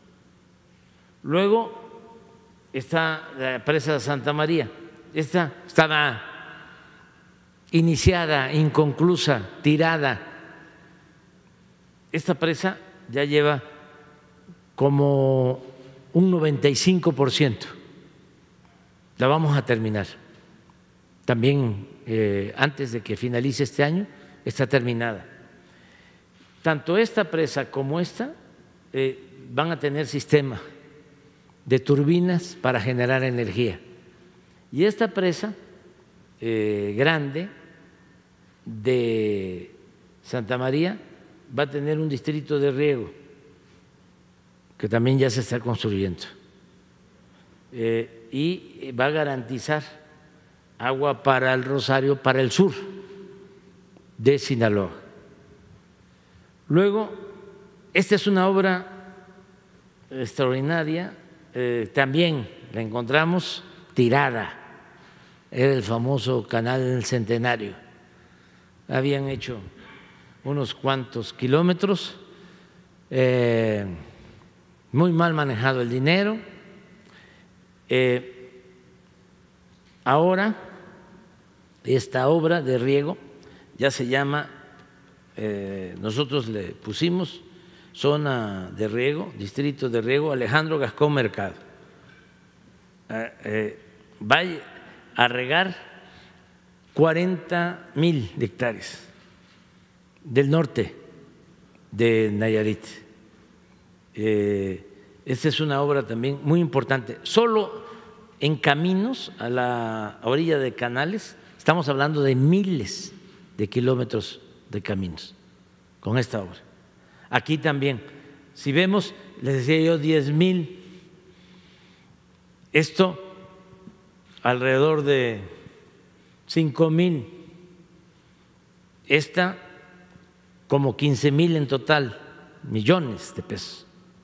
Luego está la presa de Santa María. Esta estaba iniciada, inconclusa, tirada. Esta presa ya lleva como un 95%. La vamos a terminar. También antes de que finalice este año está terminada. Tanto esta presa como esta van a tener sistema de turbinas para generar energía. Y esta presa grande de Santa María va a tener un distrito de riego que también ya se está construyendo y va a garantizar agua para el Rosario, para el sur de Sinaloa. Luego, esta es una obra extraordinaria, también la encontramos tirada. Era el famoso canal del Centenario. Habían hecho unos cuantos kilómetros, muy mal manejado el dinero. Ahora esta obra de riego ya se llama, nosotros le pusimos zona de riego, distrito de riego Alejandro Gascón Mercado. Va a regar 40,000 hectáreas del norte de Nayarit. Esta es una obra también muy importante. Solo en caminos a la orilla de canales estamos hablando de miles de kilómetros de caminos con esta obra. Aquí también, si vemos, les decía yo 10,000, esto alrededor de 5,000, esta como 15,000 en total, millones de pesos.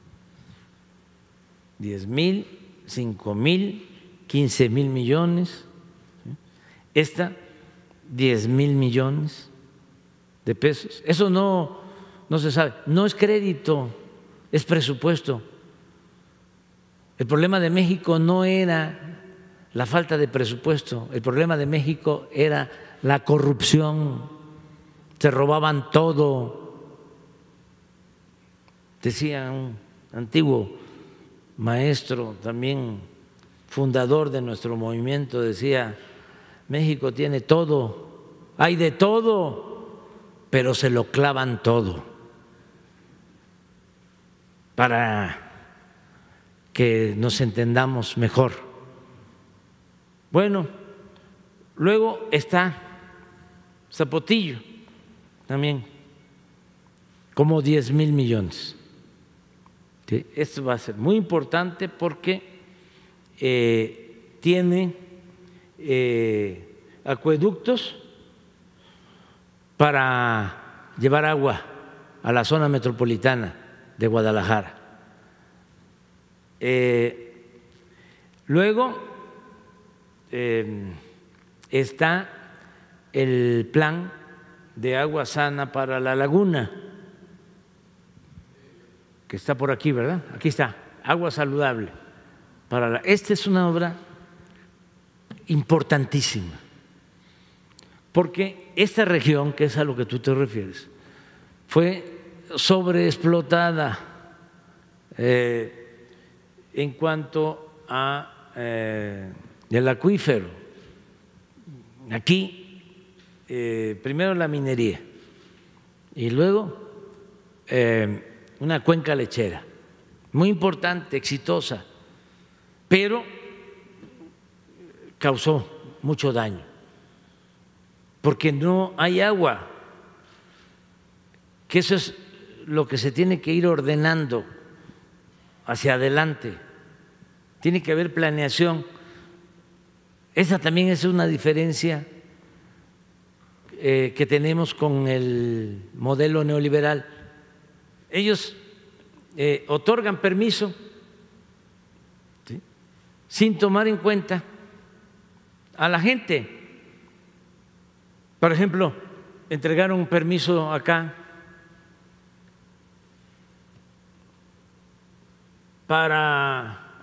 10,000, 5,000, 15,000 millones, esta 10,000 millones de pesos. Eso no se sabe, no es crédito, es presupuesto. El problema de México no era la falta de presupuesto, el problema de México era la corrupción, se robaban todo. Decía un antiguo maestro, también fundador de nuestro movimiento, decía: México tiene todo, hay de todo, pero se lo clavan todo. Para que nos entendamos mejor. Bueno, luego está Zapotillo, también, como 10,000 millones. ¿Sí? Esto va a ser muy importante porque tiene acueductos para llevar agua a la zona metropolitana de Guadalajara. Luego está el plan de agua sana para la laguna, que está por aquí, ¿verdad? Aquí está, agua saludable. Esta es una obra importantísima, porque esta región, que es a lo que tú te refieres, fue sobreexplotada en cuanto a el acuífero. Aquí primero la minería y luego una cuenca lechera muy importante, exitosa, pero causó mucho daño porque no hay agua, que eso es lo que se tiene que ir ordenando hacia adelante. Tiene que haber planeación. Esa también es una diferencia que tenemos con el modelo neoliberal. Ellos otorgan permiso, ¿sí?, sin tomar en cuenta a la gente. Por ejemplo, entregaron un permiso acá para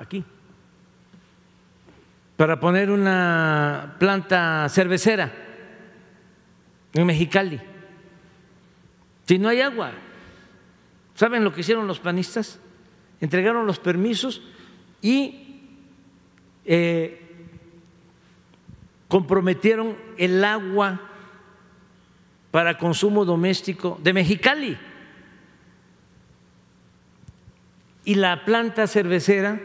poner una planta cervecera en Mexicali. Si no hay agua, ¿saben lo que hicieron los panistas? Entregaron los permisos y comprometieron el agua para consumo doméstico de Mexicali. Y la planta cervecera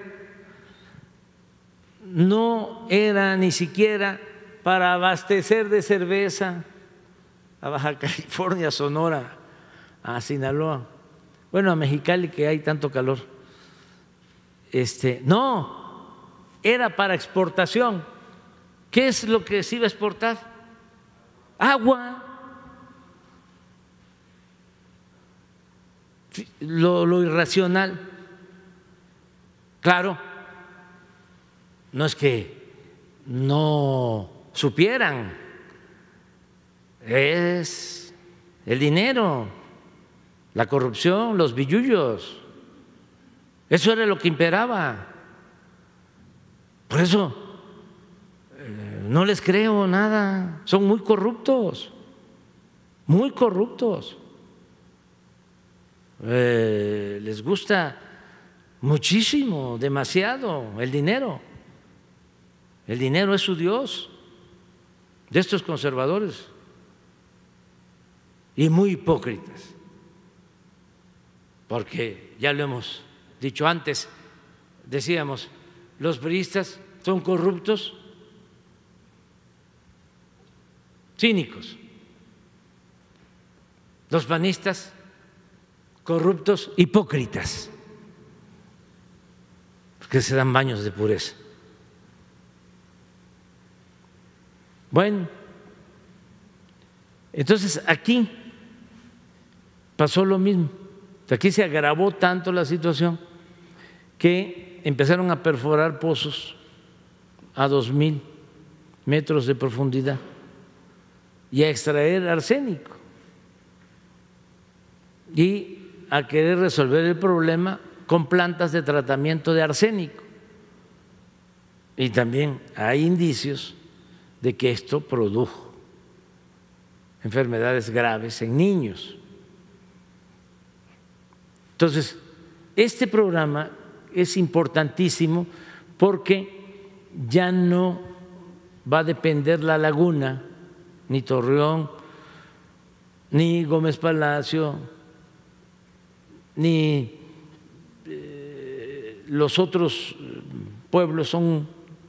no era ni siquiera para abastecer de cerveza a Baja California, Sonora, a Sinaloa, bueno, a Mexicali, que hay tanto calor. No, era para exportación. ¿Qué es lo que se iba a exportar? Agua. Lo irracional. Claro, no es que no supieran, es el dinero, la corrupción, los billullos. Eso era lo que imperaba. Por eso no les creo nada, son muy corruptos, muy corruptos. Les gusta muchísimo, demasiado el dinero. El dinero es su Dios de estos conservadores y muy hipócritas, porque ya lo hemos dicho antes, decíamos, los priistas son corruptos, cínicos, los panistas corruptos, hipócritas, que se dan baños de pureza. Bueno, entonces aquí pasó lo mismo. Aquí se agravó tanto la situación que empezaron a perforar pozos a 2,000 metros de profundidad y a extraer arsénico y a querer resolver el problema con plantas de tratamiento de arsénico. Y también hay indicios de que esto produjo enfermedades graves en niños. Entonces, este programa es importantísimo porque ya no va a depender La Laguna, ni Torreón, ni Gómez Palacio, ni los otros pueblos, son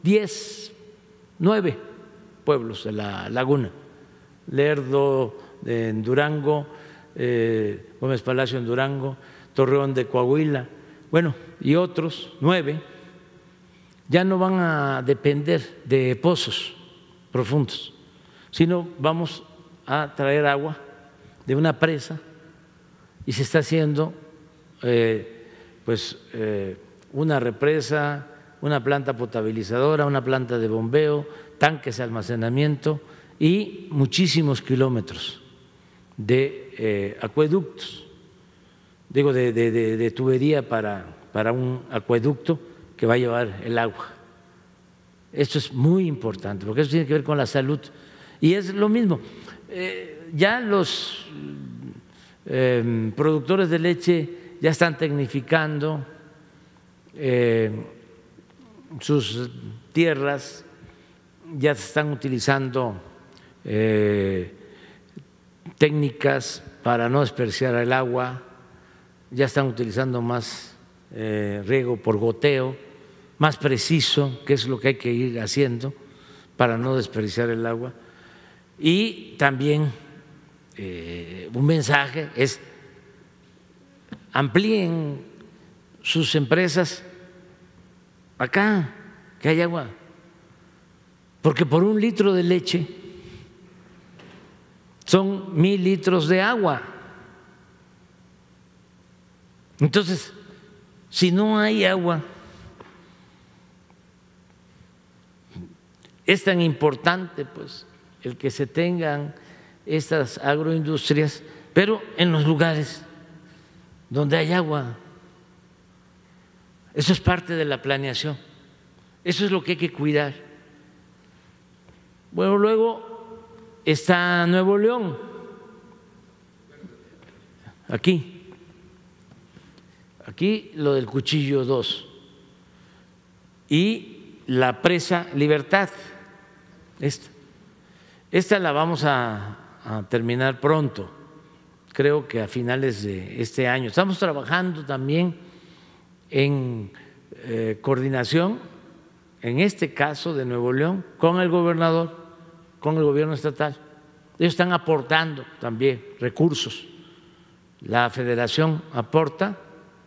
9 pueblos de La Laguna, Lerdo en Durango, Gómez Palacio en Durango, Torreón de Coahuila, bueno, y otros 9, ya no van a depender de pozos profundos, sino vamos a traer agua de una presa y se está haciendo una represa, una planta potabilizadora, una planta de bombeo, tanques de almacenamiento y muchísimos kilómetros de acueductos, digo, de tubería para un acueducto que va a llevar el agua. Esto es muy importante porque eso tiene que ver con la salud. Y es lo mismo, ya los productores de leche ya están tecnificando sus tierras, ya se están utilizando técnicas para no desperdiciar el agua, ya están utilizando más riego por goteo, más preciso, que es lo que hay que ir haciendo para no desperdiciar el agua. Y también un mensaje es: amplíen sus empresas acá, que hay agua, porque por 1 litro de leche son 1,000 litros de agua. Entonces, si no hay agua, es tan importante pues el que se tengan estas agroindustrias, pero en los lugares donde hay agua. Eso es parte de la planeación, eso es lo que hay que cuidar. Bueno, luego está Nuevo León, aquí lo del Cuchillo 2 y la presa Libertad. Esta la vamos a terminar pronto, creo que a finales de este año. Estamos trabajando también en coordinación, en este caso de Nuevo León, con el gobernador, con el gobierno estatal. Ellos están aportando también recursos. La federación aporta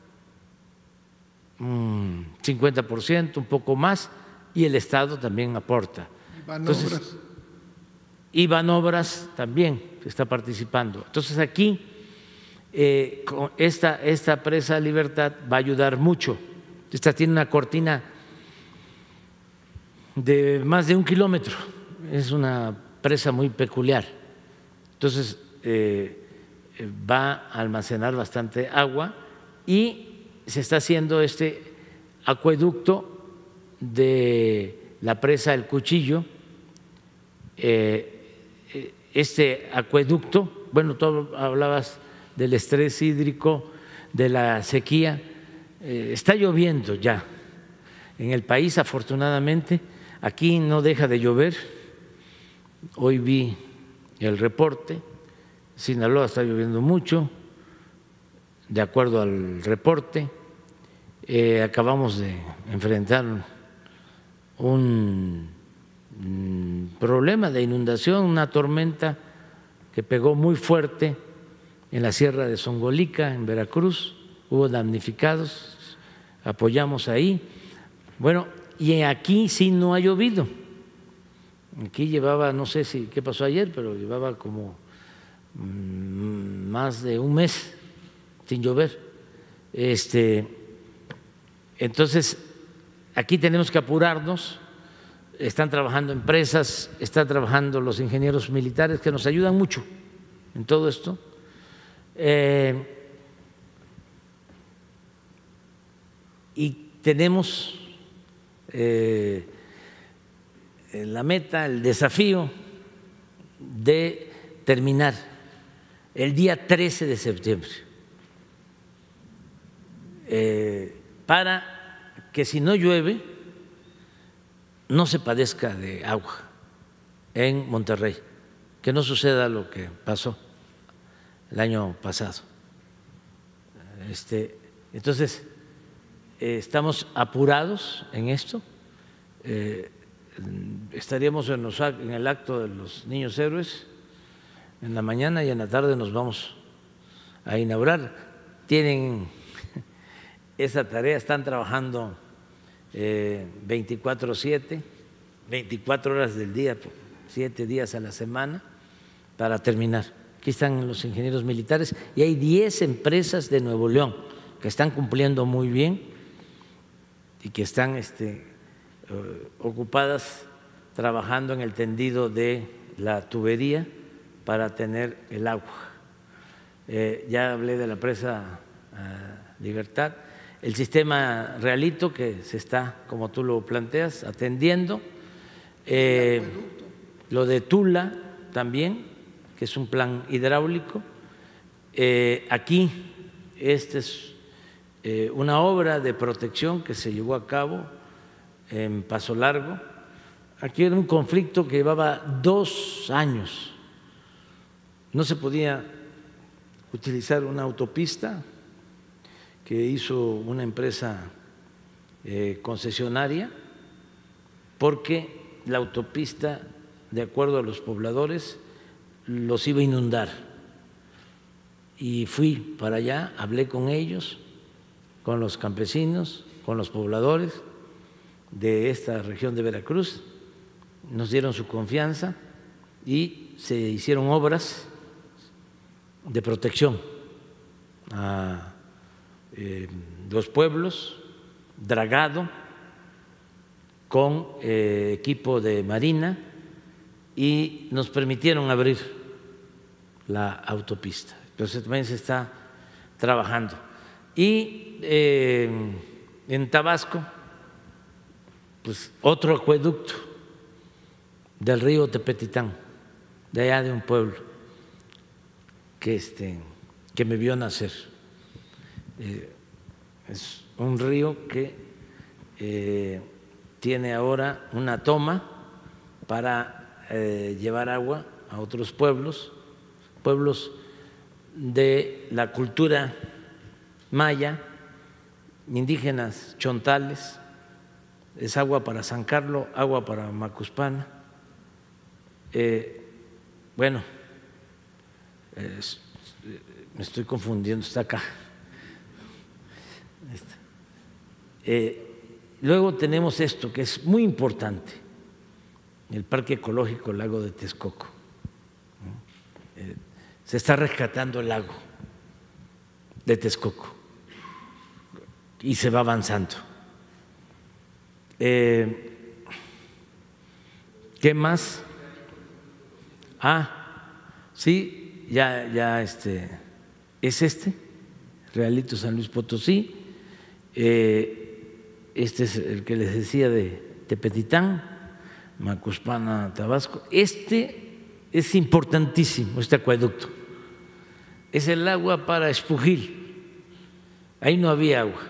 50%, un poco más, y el Estado también aporta. Entonces, Banobras también está participando. Entonces aquí con esta presa Libertad va a ayudar mucho. Esta tiene una cortina de más de 1 kilómetro. Es una presa muy peculiar. Entonces, va a almacenar bastante agua y se está haciendo este acueducto de la presa El Cuchillo. Este acueducto, bueno, tú hablabas del estrés hídrico, de la sequía, está lloviendo ya en el país, afortunadamente. Aquí no deja de llover. Hoy vi el reporte. Sinaloa está lloviendo mucho, de acuerdo al reporte. Acabamos de enfrentar un problema de inundación, una tormenta que pegó muy fuerte en la Sierra de Zongolica, en Veracruz. Hubo damnificados, apoyamos ahí. Bueno, y aquí sí no ha llovido. Aquí llevaba, no sé si qué pasó ayer, pero llevaba como más de un mes sin llover. Entonces, aquí tenemos que apurarnos. Están trabajando empresas, están trabajando los ingenieros militares que nos ayudan mucho en todo esto. Y tenemos la meta, el desafío de terminar el día 13 de septiembre, para que si no llueve no se padezca de agua en Monterrey, que no suceda lo que pasó el año pasado. Entonces, estamos apurados en esto. Estaríamos en el acto de los niños héroes en la mañana y en la tarde nos vamos a inaugurar. Tienen esa tarea, están trabajando 24/7, 24 horas del día, 7 días a la semana para terminar. Aquí están los ingenieros militares y hay 10 empresas de Nuevo León que están cumpliendo muy bien y que están ocupadas trabajando en el tendido de la tubería para tener el agua. Ya hablé de la presa Libertad, el sistema Realito que se está, como tú lo planteas, atendiendo, lo de Tula también, que es un plan hidráulico. Aquí es una obra de protección que se llevó a cabo en Paso Largo. Aquí era un conflicto que llevaba 2 años. No se podía utilizar una autopista que hizo una empresa concesionaria porque la autopista, de acuerdo a los pobladores, los iba a inundar. Y fui para allá, hablé con ellos, con los campesinos, con los pobladores de esta región de Veracruz, nos dieron su confianza y se hicieron obras de protección a los pueblos, dragado con equipo de marina y nos permitieron abrir la autopista. Entonces también se está trabajando. Y en Tabasco, pues otro acueducto del río Tepetitán, de allá de un pueblo que me vio nacer. Es un río que tiene ahora una toma para llevar agua a otros pueblos de la cultura maya, indígenas chontales. Es agua para San Carlos, agua para Macuspana. Bueno, me estoy confundiendo, está acá. Luego tenemos esto que es muy importante, el Parque Ecológico Lago de Texcoco. Se está rescatando el lago de Texcoco y se va avanzando. ¿Qué más? Sí, ya es Realito San Luis Potosí. Este es el que les decía de Tepetitán, Macuspana, Tabasco. Este es importantísimo, este acueducto. Es el agua para Espujil. Ahí no había agua.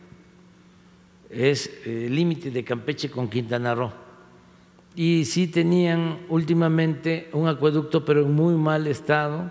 Es el límite de Campeche con Quintana Roo. Y sí tenían últimamente un acueducto, pero en muy mal estado,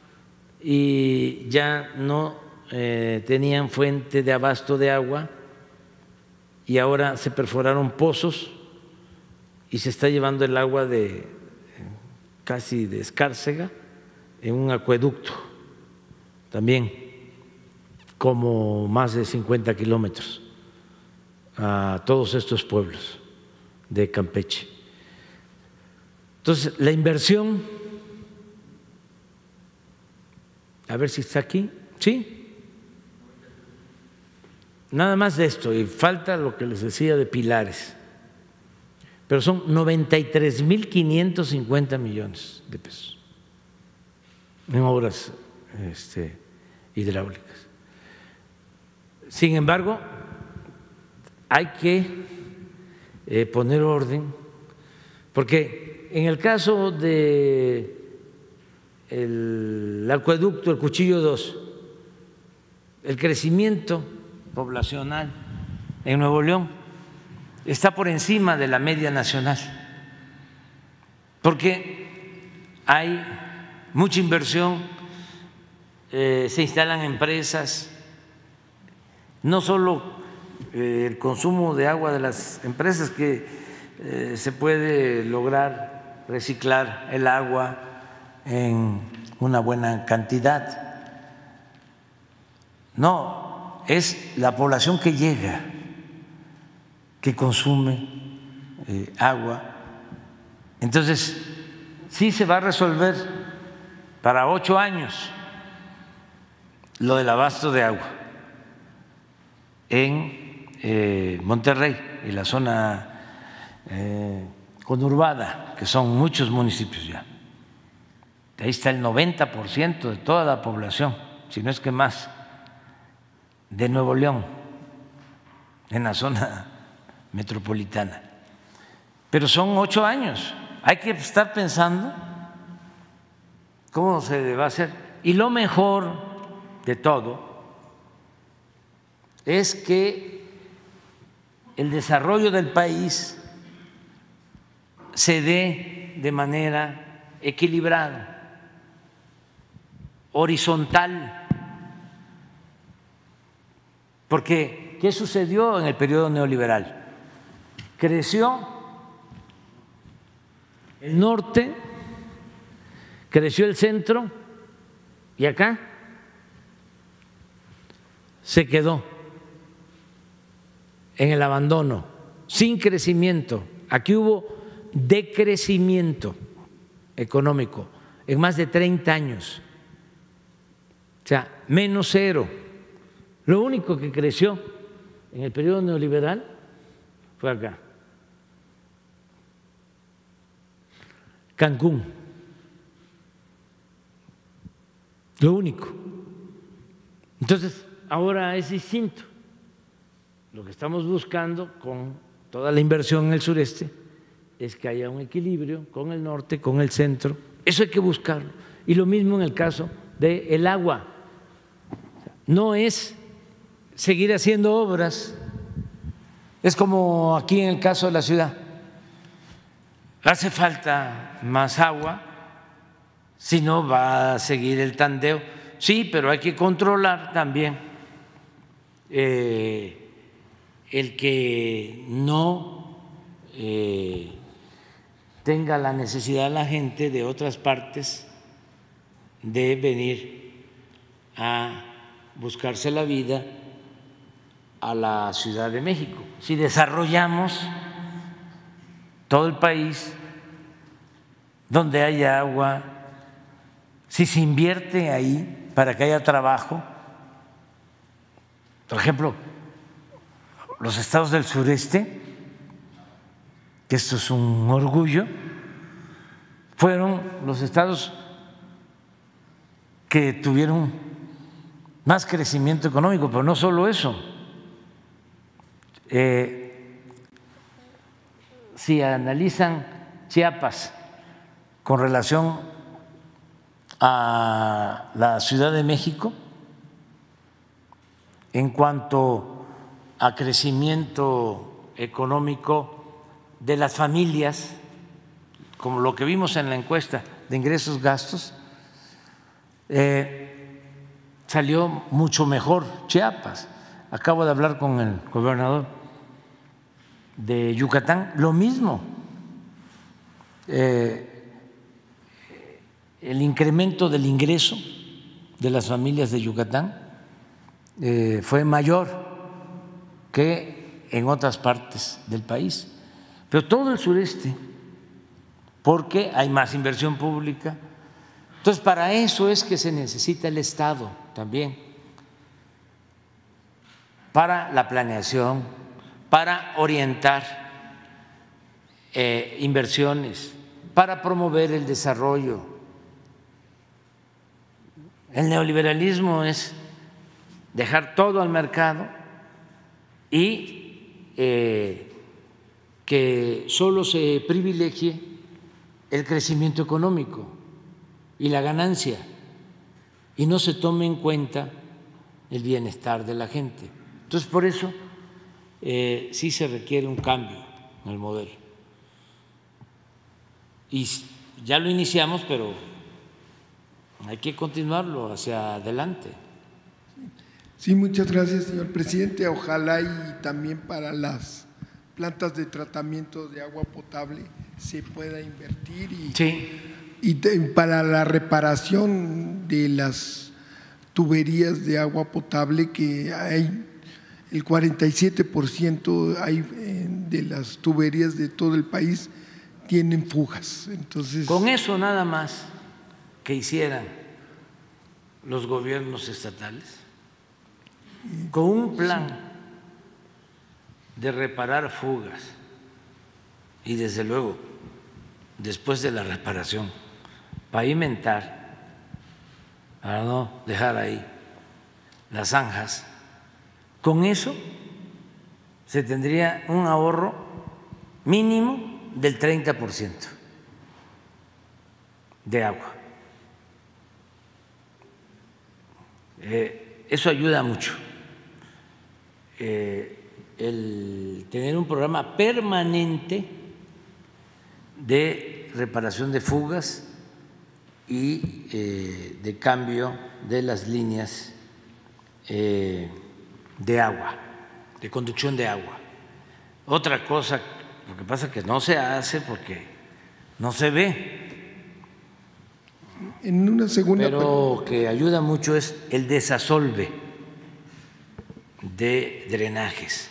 y ya no tenían fuente de abasto de agua, y ahora se perforaron pozos y se está llevando el agua de casi de Escárcega en un acueducto también, como más de 50 kilómetros a todos estos pueblos de Campeche. Entonces, la inversión, a ver si está aquí, ¿sí? Nada más de esto, y falta lo que les decía de pilares, pero son 93.550 millones de pesos en obras hidráulicas. Sin embargo, hay que poner orden, porque en el caso de el acueducto, el Cuchillo 2, el crecimiento poblacional en Nuevo León está por encima de la media nacional, porque hay mucha inversión, se instalan empresas, no solo el consumo de agua de las empresas, que se puede lograr reciclar el agua en una buena cantidad. No, es la población que llega, que consume agua. Entonces, sí se va a resolver para 8 años lo del abasto de agua en Monterrey y la zona conurbada, que son muchos municipios ya. Ahí está el 90% de toda la población, si no es que más, de Nuevo León, en la zona metropolitana. Pero son 8 años. Hay que estar pensando cómo se va a hacer. Y lo mejor de todo es que el desarrollo del país se dé de manera equilibrada, horizontal. Porque, ¿qué sucedió en el periodo neoliberal? Creció el norte, creció el centro, y acá se quedó en el abandono, sin crecimiento. Aquí hubo decrecimiento económico en más de 30 años, o sea, -0. Lo único que creció en el periodo neoliberal fue acá, Cancún, lo único. Entonces, ahora es distinto. Lo que estamos buscando con toda la inversión en el sureste es que haya un equilibrio con el norte, con el centro. Eso hay que buscarlo. Y lo mismo en el caso del agua. No es seguir haciendo obras. Es como aquí en el caso de la ciudad. Hace falta más agua, si no va a seguir el tandeo. Sí, pero hay que controlar también el que no tenga la necesidad la gente de otras partes de venir a buscarse la vida a la Ciudad de México. Si desarrollamos todo el país donde haya agua, si se invierte ahí para que haya trabajo, por ejemplo, los estados del sureste que esto es un orgullo, fueron los estados que tuvieron más crecimiento económico, pero no solo eso. Si analizan Chiapas con relación a la Ciudad de México, en cuanto a crecimiento económico de las familias, como lo que vimos en la encuesta de ingresos-gastos, salió mucho mejor Chiapas. Acabo de hablar con el gobernador de Yucatán, lo mismo. El incremento del ingreso de las familias de Yucatán fue mayor que en otras partes del país, pero todo el sureste, porque hay más inversión pública. Entonces, para eso es que se necesita el Estado también, para la planeación, para orientar inversiones, para promover el desarrollo. El neoliberalismo es dejar todo al mercado y que solo se privilegie el crecimiento económico y la ganancia y no se tome en cuenta el bienestar de la gente. Entonces, por eso sí se requiere un cambio en el modelo. Y ya lo iniciamos, pero hay que continuarlo hacia adelante. Sí, muchas gracias, señor presidente. Ojalá y también para las plantas de tratamiento de agua potable se pueda invertir y para la reparación de las tuberías de agua potable, que hay el 47% de las tuberías de todo el país tienen fugas. Entonces, con eso nada más que hicieran los gobiernos estatales, con un plan de reparar fugas y desde luego después de la reparación pavimentar para no dejar ahí las zanjas, con eso se tendría un ahorro mínimo del 30% de agua. Eso ayuda mucho. El tener un programa permanente de reparación de fugas y de cambio de las líneas de agua, de conducción de agua. Otra cosa, lo que pasa es que no se hace porque no se ve. En una segunda pero que ayuda mucho es el desasolve de drenajes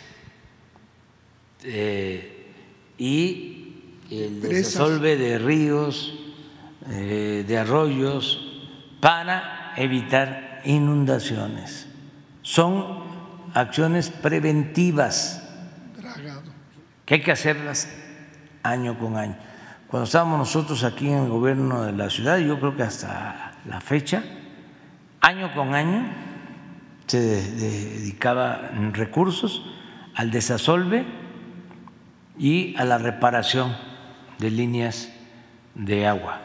y el desasolve de ríos, de arroyos, para evitar inundaciones. Son acciones preventivas que hay que hacerlas año con año. Cuando estábamos nosotros aquí en el gobierno de la ciudad, yo creo que hasta la fecha, año con año, se dedicaba recursos al desasolve y a la reparación de líneas de agua.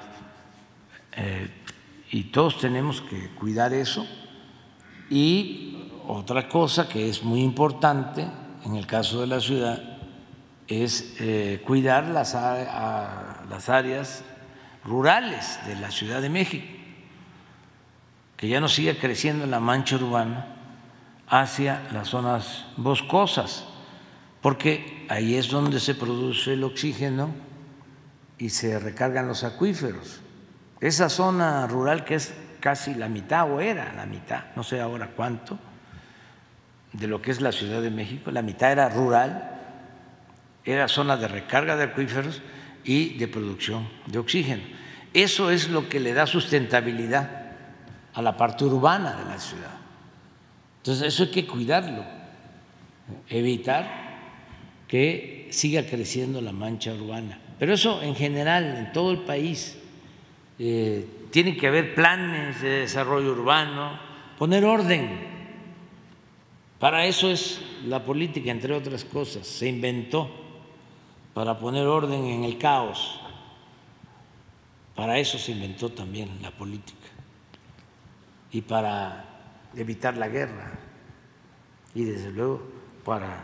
Y todos tenemos que cuidar eso. Y otra cosa que es muy importante en el caso de la ciudad es cuidar las áreas rurales de la Ciudad de México, que ya no siga creciendo la mancha urbana hacia las zonas boscosas, porque ahí es donde se produce el oxígeno y se recargan los acuíferos. Esa zona rural, que es casi la mitad, o era la mitad, no sé ahora cuánto, de lo que es la Ciudad de México, la mitad era rural, era zona de recarga de acuíferos y de producción de oxígeno. Eso es lo que le da sustentabilidad a la parte urbana de la ciudad. Entonces, eso hay que cuidarlo, evitar que que siga creciendo la mancha urbana. Pero eso en general, en todo el país. Tiene que haber planes de desarrollo urbano, poner orden. Para eso es la política, entre otras cosas. Se inventó para poner orden en el caos. Para eso se inventó también la política. Y para evitar la guerra. Y desde luego para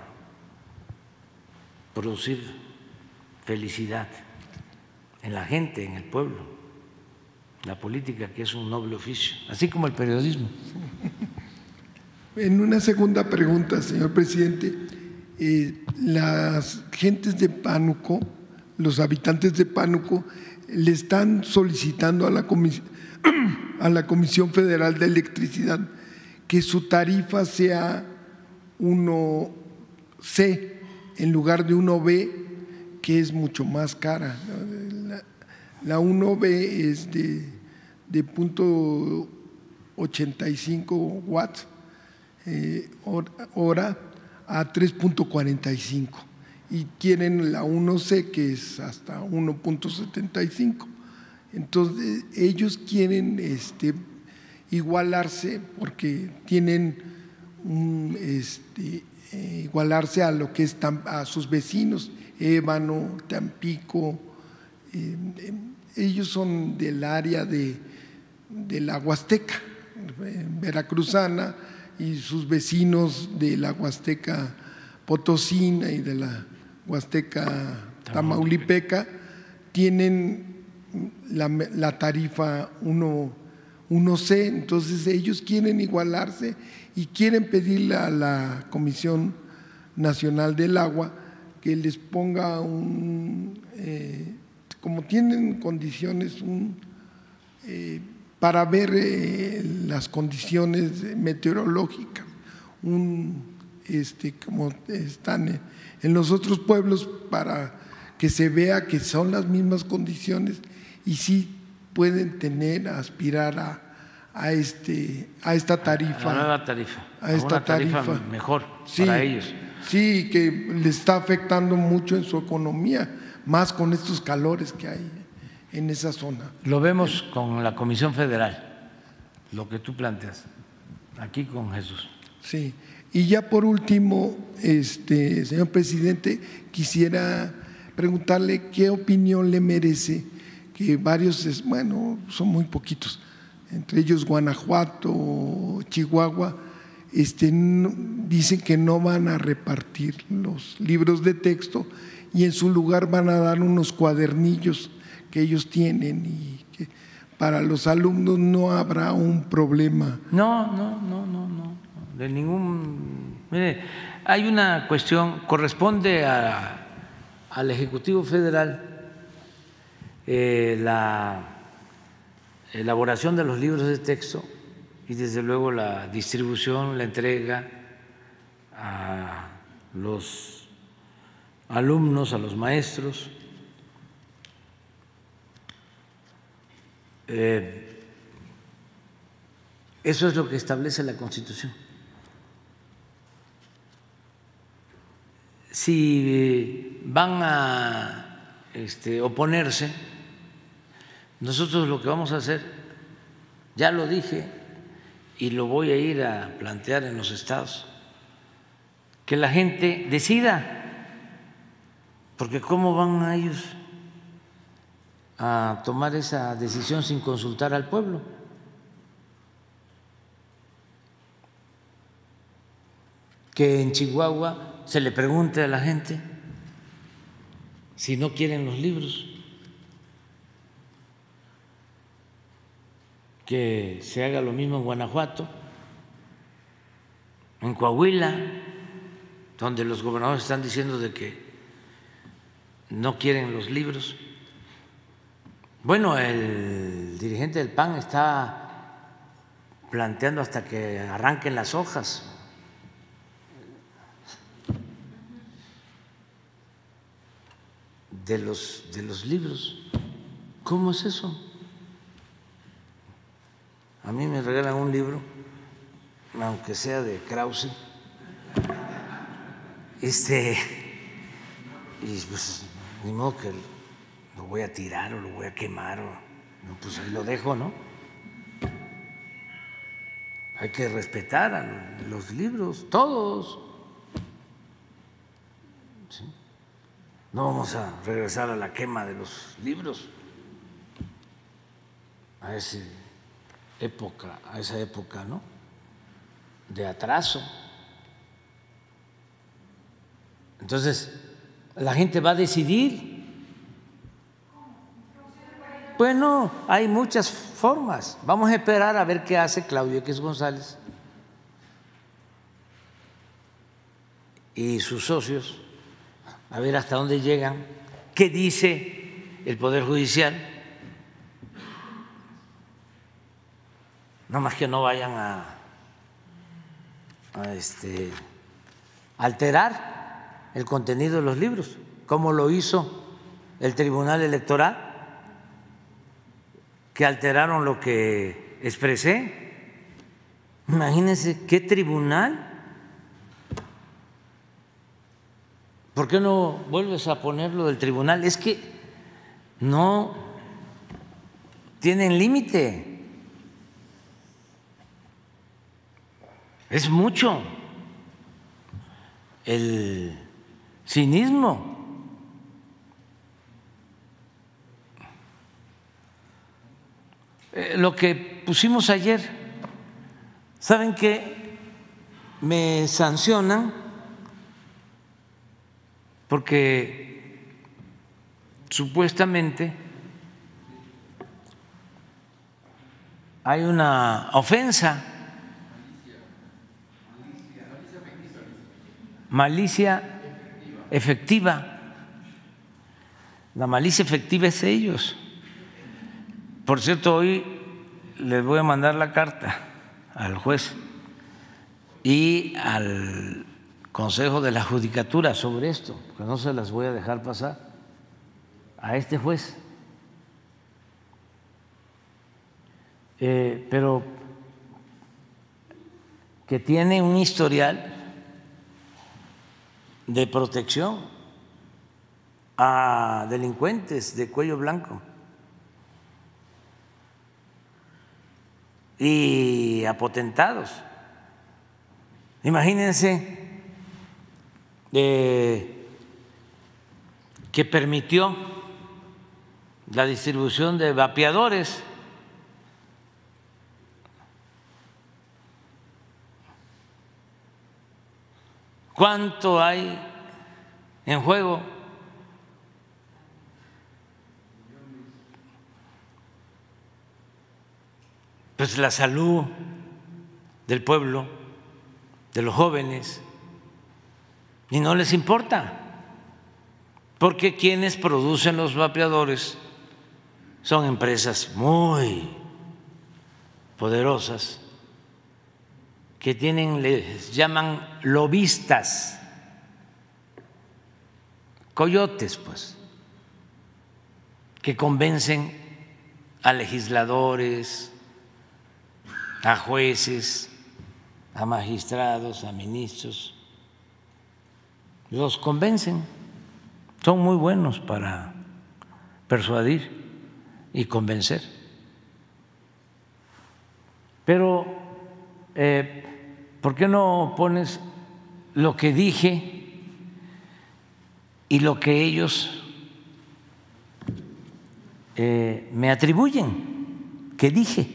producir felicidad en la gente, en el pueblo. La política, que es un noble oficio, así como el periodismo. En una segunda pregunta, señor presidente, las gentes de Pánuco, los habitantes de Pánuco, le están solicitando a la Comisión Federal de Electricidad que su tarifa sea 1C en lugar de 1B, que es mucho más cara. La 1B es de 0.85 watts hora a 3.45 y quieren la 1C que es hasta 1.75. Entonces ellos quieren igualarse porque tienen igualarse a lo que es a sus vecinos, Ébano, Tampico. Ellos son del área de la Huasteca veracruzana y sus vecinos de la Huasteca potosina y de la Huasteca tamaulipeca tienen la tarifa 1C, entonces ellos quieren igualarse y quieren pedirle a la Comisión Nacional del Agua que les ponga como tienen condiciones para ver las condiciones meteorológicas, como están en los otros pueblos, para que se vea que son las mismas condiciones y sí pueden aspirar a esta tarifa. A la nueva tarifa. A esta tarifa mejor para ellos. Sí, que le está afectando mucho en su economía, más con estos calores que hay en esa zona. Lo vemos con la Comisión Federal, lo que tú planteas, aquí con Jesús. Sí, y ya por último, señor presidente, quisiera preguntarle qué opinión le merece que varios, bueno, son muy poquitos, entre ellos Guanajuato, Chihuahua, dicen que no van a repartir los libros de texto y en su lugar van a dar unos cuadernillos que ellos tienen y que para los alumnos no habrá un problema. No, de ningún… Mire, hay una cuestión, corresponde al Ejecutivo Federal la elaboración de los libros de texto y desde luego la distribución, la entrega a los alumnos, a los maestros. Eso es lo que establece la Constitución. Si van a oponerse, nosotros lo que vamos a hacer, ya lo dije y lo voy a ir a plantear en los estados, que la gente decida, porque ¿cómo van a ellos a tomar esa decisión sin consultar al pueblo? Que en Chihuahua se le pregunte a la gente si no quieren los libros, que se haga lo mismo en Guanajuato, en Coahuila, donde los gobernadores están diciendo de que no quieren los libros. Bueno, el dirigente del PAN está planteando hasta que arranquen las hojas. De los libros. ¿Cómo es eso? A mí me regalan un libro, aunque sea de Krause, y pues ni modo que lo voy a tirar o lo voy a quemar, no, pues ahí lo dejo, ¿no? Hay que respetar a los libros, todos. ¿Sí? No vamos a regresar a la quema de los libros, a esa época, ¿no? De atraso. Entonces, la gente va a decidir. Bueno, hay muchas formas. Vamos a esperar a ver qué hace Claudio X González y sus socios, a ver hasta dónde llegan, qué dice el Poder Judicial. No más que no vayan a alterar el contenido de los libros, como lo hizo el Tribunal Electoral, que alteraron lo que expresé. Imagínense qué tribunal. ¿Por qué no vuelves a poner lo del tribunal? Es que no tienen límite. Es mucho el cinismo. Lo que pusimos ayer, ¿saben qué? Me sancionan porque supuestamente hay una ofensa, malicia efectiva. La malicia efectiva es ellos. Por cierto, hoy les voy a mandar la carta al juez y al Consejo de la Judicatura sobre esto, porque no se las voy a dejar pasar a este juez. Pero que tiene un historial de protección a delincuentes de cuello blanco y a potentados. Imagínense que permitió la distribución de vapeadores. ¿Cuánto hay en juego? Pues la salud del pueblo, de los jóvenes, y no les importa, porque quienes producen los vapeadores son empresas muy poderosas que tienen, les llaman lobistas, coyotes, pues, que convencen a legisladores, a jueces, a magistrados, a ministros, los convencen, son muy buenos para persuadir y convencer. Pero, ¿por qué no pones lo que dije y lo que ellos me atribuyen que dije?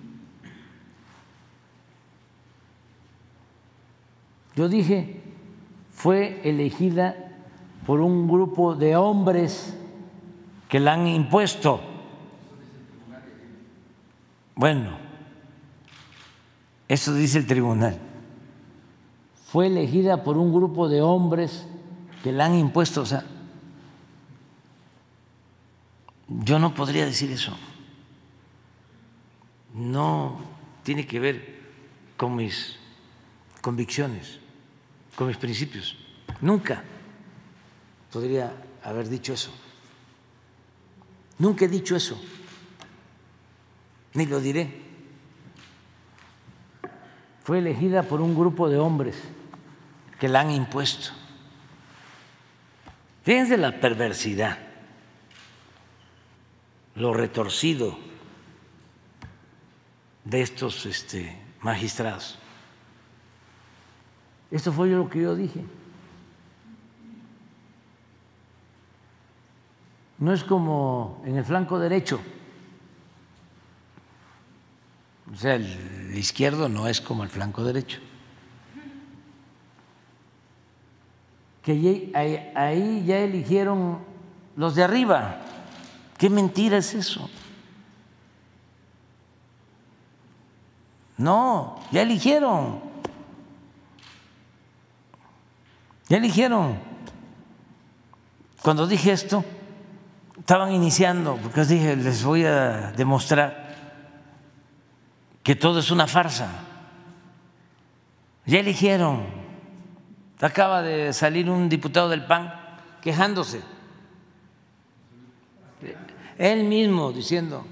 Yo dije, fue elegida por un grupo de hombres que la han impuesto. Bueno, eso dice el tribunal. Fue elegida por un grupo de hombres que la han impuesto. O sea, yo no podría decir eso. No tiene que ver con mis convicciones, con mis principios. Nunca podría haber dicho eso. Nunca he dicho eso, ni lo diré. Fue elegida por un grupo de hombres que la han impuesto. Fíjense la perversidad, lo retorcido de estos magistrados. Esto fue lo que yo dije. No es como en el flanco derecho. O sea, el izquierdo no es como el flanco derecho. Que ahí ya eligieron los de arriba. ¿Qué mentira es eso? No, ya eligieron. Ya eligieron. Cuando dije esto, estaban iniciando, porque les dije, les voy a demostrar que todo es una farsa. Ya eligieron. Acaba de salir un diputado del PAN quejándose. Él mismo diciendo,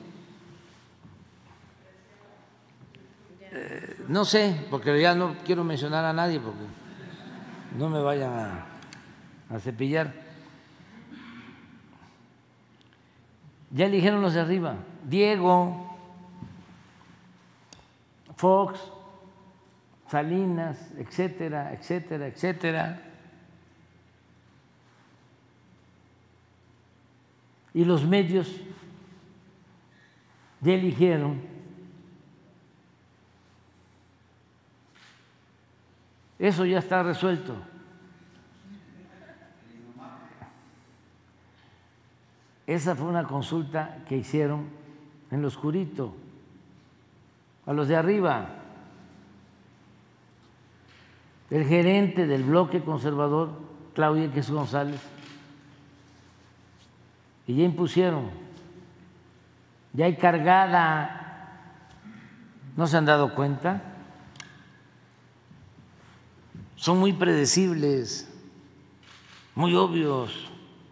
no sé, porque ya no quiero mencionar a nadie porque no me vayan a cepillar. Ya eligieron los de arriba, Diego, Fox, Salinas, etcétera, etcétera, etcétera. Y los medios ya eligieron. Eso ya está resuelto. Esa fue una consulta que hicieron en lo oscurito, a los de arriba. El gerente del bloque conservador, Claudia X González, y ya impusieron, ya hay cargada, ¿no se han dado cuenta? Son muy predecibles, muy obvios.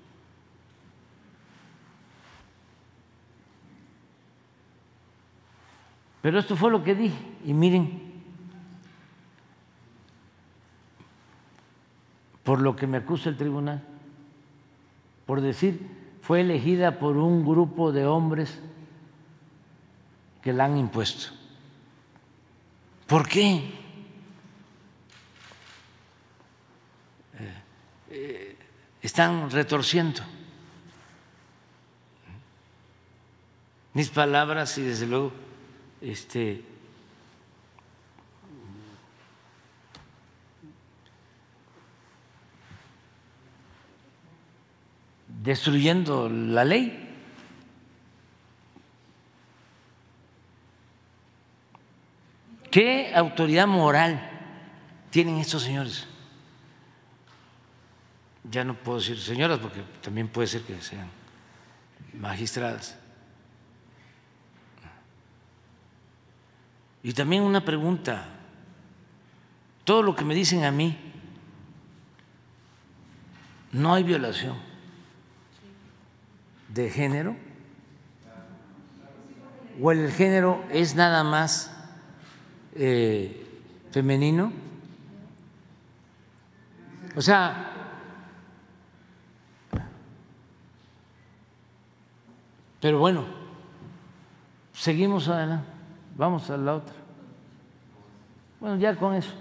Pero esto fue lo que dije, y miren, por lo que me acusa el tribunal, por decir, fue elegida por un grupo de hombres que la han impuesto. ¿Por qué? Están retorciendo mis palabras y desde luego destruyendo la ley. ¿Qué autoridad moral tienen estos señores? Ya no puedo decir señoras porque también puede ser que sean magistradas. Y también una pregunta, todo lo que me dicen a mí, ¿no hay violación de género? ¿O el género es nada más femenino? O sea, pero bueno, seguimos adelante, vamos a la otra. Bueno, ya con eso.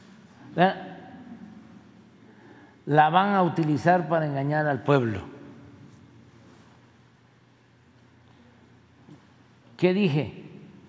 La van a utilizar para engañar al pueblo. ¿Qué dije?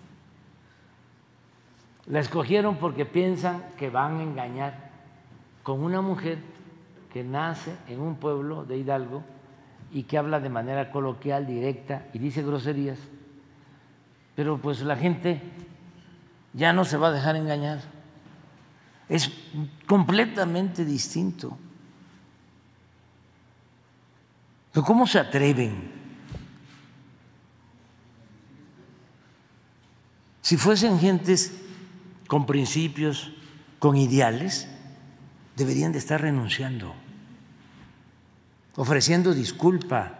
La escogieron porque piensan que van a engañar con una mujer que nace en un pueblo de Hidalgo y que habla de manera coloquial, directa y dice groserías, pero pues la gente ya no se va a dejar engañar. Es completamente distinto. Pero ¿cómo se atreven? Si fuesen gentes con principios, con ideales, deberían de estar renunciando, ofreciendo disculpa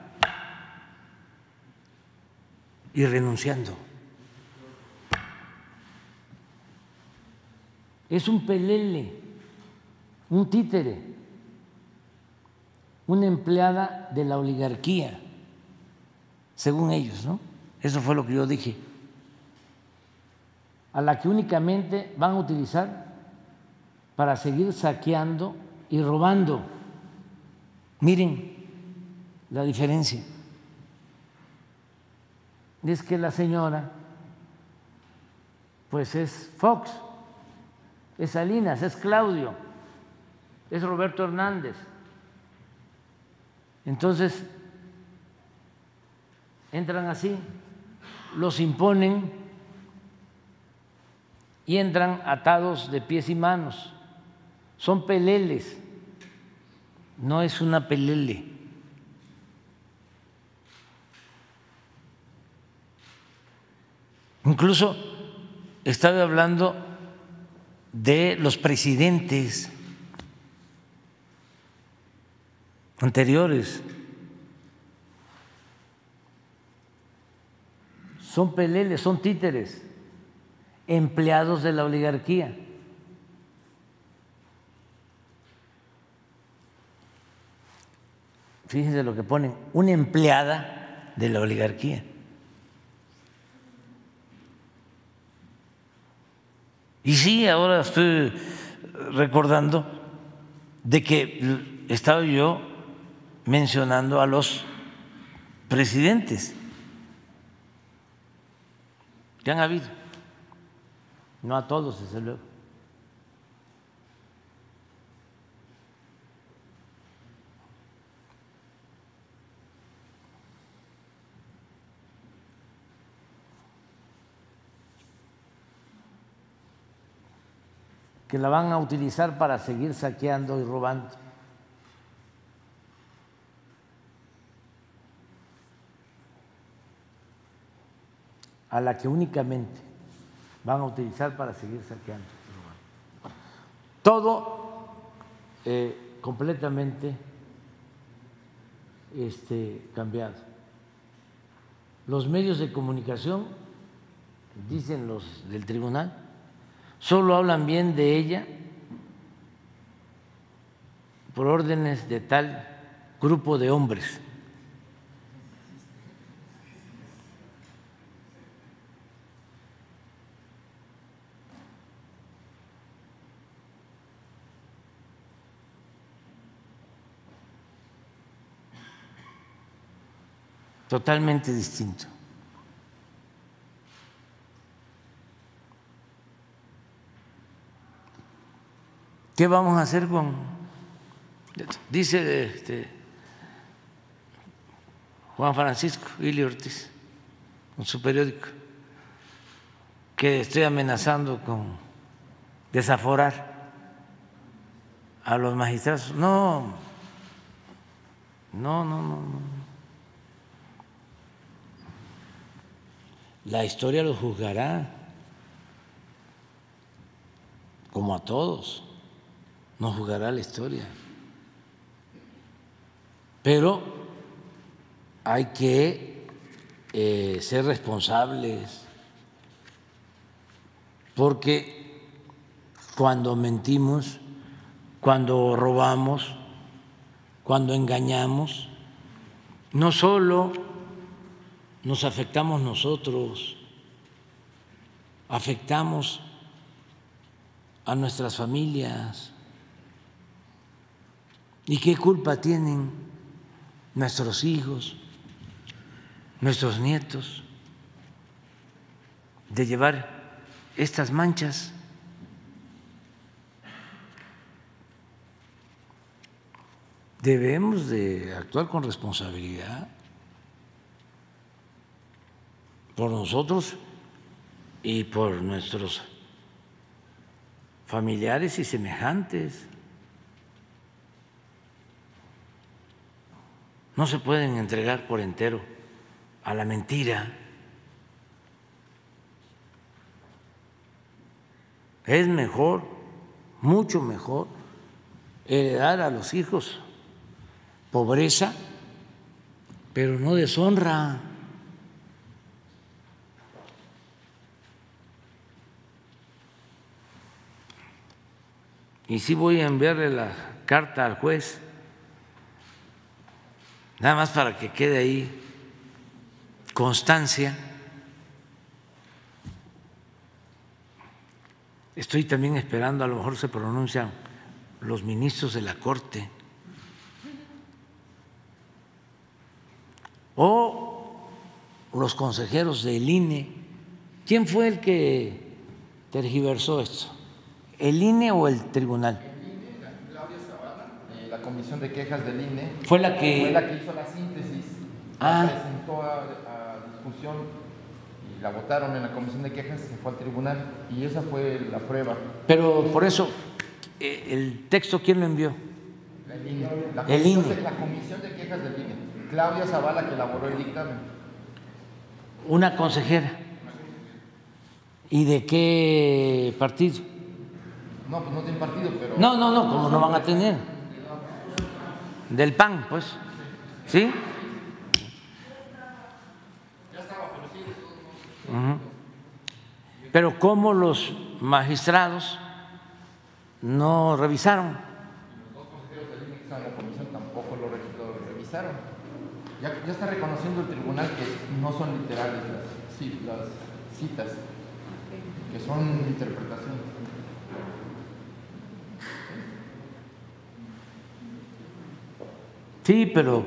y renunciando. Es un pelele, un títere. una empleada de la oligarquía, según ellos, ¿no? Eso fue lo que yo dije, a la que únicamente van a utilizar para seguir saqueando y robando. Miren la diferencia. Es que la señora, pues es Fox, es Salinas, es Claudio, es Roberto Hernández. Entonces, entran así, los imponen y entran atados de pies y manos. Son peleles, no es una pelele. Incluso estaba hablando de los presidentes anteriores. Son peleles, son títeres, empleados de la oligarquía. Fíjense lo que ponen, una empleada de la oligarquía. Y sí, ahora estoy recordando de que estaba yo mencionando a los presidentes que han habido, no a todos, desde luego. Que la van a utilizar para seguir saqueando y robando. A la que únicamente van a utilizar para seguir saqueando y robando. Todo completamente cambiado. Los medios de comunicación, dicen los del tribunal, solo hablan bien de ella por órdenes de tal grupo de hombres. Totalmente distinto. ¿Qué vamos a hacer con? Dice Juan Francisco Ili Ortiz, en su periódico, que estoy amenazando con desaforar a los magistrados. No. La historia los juzgará, como a todos. Nos juzgará la historia, pero hay que ser responsables, porque cuando mentimos, cuando robamos, cuando engañamos, no solo nos afectamos nosotros, afectamos a nuestras familias. ¿Y qué culpa tienen nuestros hijos, nuestros nietos de llevar estas manchas? Debemos de actuar con responsabilidad por nosotros y por nuestros familiares y semejantes. No se pueden entregar por entero a la mentira. Es mejor, mucho mejor, heredar a los hijos pobreza, pero no deshonra. Y sí voy a enviarle la carta al juez nada más para que quede ahí constancia. Estoy también esperando, a lo mejor se pronuncian los ministros de la Corte o los consejeros del INE. ¿Quién fue el que tergiversó esto? ¿El INE o el tribunal? El INE, Claudia Zavala, la comisión de quejas del INE, fue la que hizo la síntesis, la presentó a discusión y la votaron en la comisión de quejas, se fue al tribunal y esa fue la prueba. Pero por eso, ¿el texto quién lo envió? El INE. La comisión de quejas del INE. Claudia Zavala, que elaboró el dictamen. Una consejera. ¿Y de qué partido? No, pues no tienen partido, pero... No, ¿cómo no van a tener? Del PAN, pues. ¿Sí? Ya estaba, pero sí. Pero ¿cómo los magistrados no revisaron? Los dos consejeros del INE que están en la comisión tampoco lo revisaron. Ya está reconociendo el tribunal que no son literales las citas, que son interpretaciones. Sí, pero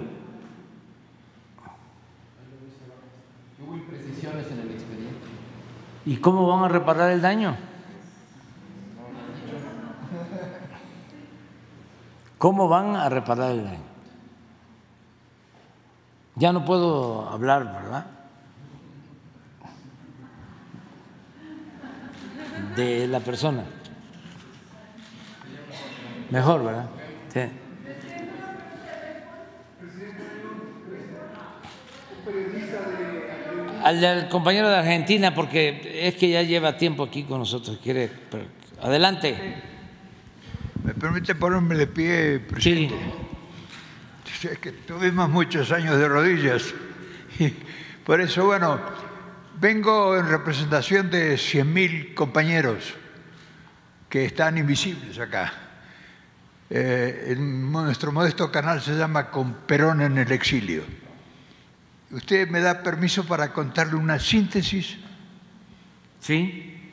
hubo imprecisiones en el expediente. ¿Y cómo van a reparar el daño? ¿Cómo van a reparar el daño? Ya no puedo hablar, ¿verdad? De la persona. Mejor, ¿verdad? Sí. Al compañero de Argentina, porque es que ya lleva tiempo aquí con nosotros. Quiere. Adelante. ¿Me permite ponerme de pie, presidente? Sí. Es que tuvimos muchos años de rodillas. Y por eso, bueno, vengo en representación de 100.000 compañeros que están invisibles acá. Nuestro modesto canal se llama Con Perón en el exilio. ¿Usted me da permiso para contarle una síntesis? Sí.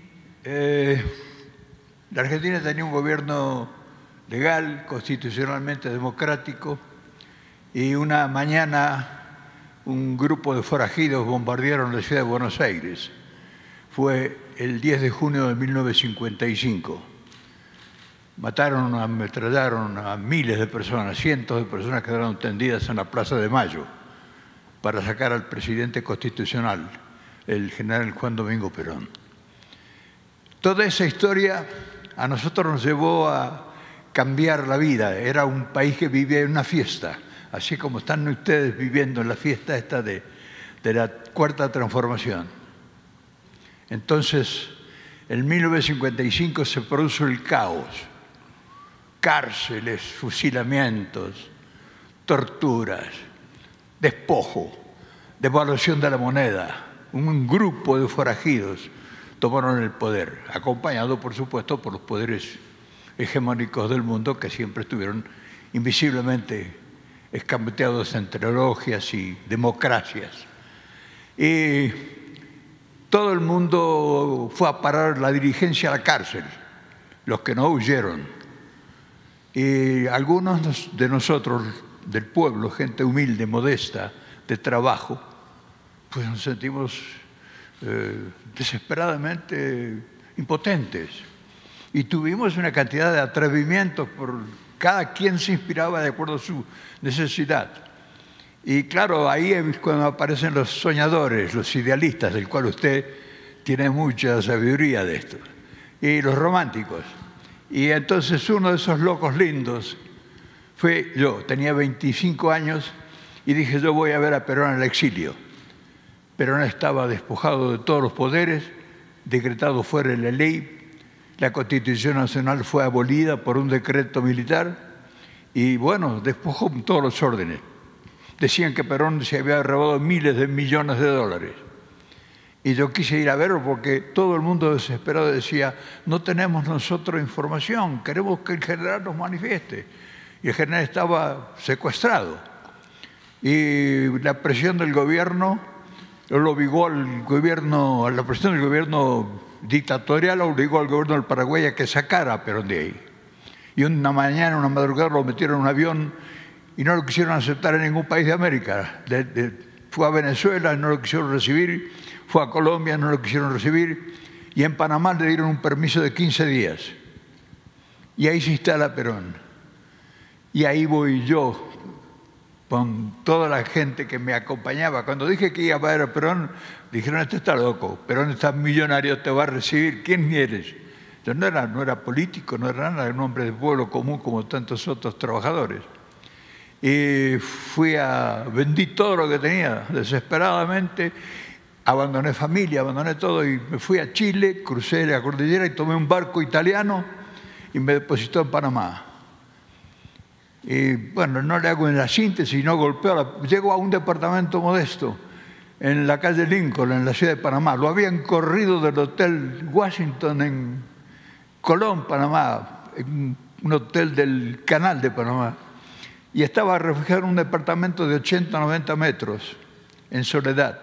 La Argentina tenía un gobierno legal, constitucionalmente democrático, y una mañana un grupo de forajidos bombardearon la ciudad de Buenos Aires. Fue el 10 de junio de 1955. Mataron, ametrallaron a miles de personas, cientos de personas quedaron tendidas en la Plaza de Mayo para sacar al presidente constitucional, el general Juan Domingo Perón. Toda esa historia a nosotros nos llevó a cambiar la vida. Era un país que vivía en una fiesta, así como están ustedes viviendo en la fiesta esta de la Cuarta Transformación. Entonces, en 1955 se produjo el caos, cárceles, fusilamientos, torturas, despojo, devaluación de la moneda. Un grupo de forajidos tomaron el poder, acompañado, por supuesto, por los poderes hegemónicos del mundo que siempre estuvieron invisiblemente escamoteados entre logias y democracias. Y todo el mundo fue a parar la dirigencia a la cárcel, los que no huyeron. Y algunos de nosotros, del pueblo, gente humilde, modesta, de trabajo, pues nos sentimos desesperadamente impotentes. Y tuvimos una cantidad de atrevimientos, cada quien se inspiraba de acuerdo a su necesidad. Y claro, ahí es cuando aparecen los soñadores, los idealistas, del cual usted tiene mucha sabiduría de esto, y los románticos. Y entonces uno de esos locos lindos fue yo, tenía 25 años y dije, yo voy a ver a Perón en el exilio. Perón estaba despojado de todos los poderes, decretado fuera de la ley, la Constitución Nacional fue abolida por un decreto militar y bueno, despojó todos los órdenes. Decían que Perón se había robado miles de millones de dólares. Y yo quise ir a verlo porque todo el mundo desesperado decía, no tenemos nosotros información, queremos que el general nos manifieste. Y el general estaba secuestrado. Y la presión del gobierno lo obligó al gobierno, la presión del gobierno dictatorial obligó al gobierno del Paraguay a que sacara a Perón de ahí. Y una mañana, una madrugada, lo metieron en un avión y no lo quisieron aceptar en ningún país de América. Fue a Venezuela, no lo quisieron recibir, fue a Colombia, no lo quisieron recibir, y en Panamá le dieron un permiso de 15 días. Y ahí se instala Perón. Y ahí voy yo, con toda la gente que me acompañaba. Cuando dije que iba a ver a Perón, dijeron, este está loco, Perón está millonario, te va a recibir, ¿quién eres? Yo no era político, no era nada, era un hombre de pueblo común como tantos otros trabajadores. Y vendí todo lo que tenía, desesperadamente, abandoné familia, abandoné todo y me fui a Chile, crucé la cordillera y tomé un barco italiano y me depositó en Panamá. Y bueno, no le hago en la síntesis, no golpeo. Llego a un departamento modesto en la calle Lincoln, en la ciudad de Panamá. Lo habían corrido del Hotel Washington en Colón, Panamá, en un hotel del Canal de Panamá. Y estaba refugiado en un departamento de 80, 90 metros, en soledad.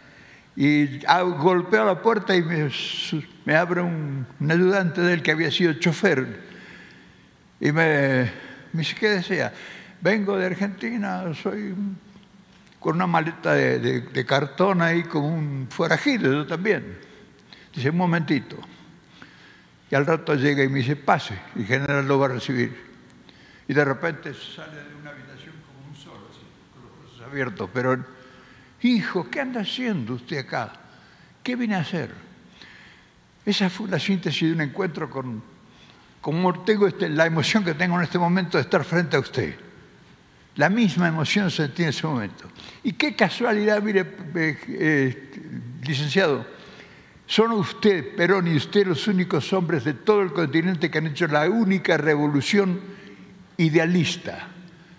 Y golpeo la puerta y me abre un ayudante de él que había sido chofer. Y me dice, ¿qué desea? Vengo de Argentina, soy con una maleta de cartón ahí, con un forajido, yo también. Dice, un momentito. Y al rato llega y me dice, pase, y el general lo va a recibir. Y de repente sale de una habitación como un sol, así, con los brazos abiertos. Pero, hijo, ¿qué anda haciendo usted acá? ¿Qué viene a hacer? Esa fue la síntesis de un encuentro como tengo la emoción que tengo en este momento de estar frente a usted. La misma emoción sentí en ese momento. Y qué casualidad, mire, licenciado, son usted, Perón y usted, los únicos hombres de todo el continente que han hecho la única revolución idealista,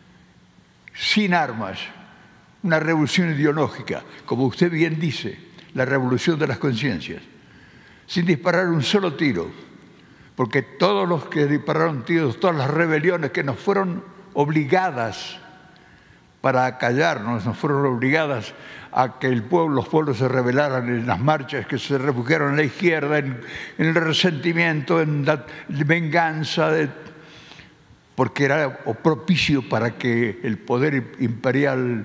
sin armas, una revolución ideológica, como usted bien dice, la revolución de las conciencias, sin disparar un solo tiro, porque todos los que dispararon tiros, todas las rebeliones que nos fueron obligadas para callarnos, nos fueron obligadas a que los pueblos se rebelaran en las marchas, que se refugiaron en la izquierda, en el resentimiento, en la venganza, porque era propicio para que el poder imperial,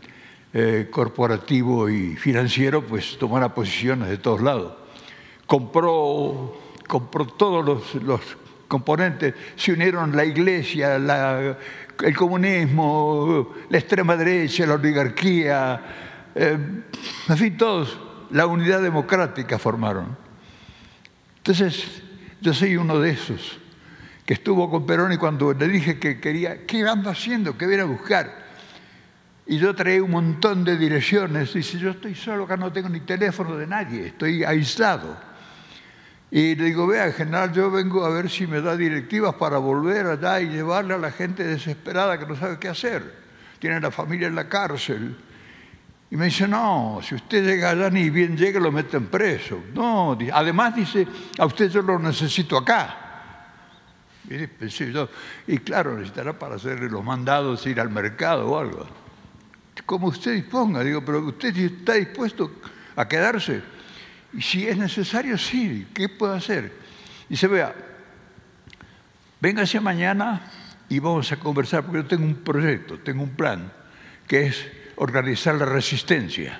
corporativo y financiero, pues tomara posiciones de todos lados. Compró todos los componentes, se unieron la iglesia, el comunismo, la extrema derecha, la oligarquía, en fin, todos, la unidad democrática formaron. Entonces, yo soy uno de esos que estuvo con Perón y cuando le dije que quería, ¿qué anda haciendo? ¿Qué viene a buscar? Y yo traía un montón de direcciones. Dice, yo estoy solo, acá no tengo ni teléfono de nadie, estoy aislado. Y le digo, vea, general, yo vengo a ver si me da directivas para volver allá y llevarle a la gente desesperada que no sabe qué hacer. Tiene la familia en la cárcel. Y me dice, no, si usted llega allá ni bien llega, lo meten preso. No, además dice, a usted yo lo necesito acá. Y pensé yo, y claro, necesitará para hacerle los mandados, ir al mercado o algo. Como usted disponga, digo, pero usted está dispuesto a quedarse. Y si es necesario, sí, ¿qué puedo hacer? Dice, vea, véngase mañana y vamos a conversar, porque yo tengo un proyecto, tengo un plan, que es organizar la resistencia.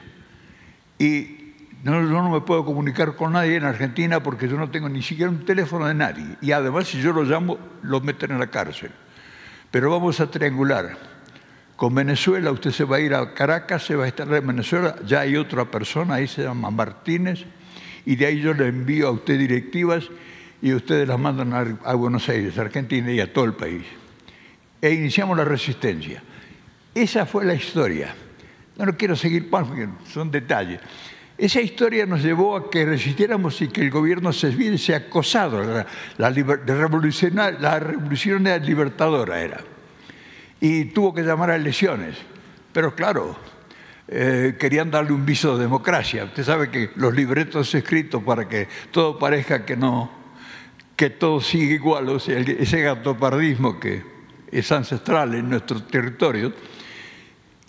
Y yo no me puedo comunicar con nadie en Argentina porque yo no tengo ni siquiera un teléfono de nadie. Y además, si yo lo llamo, lo meten en la cárcel. Pero vamos a triangular. Con Venezuela, usted se va a ir a Caracas, se va a estar en Venezuela, ya hay otra persona, ahí se llama Martínez, y de ahí yo le envío a usted directivas y ustedes las mandan a Buenos Aires, a Argentina y a todo el país. E iniciamos la resistencia. Esa fue la historia. No quiero seguir más porque son detalles. Esa historia nos llevó a que resistiéramos y que el gobierno se viese acosado. La revolución libertadora era. Y tuvo que llamar a elecciones. Pero claro, querían darle un viso de democracia. Usted sabe que los libretos escritos para que todo parezca que todo sigue igual, o sea, ese gatopardismo que es ancestral en nuestro territorio,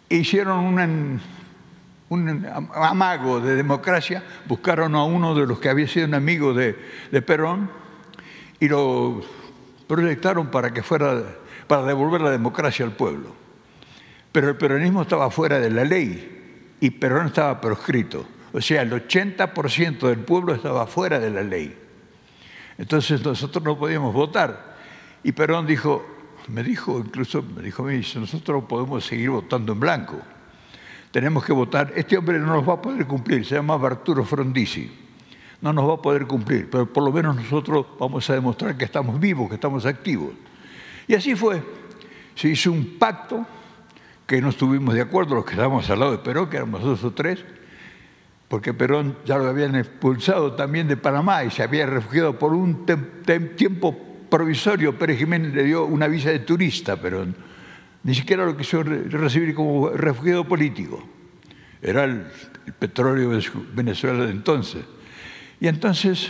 hicieron un amago de democracia, buscaron a uno de los que había sido un amigo de Perón y lo proyectaron para devolver la democracia al pueblo. Pero el peronismo estaba fuera de la ley y Perón estaba proscrito. O sea, el 80% del pueblo estaba fuera de la ley. Entonces nosotros no podíamos votar. Y Perón me dijo a mí, nosotros podemos seguir votando en blanco. Tenemos que votar. Este hombre no nos va a poder cumplir, se llama Arturo Frondizi. No nos va a poder cumplir, pero por lo menos nosotros vamos a demostrar que estamos vivos, que estamos activos. Y así fue. Se hizo un pacto que no estuvimos de acuerdo, los que estábamos al lado de Perón, que éramos 2 o 3, porque Perón ya lo habían expulsado también de Panamá y se había refugiado por un tiempo provisorio. Pérez Jiménez le dio una visa de turista a Perón. Ni siquiera lo quiso recibir como refugiado político. Era el petróleo de Venezuela de entonces. Y entonces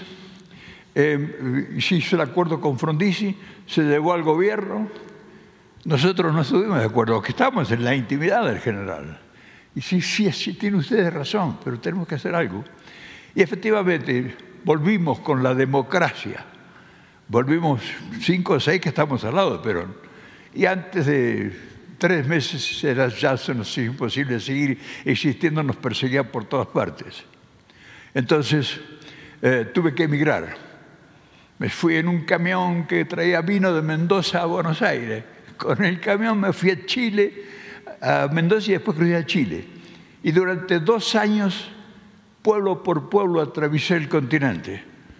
se hizo el acuerdo con Frondizi, se llevó al gobierno. Nosotros no estuvimos de acuerdo, que estábamos en la intimidad del general. Y sí, tiene ustedes razón, pero tenemos que hacer algo. Y efectivamente volvimos con la democracia. Volvimos 5 o 6 que estamos al lado de Perón. Y antes de 3 meses ya se nos hizo imposible seguir existiendo, nos perseguían por todas partes. Entonces tuve que emigrar. Me fui en un camión que traía vino de Mendoza a Buenos Aires. Con el camión me fui a Chile, a Mendoza y después crucé a Chile. Y durante 2 años, pueblo por pueblo, atravesé el continente.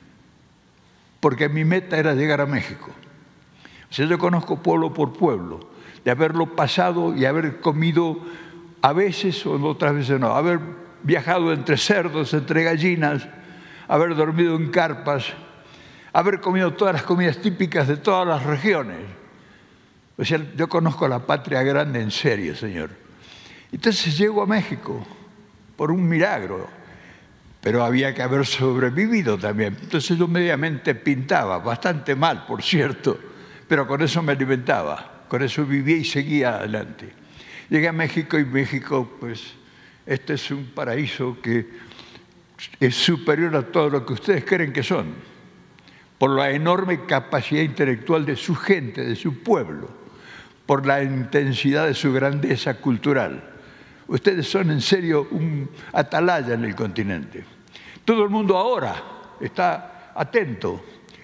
Porque mi meta era llegar a México. O sea, yo conozco pueblo por pueblo, de haberlo pasado y haber comido a veces o otras veces no, haber viajado entre cerdos, entre gallinas, haber dormido en carpas, haber comido todas las comidas típicas de todas las regiones. O sea, yo conozco la patria grande en serio, señor. Entonces llego a México por un milagro, pero había que haber sobrevivido también. Entonces yo mediamente pintaba, bastante mal, por cierto, pero con eso me alimentaba, con eso vivía y seguía adelante. Llegué a México y México, pues, este es un paraíso que es superior a todo lo que ustedes creen que son, por la enorme capacidad intelectual de su gente, de su pueblo, por la intensidad de su grandeza cultural. Ustedes son en serio un atalaya en el continente. Todo el mundo ahora está atento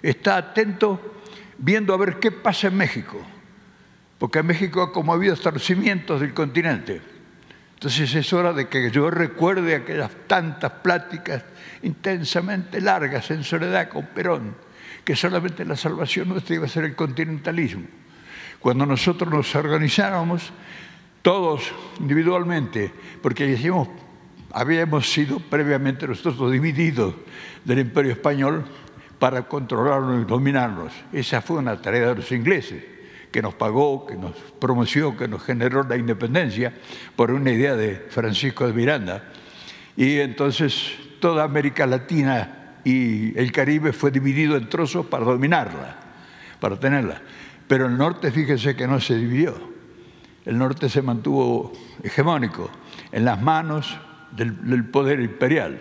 viendo a ver qué pasa en México, porque en México como ha habido establecimientos del continente. Entonces es hora de que yo recuerde aquellas tantas pláticas intensamente largas en soledad con Perón, que solamente la salvación nuestra iba a ser el continentalismo. Cuando nosotros nos organizábamos, todos individualmente, porque habíamos sido previamente nosotros divididos del Imperio Español para controlarnos y dominarnos. Esa fue una tarea de los ingleses, que nos pagó, que nos promocionó, que nos generó la independencia por una idea de Francisco de Miranda. Y entonces toda América Latina y el Caribe fue dividido en trozos para dominarla, para tenerla. Pero el norte, fíjense que no se dividió. El norte se mantuvo hegemónico en las manos del poder imperial.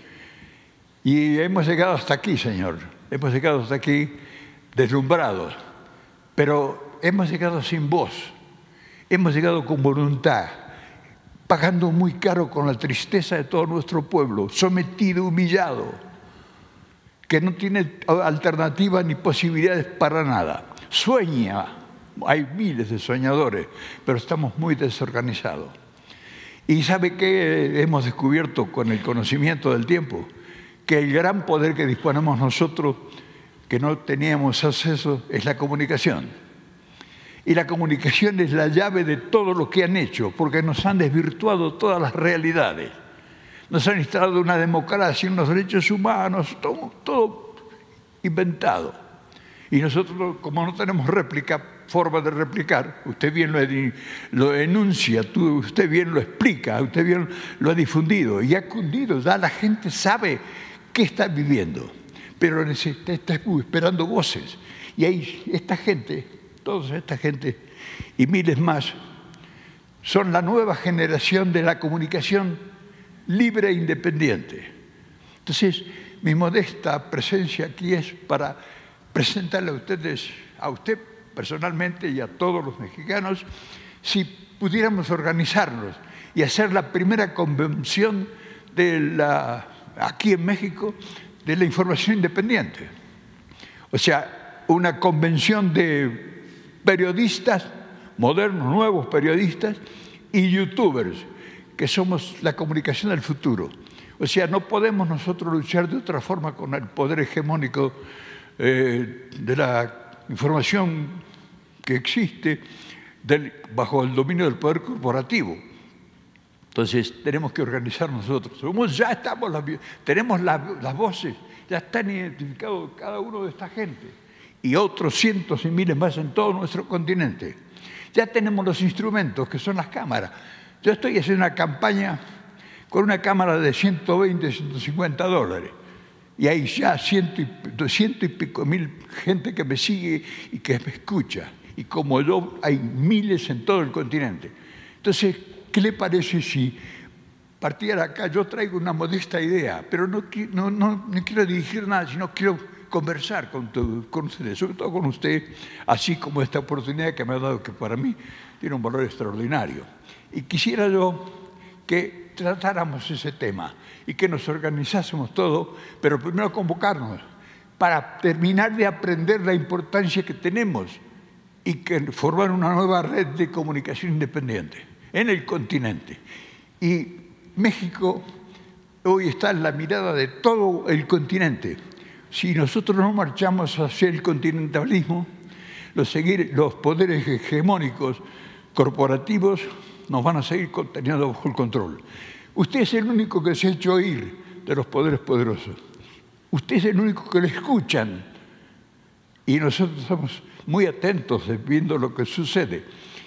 Y hemos llegado hasta aquí, señor. Hemos llegado hasta aquí deslumbrados. Pero hemos llegado sin voz. Hemos llegado con voluntad, pagando muy caro con la tristeza de todo nuestro pueblo, sometido, humillado, que no tiene alternativa ni posibilidades para nada. Sueña, hay miles de soñadores, pero estamos muy desorganizados. ¿Y sabe qué hemos descubierto con el conocimiento del tiempo? Que el gran poder que disponemos nosotros, que no teníamos acceso, es la comunicación. Y la comunicación es la llave de todo lo que han hecho, porque nos han desvirtuado todas las realidades. Nos han instalado una democracia, unos derechos humanos, todo inventado. Y nosotros, como no tenemos forma de replicar, usted bien lo enuncia, usted bien lo explica, usted bien lo ha difundido y ha cundido, ya la gente sabe qué está viviendo, pero está esperando voces. Y ahí esta gente, toda esta gente y miles más, son la nueva generación de la comunicación libre e independiente. Entonces, mi modesta presencia aquí es para presentarle a ustedes, a usted personalmente y a todos los mexicanos, si pudiéramos organizarnos y hacer la primera convención aquí en México de la información independiente. O sea, una convención de periodistas modernos, nuevos periodistas y youtubers, que somos la comunicación del futuro. O sea, no podemos nosotros luchar de otra forma con el poder hegemónico de la información que existe bajo el dominio del poder corporativo. Entonces, tenemos que organizar nosotros. Ya estamos, tenemos las voces, ya están identificados cada uno de esta gente y otros cientos y miles más en todo nuestro continente. Ya tenemos los instrumentos, que son las cámaras. Yo estoy haciendo una campaña con una cámara de 120, 150 dólares. Y hay ya ciento y pico mil gente que me sigue y que me escucha. Y como yo, hay miles en todo el continente. Entonces, ¿qué le parece si partiera acá? Yo traigo una modesta idea, pero no quiero dirigir nada, sino quiero conversar con ustedes, sobre todo con usted, así como esta oportunidad que me ha dado, que para mí tiene un valor extraordinario. Y quisiera yo que tratáramos ese tema y que nos organizásemos todo, pero primero convocarnos para terminar de aprender la importancia que tenemos y que formar una nueva red de comunicación independiente en el continente. Y México hoy está en la mirada de todo el continente. Si nosotros no marchamos hacia el continentalismo, los poderes hegemónicos corporativos nos van a seguir teniendo bajo el control. Usted es el único que se ha hecho oír de los poderes poderosos. Usted es el único que le escuchan. Y nosotros estamos muy atentos viendo lo que sucede.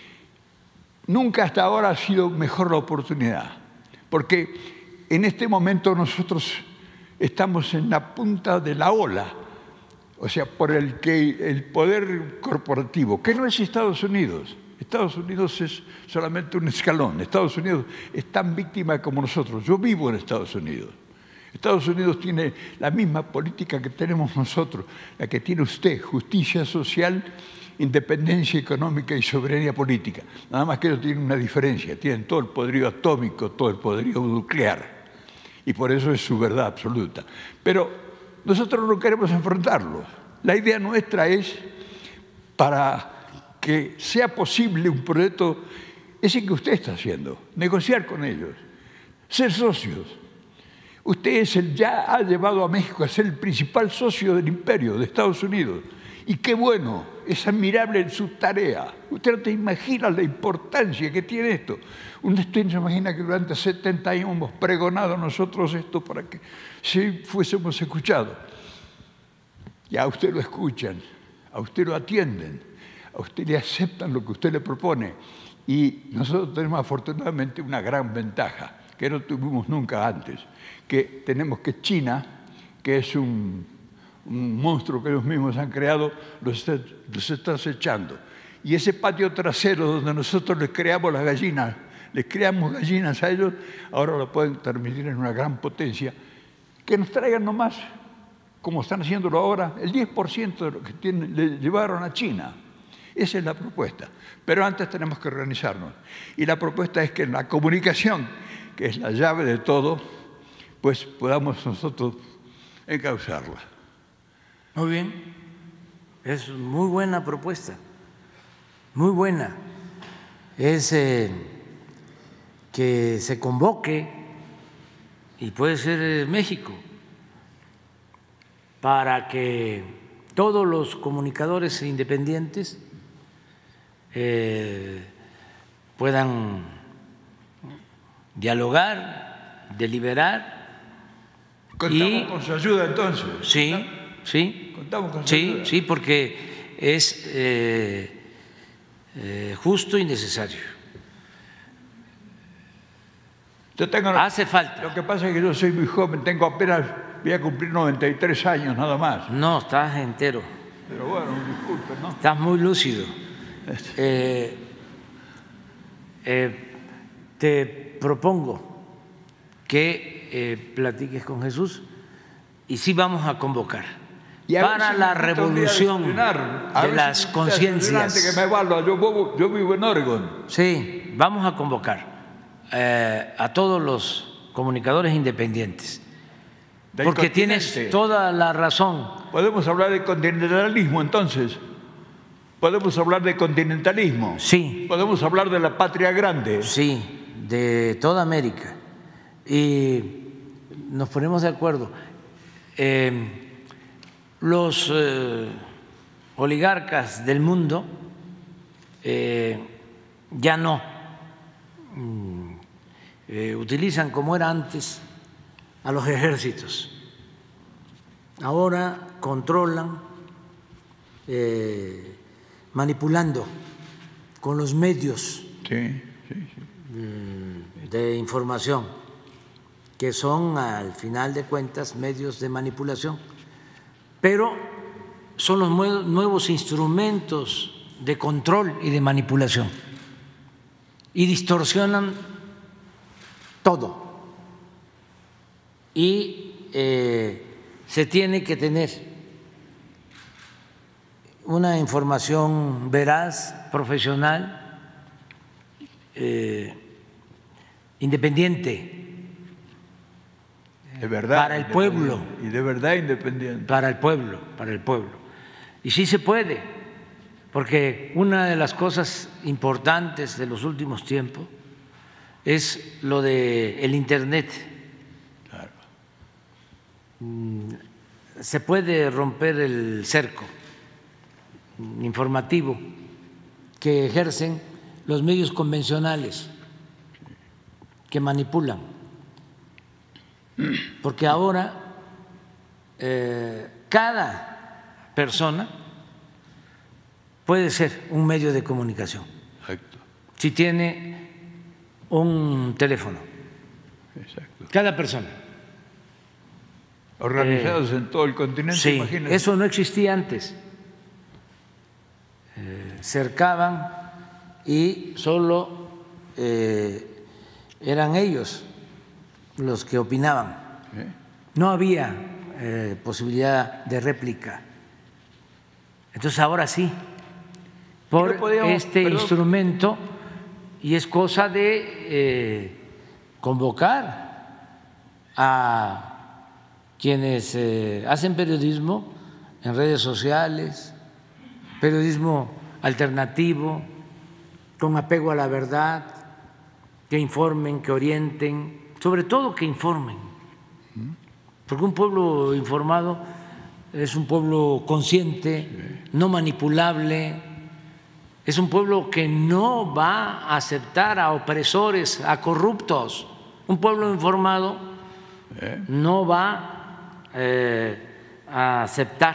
Nunca hasta ahora ha sido mejor la oportunidad, porque en este momento nosotros estamos en la punta de la ola, o sea, por el que el poder corporativo, que no es Estados Unidos. Estados Unidos es solamente un escalón. Estados Unidos es tan víctima como nosotros. Yo vivo en Estados Unidos. Estados Unidos tiene la misma política que tenemos nosotros, la que tiene usted: justicia social, independencia económica y soberanía política. Nada más que ellos tienen una diferencia: tienen todo el poderío atómico, todo el poderío nuclear. Y por eso es su verdad absoluta. Pero nosotros no queremos enfrentarlo. La idea nuestra es, para que sea posible un proyecto ese que usted está haciendo, negociar con ellos, ser socios. Usted ya ha llevado a México a ser el principal socio del imperio de Estados Unidos. Y qué bueno, es admirable en su tarea. Usted no te imagina la importancia que tiene esto. Usted no se imagina que durante 70 años hemos pregonado nosotros esto para que si fuésemos escuchados. Y a usted lo escuchan, a usted lo atienden, a usted le aceptan lo que usted le propone. Y nosotros tenemos afortunadamente una gran ventaja que no tuvimos nunca antes, que tenemos que China, que es un monstruo que ellos mismos han creado, los está acechando. Y ese patio trasero donde nosotros les creamos las gallinas, les creamos gallinas a ellos, ahora lo pueden transmitir en una gran potencia, que nos traigan nomás, como están haciéndolo ahora, el 10% de lo que le llevaron a China. Esa es la propuesta. Pero antes tenemos que organizarnos. Y la propuesta es que en la comunicación, que es la llave de todo, pues podamos nosotros encauzarla. Muy bien. Es muy buena propuesta. Muy buena. Es que se convoque, y puede ser México, para que todos los comunicadores independientes puedan dialogar, deliberar. ¿Contamos con su ayuda entonces? Sí, sí. ¿Contamos con su ayuda? Sí, porque es justo y necesario. Hace falta. Lo que pasa es que yo soy muy joven, voy a cumplir 93 años nada más. No, estás entero. Pero bueno, disculpe, ¿no? Estás muy lúcido. te propongo que platiques con Jesús y sí vamos a convocar para la revolución de las conciencias. Que me valga, yo vivo en Oregon. Sí, vamos a convocar a todos los comunicadores independientes. Porque tienes toda la razón. ¿Podemos hablar de continentalismo entonces? ¿Podemos hablar de continentalismo? Sí. ¿Podemos hablar de la patria grande? Sí, de toda América. Y nos ponemos de acuerdo. Los oligarcas del mundo ya no utilizan como era antes a los ejércitos. Ahora controlan manipulando con los medios de información, que son al final de cuentas medios de manipulación, pero son los nuevos instrumentos de control y de manipulación y distorsionan todo. Y se tiene que tener una información veraz, profesional, independiente, de verdad, para el pueblo. Y de verdad independiente. Para el pueblo, para el pueblo. Y sí se puede, porque una de las cosas importantes de los últimos tiempos es lo del Internet. Claro. Se puede romper el cerco informativo que ejercen los medios convencionales, que manipulan, porque ahora cada persona puede ser un medio de comunicación. Exacto. Si tiene un teléfono. Exacto. Cada persona. Organizados en todo el continente, sí, imagínate. Eso no existía antes. Cercaban y solo eran ellos los que opinaban. No había posibilidad de réplica. Entonces ahora sí, por instrumento, y es cosa de convocar a quienes hacen periodismo en redes sociales, periodismo alternativo, con apego a la verdad, que informen, que orienten, sobre todo que informen, porque un pueblo informado es un pueblo consciente, no manipulable, es un pueblo que no va a aceptar a opresores, a corruptos. Un pueblo informado no va a aceptar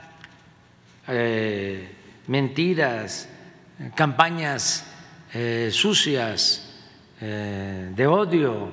mentiras, campañas sucias de odio.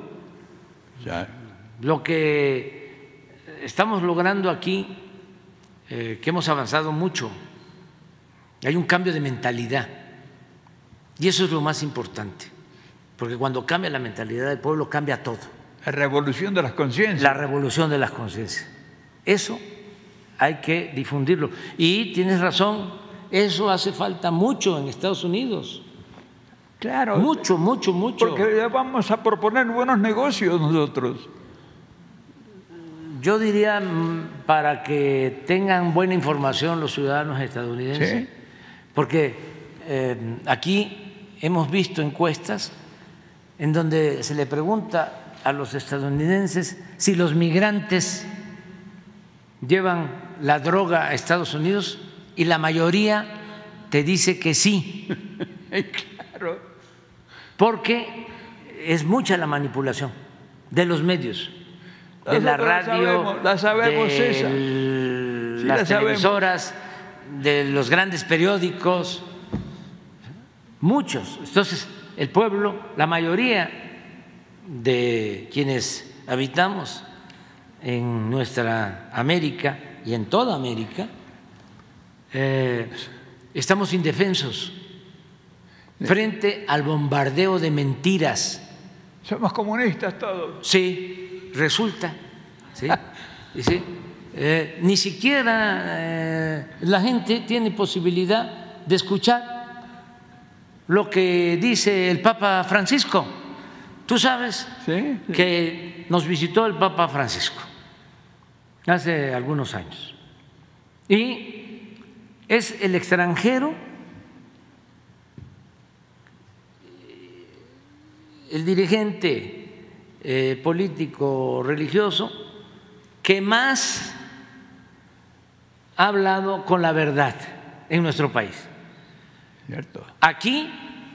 Lo que estamos logrando aquí, que hemos avanzado mucho, hay un cambio de mentalidad y eso es lo más importante, porque cuando cambia la mentalidad del pueblo cambia todo. La revolución de las conciencias. La revolución de las conciencias. Eso hay que difundirlo. Y tienes razón, eso hace falta mucho en Estados Unidos. Claro. Mucho, mucho, mucho. Porque ya vamos a proponer buenos negocios nosotros. Yo diría, para que tengan buena información los ciudadanos estadounidenses, ¿sí? Porque aquí hemos visto encuestas en donde se le pregunta a los estadounidenses si los migrantes llevan la droga a Estados Unidos y la mayoría te dice que sí. Claro. Porque es mucha la manipulación de los medios, de la radio, la sabemos de esa. Sí, las televisoras, de los grandes periódicos, muchos. Entonces, el pueblo, la mayoría de quienes habitamos en nuestra América y en toda América, estamos indefensos frente al bombardeo de mentiras Somos comunistas todos. Sí, resulta. Sí, sí. Ni siquiera la gente tiene posibilidad de escuchar lo que dice el Papa Francisco. Tú sabes que nos visitó el Papa Francisco hace algunos años y es el extranjero, el dirigente político religioso que más ha hablado con la verdad en nuestro país. Cierto. Aquí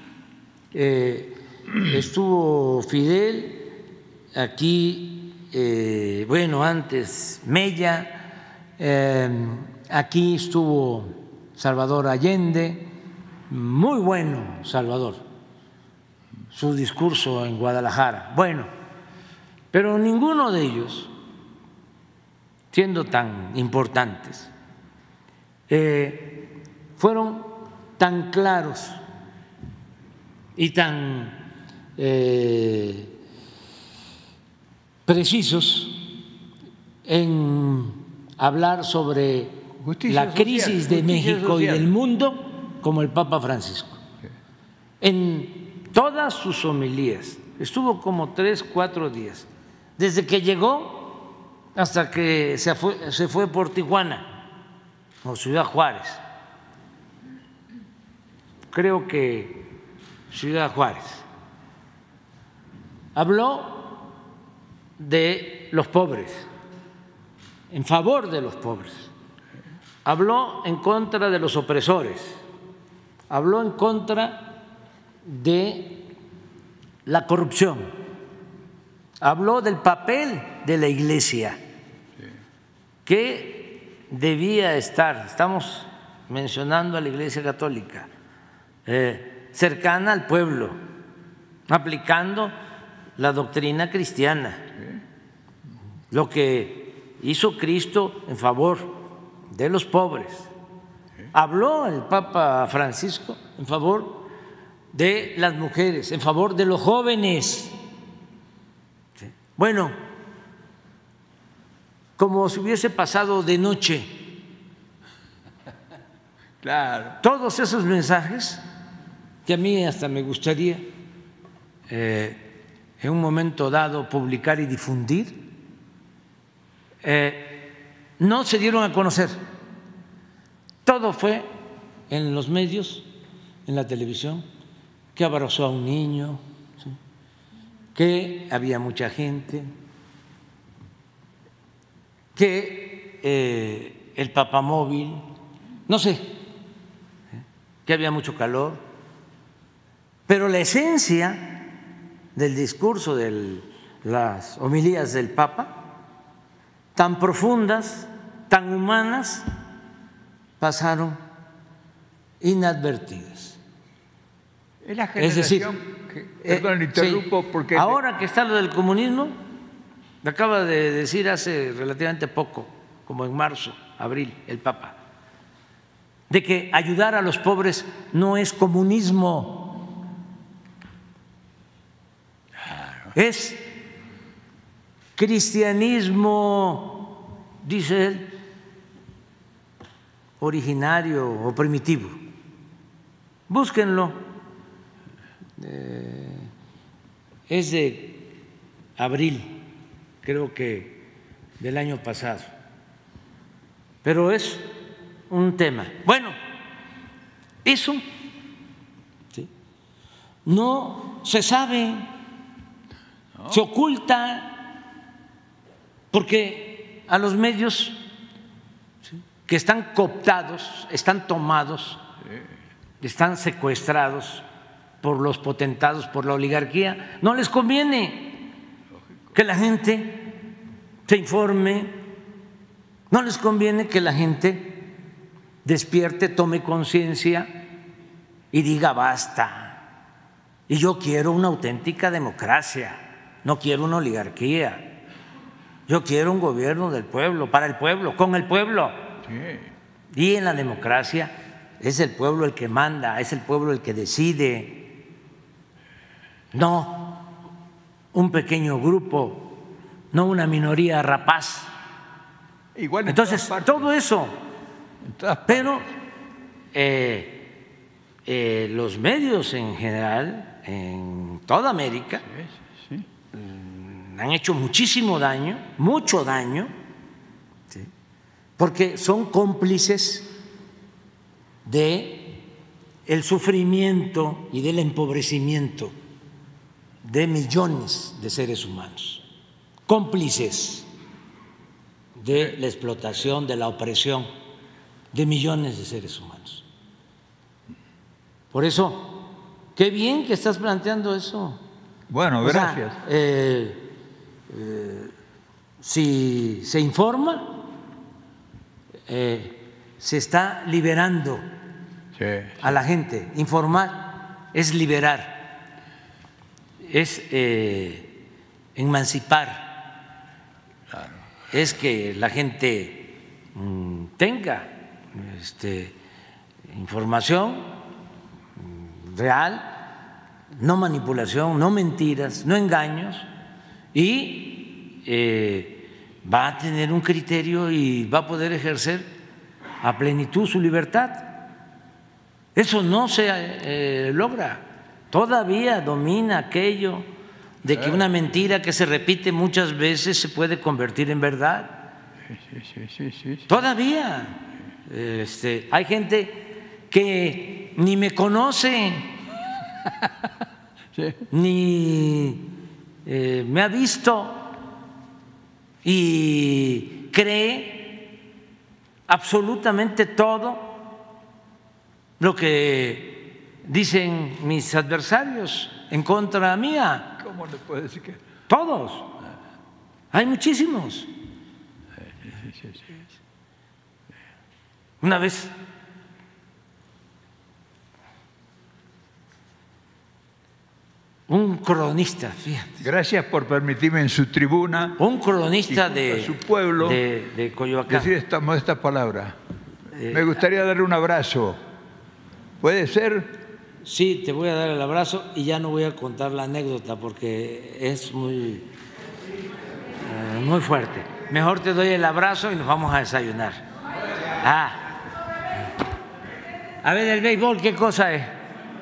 estuvo Fidel, aquí, bueno, antes Mella, aquí estuvo Salvador Allende, muy bueno Salvador, su discurso en Guadalajara, bueno, pero ninguno de ellos, siendo tan importantes, fueron tan claros y tan precisos en hablar sobre la crisis de México y del mundo como el Papa Francisco. En todas sus homilías, estuvo como 3, 4 días, desde que llegó hasta que se fue por Tijuana o Ciudad Juárez. Creo que Ciudad Juárez. Habló de los pobres, en favor de los pobres. Habló en contra de los opresores. Habló en contra de la corrupción. Habló del papel de la Iglesia, que debía estar, estamos mencionando a la Iglesia Católica, cercana al pueblo, aplicando la doctrina cristiana, lo que hizo Cristo en favor de los pobres. Habló el Papa Francisco en favor de las mujeres, en favor de los jóvenes. Bueno, como si hubiese pasado de noche. Claro. Todos esos mensajes que a mí hasta me gustaría en un momento dado publicar y difundir, no se dieron a conocer. Todo fue en los medios, en la televisión, que abrazó a un niño, ¿sí?, que había mucha gente, que el papamóvil, no sé, que había mucho calor. Pero la esencia del discurso, de las homilías del Papa, tan profundas, tan humanas, pasaron inadvertidas. Es la generación perdón, interrumpo, sí, porque ahora que está lo del comunismo, me acaba de decir hace relativamente poco, como en marzo, abril, el Papa, de que ayudar a los pobres no es comunismo. Es cristianismo, dice él, originario o primitivo. Búsquenlo. Es de abril, creo que del año pasado. Pero es un tema. Bueno, eso, ¿sí?, no se sabe. Se oculta porque a los medios, ¿sí?, que están cooptados, están tomados, están secuestrados por los potentados, por la oligarquía, no les conviene que la gente se informe, no les conviene que la gente despierte, tome conciencia y diga basta. Y yo quiero una auténtica democracia. No quiero una oligarquía, yo quiero un gobierno del pueblo, para el pueblo, con el pueblo. Sí. Y en la democracia es el pueblo el que manda, es el pueblo el que decide, no un pequeño grupo, no una minoría rapaz. Igual en entonces, todo eso. Pero los medios en general, en toda América, han hecho muchísimo daño, mucho daño, ¿sí? Porque son cómplices de el sufrimiento y del empobrecimiento de millones de seres humanos, cómplices de la explotación, de la opresión de millones de seres humanos. Por eso, qué bien que estás planteando eso. Bueno, gracias. Si se informa, se está liberando a la gente. Informar es liberar, es emancipar, es que la gente tenga información real, no manipulación, no mentiras, no engaños, y va a tener un criterio y va a poder ejercer a plenitud su libertad. Eso no se logra. Todavía domina aquello de que una mentira que se repite muchas veces se puede convertir en verdad. Sí. Todavía hay gente que ni me conoce, ni me ha visto y cree absolutamente todo lo que dicen mis adversarios en contra mía. ¿Cómo le puede decir que? Todos. Hay muchísimos. Una vez un cronista, fíjate. Gracias por permitirme en su tribuna. Un cronista de su pueblo de Coyoacán. Decir esta palabra. Me gustaría darle un abrazo. ¿Puede ser? Sí, te voy a dar el abrazo y ya no voy a contar la anécdota porque es muy fuerte. Mejor te doy el abrazo y nos vamos a desayunar. A ver, el béisbol, ¿qué cosa es?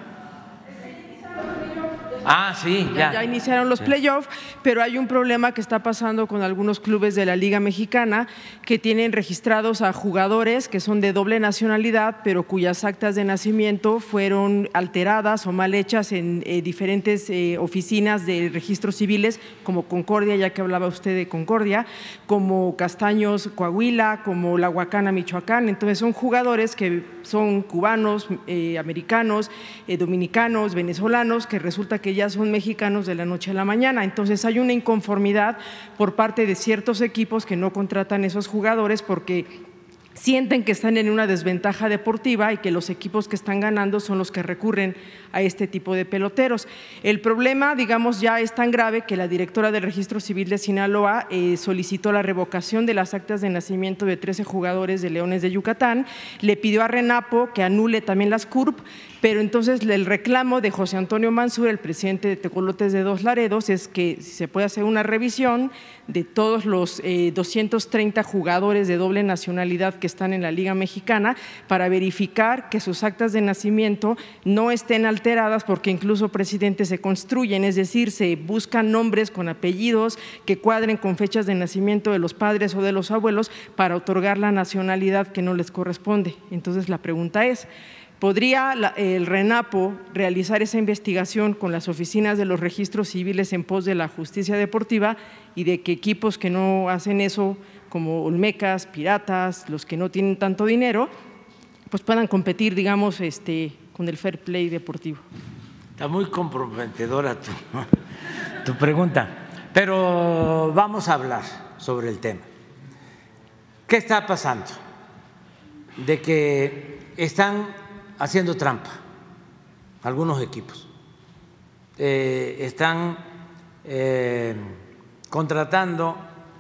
Sí, ya iniciaron los playoffs, pero hay un problema que está pasando con algunos clubes de la Liga Mexicana que tienen registrados a jugadores que son de doble nacionalidad, pero cuyas actas de nacimiento fueron alteradas o mal hechas en diferentes oficinas de registros civiles, como Concordia, ya que hablaba usted de Concordia, como Castaños, Coahuila, como La Huacana, Michoacán. Entonces son jugadores que son cubanos, americanos, dominicanos, venezolanos, que resulta que ya son mexicanos de la noche a la mañana. Entonces hay una inconformidad por parte de ciertos equipos que no contratan esos jugadores porque sienten que están en una desventaja deportiva y que los equipos que están ganando son los que recurren a este tipo de peloteros. El problema, digamos, ya es tan grave que la directora del Registro Civil de Sinaloa solicitó la revocación de las actas de nacimiento de 13 jugadores de Leones de Yucatán, le pidió a Renapo que anule también las CURP, pero entonces el reclamo de José Antonio Mansur, el presidente de Tecolotes de Dos Laredos, es que se puede hacer una revisión de todos los 230 jugadores de doble nacionalidad que están en la Liga Mexicana para verificar que sus actas de nacimiento no estén alteradas, porque incluso, presidente, se construyen, es decir, se buscan nombres con apellidos que cuadren con fechas de nacimiento de los padres o de los abuelos para otorgar la nacionalidad que no les corresponde. Entonces la pregunta es, ¿podría el RENAPO realizar esa investigación con las oficinas de los registros civiles en pos de la justicia deportiva y de que equipos que no hacen eso, como Olmecas, Piratas, los que no tienen tanto dinero, pues puedan competir, digamos, con el fair play deportivo? Está muy comprometedora tu pregunta, pero vamos a hablar sobre el tema. ¿Qué está pasando? De que están haciendo trampa algunos equipos, están contratando,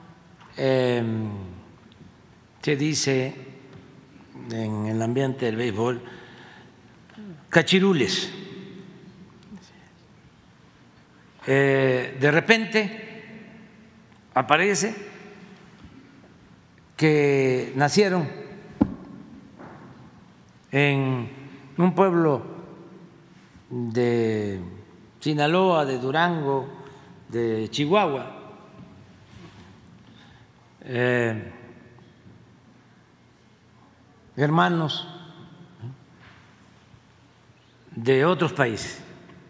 se dice en el ambiente del béisbol, cachirules, de repente aparece que nacieron en un pueblo de Sinaloa, de Durango, de Chihuahua, hermanos de otros países.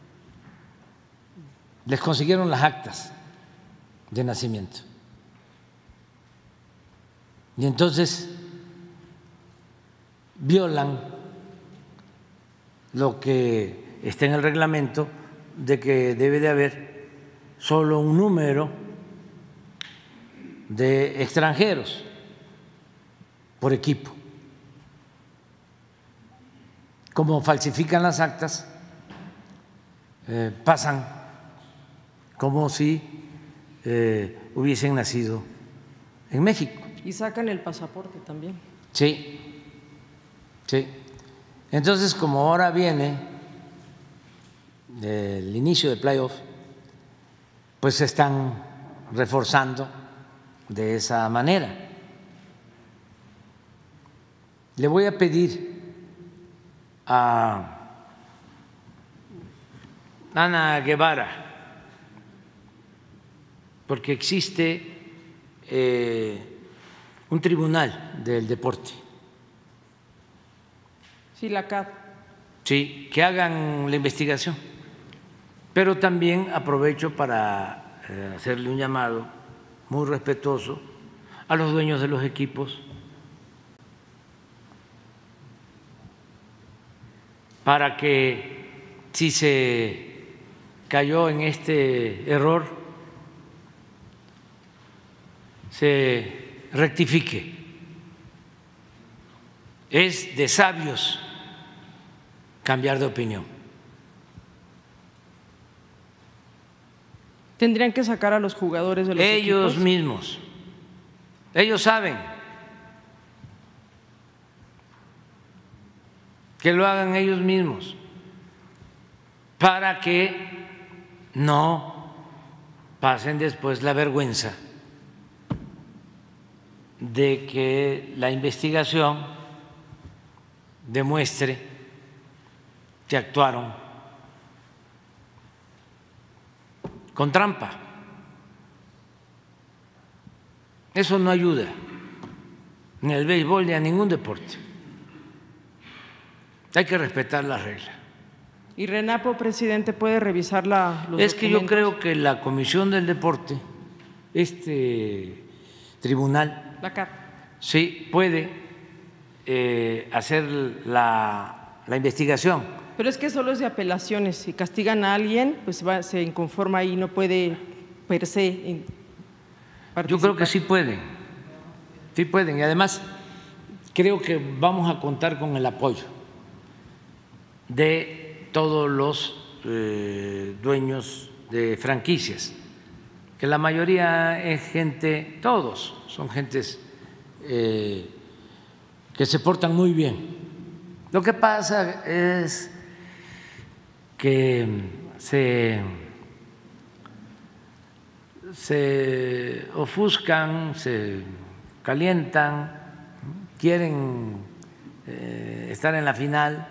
Les consiguieron las actas de nacimiento. Y entonces violan lo que está en el reglamento de que debe de haber solo un número de extranjeros por equipo. Como falsifican las actas, pasan como si hubiesen nacido en México. Y sacan el pasaporte también. Sí, sí. Entonces, como ahora viene el inicio del playoff, pues se están reforzando de esa manera. Le voy a pedir a Ana Guevara, porque existe un tribunal del deporte. Sí, la CAD. Sí, que hagan la investigación. Pero también aprovecho para hacerle un llamado muy respetuoso a los dueños de los equipos para que, si se cayó en este error, se rectifique. Es de sabios cambiar de opinión. ¿Tendrían que sacar a los jugadores de los ellos equipos? Mismos. Ellos saben. Que lo hagan ellos mismos para que no pasen después la vergüenza de que la investigación demuestre que actuaron con trampa. Eso no ayuda ni al béisbol ni a ningún deporte. Hay que respetar las reglas. ¿Y RENAPO, presidente, puede revisar los Es que yo documentos? creo que la Comisión del Deporte, este tribunal, la CAP, sí puede hacer la investigación. Pero es que solo es de apelaciones. Si castigan a alguien, pues se inconforma y no puede per se participar. Yo creo que sí pueden. Sí pueden. Y además creo que vamos a contar con el apoyo de todos los dueños de franquicias, que la mayoría es gente, todos son gentes que se portan muy bien. Lo que pasa es que se ofuscan, se calientan, quieren estar en la final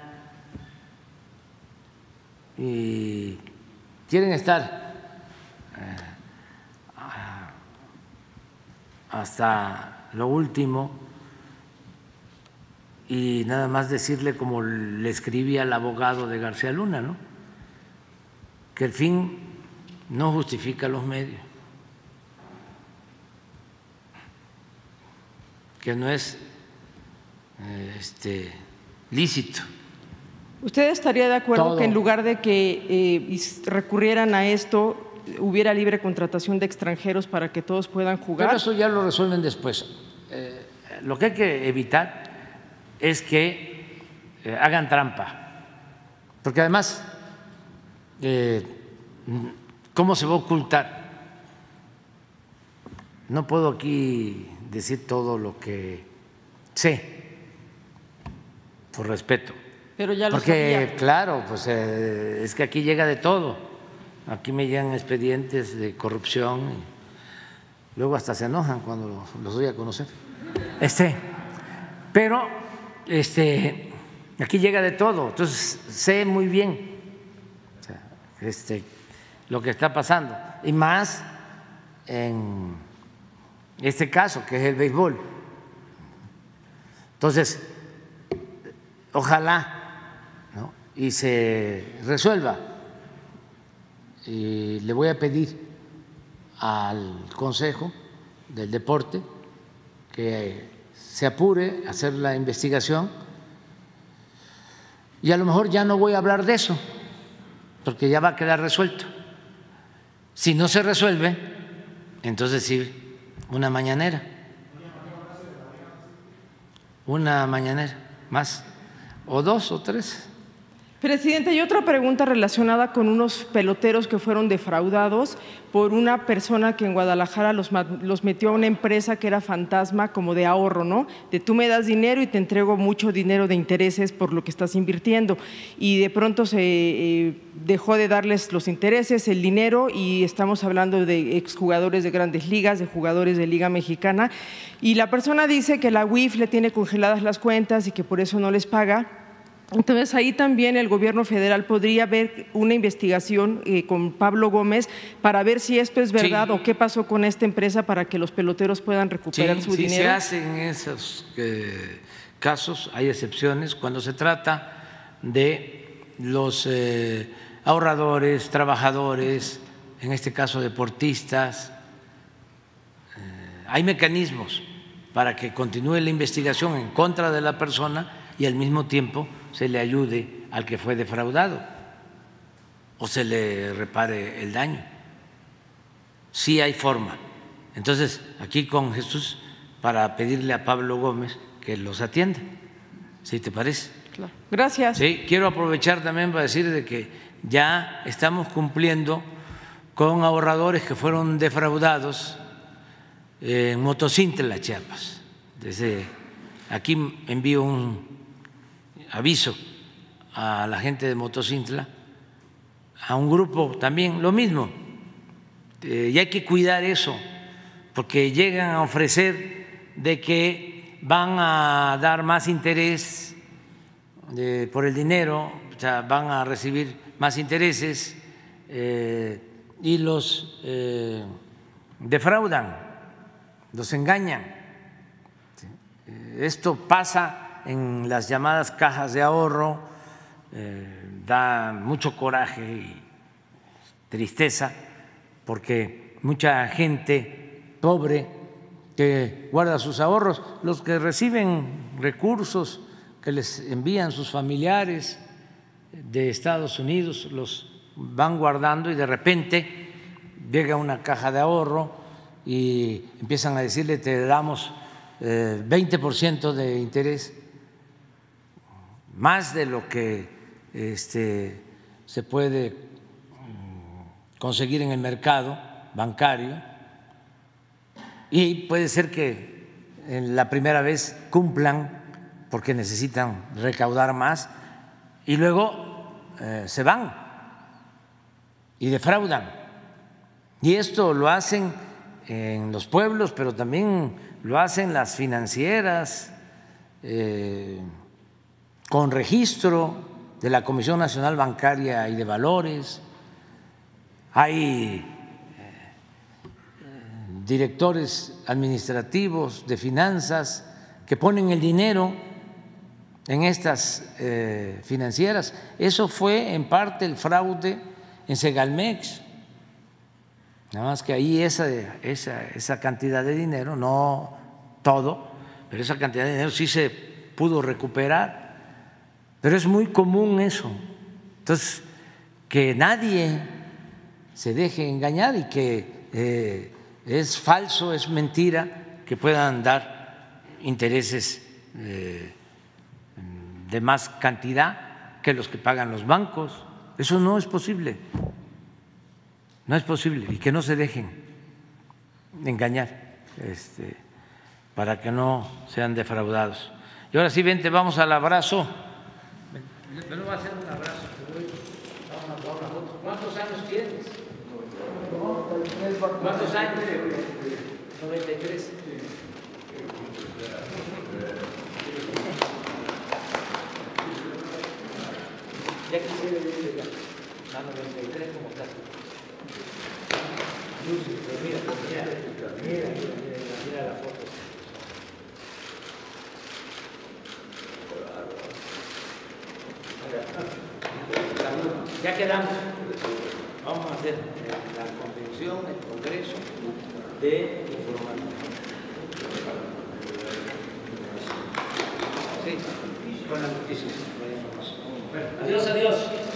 y quieren estar hasta lo último, y nada más decirle, como le escribí al abogado de García Luna, ¿no?, que el fin no justifica los medios, que no es lícito. ¿Usted estaría de acuerdo Todo. que en lugar de que recurrieran a esto, hubiera libre contratación de extranjeros para que todos puedan jugar? Pero eso ya lo resuelven después. Lo que hay que evitar es que hagan trampa, porque además, ¿cómo se va a ocultar? No puedo aquí decir todo lo que sé, por respeto. Pero ya lo porque sabía. claro, pues es que aquí llega de todo. aquí me llegan expedientes de corrupción y luego hasta se enojan cuando los doy a conocer. Pero aquí llega de todo, entonces sé muy bien lo que está pasando, y más en este caso que es el béisbol. Entonces, ojalá, ¿no?, y se resuelva. Y le voy a pedir al Consejo del Deporte que se apure a hacer la investigación, y a lo mejor ya no voy a hablar de eso porque ya va a quedar resuelto. Si no se resuelve, entonces sí, una mañanera más, o 2 o 3. Presidente, y otra pregunta relacionada con unos peloteros que fueron defraudados por una persona que en Guadalajara los metió a una empresa que era fantasma, como de ahorro, ¿no? De tú me das dinero y te entrego mucho dinero de intereses por lo que estás invirtiendo. Y de pronto se dejó de darles los intereses, el dinero, y estamos hablando de exjugadores de Grandes Ligas, de jugadores de Liga Mexicana. Y la persona dice que la UIF le tiene congeladas las cuentas y que por eso no les paga. Entonces, ahí también el gobierno federal podría ver una investigación con Pablo Gómez para ver si esto es verdad, sí, o qué pasó con esta empresa para que los peloteros puedan recuperar su dinero. Sí, se hacen esos casos, hay excepciones cuando se trata de los ahorradores, trabajadores, en este caso deportistas. Hay mecanismos para que continúe la investigación en contra de la persona y al mismo tiempo se le ayude al que fue defraudado o se le repare el daño. Sí hay forma. Entonces, aquí con Jesús, para pedirle a Pablo Gómez que los atienda, ¿sí te parece? Claro. Gracias. Sí, quiero aprovechar también para decir de que ya estamos cumpliendo con ahorradores que fueron defraudados en Motocintla, Chiapas. Desde aquí envío un aviso a la gente de Motocintla, a un grupo también, lo mismo, y hay que cuidar eso, porque llegan a ofrecer de que van a dar más interés por el dinero, o sea, van a recibir más intereses y los defraudan, los engañan. Esto pasa en las llamadas cajas de ahorro, da mucho coraje y tristeza, porque mucha gente pobre que guarda sus ahorros, los que reciben recursos que les envían sus familiares de Estados Unidos, los van guardando y de repente llega una caja de ahorro y empiezan a decirle: te damos 20% de interés, más de lo que se puede conseguir en el mercado bancario, y puede ser que en la primera vez cumplan porque necesitan recaudar más y luego se van y defraudan. Y esto lo hacen en los pueblos, pero también lo hacen las financieras, con registro de la Comisión Nacional Bancaria y de Valores. Hay directores administrativos de finanzas que ponen el dinero en estas financieras. Eso fue en parte el fraude en Segalmex, nada más que ahí esa cantidad de dinero, no todo, pero esa cantidad de dinero sí se pudo recuperar. Pero es muy común eso. Entonces, que nadie se deje engañar y que es falso, es mentira que puedan dar intereses de más cantidad que los que pagan los bancos. Eso no es posible. No es posible, y que no se dejen engañar para que no sean defraudados. Y ahora sí, vente, vamos al abrazo. Me lo va a hacer un abrazo. Vamos a tomar una foto. ¿Cuántos años tienes? ¿Cuántos años? 93. Ya quisiera decirle ya. A 93 como está. Mira la foto. Ya quedamos. Vamos a hacer la convención, el congreso de información. Sí, con las noticias. Adiós, adiós.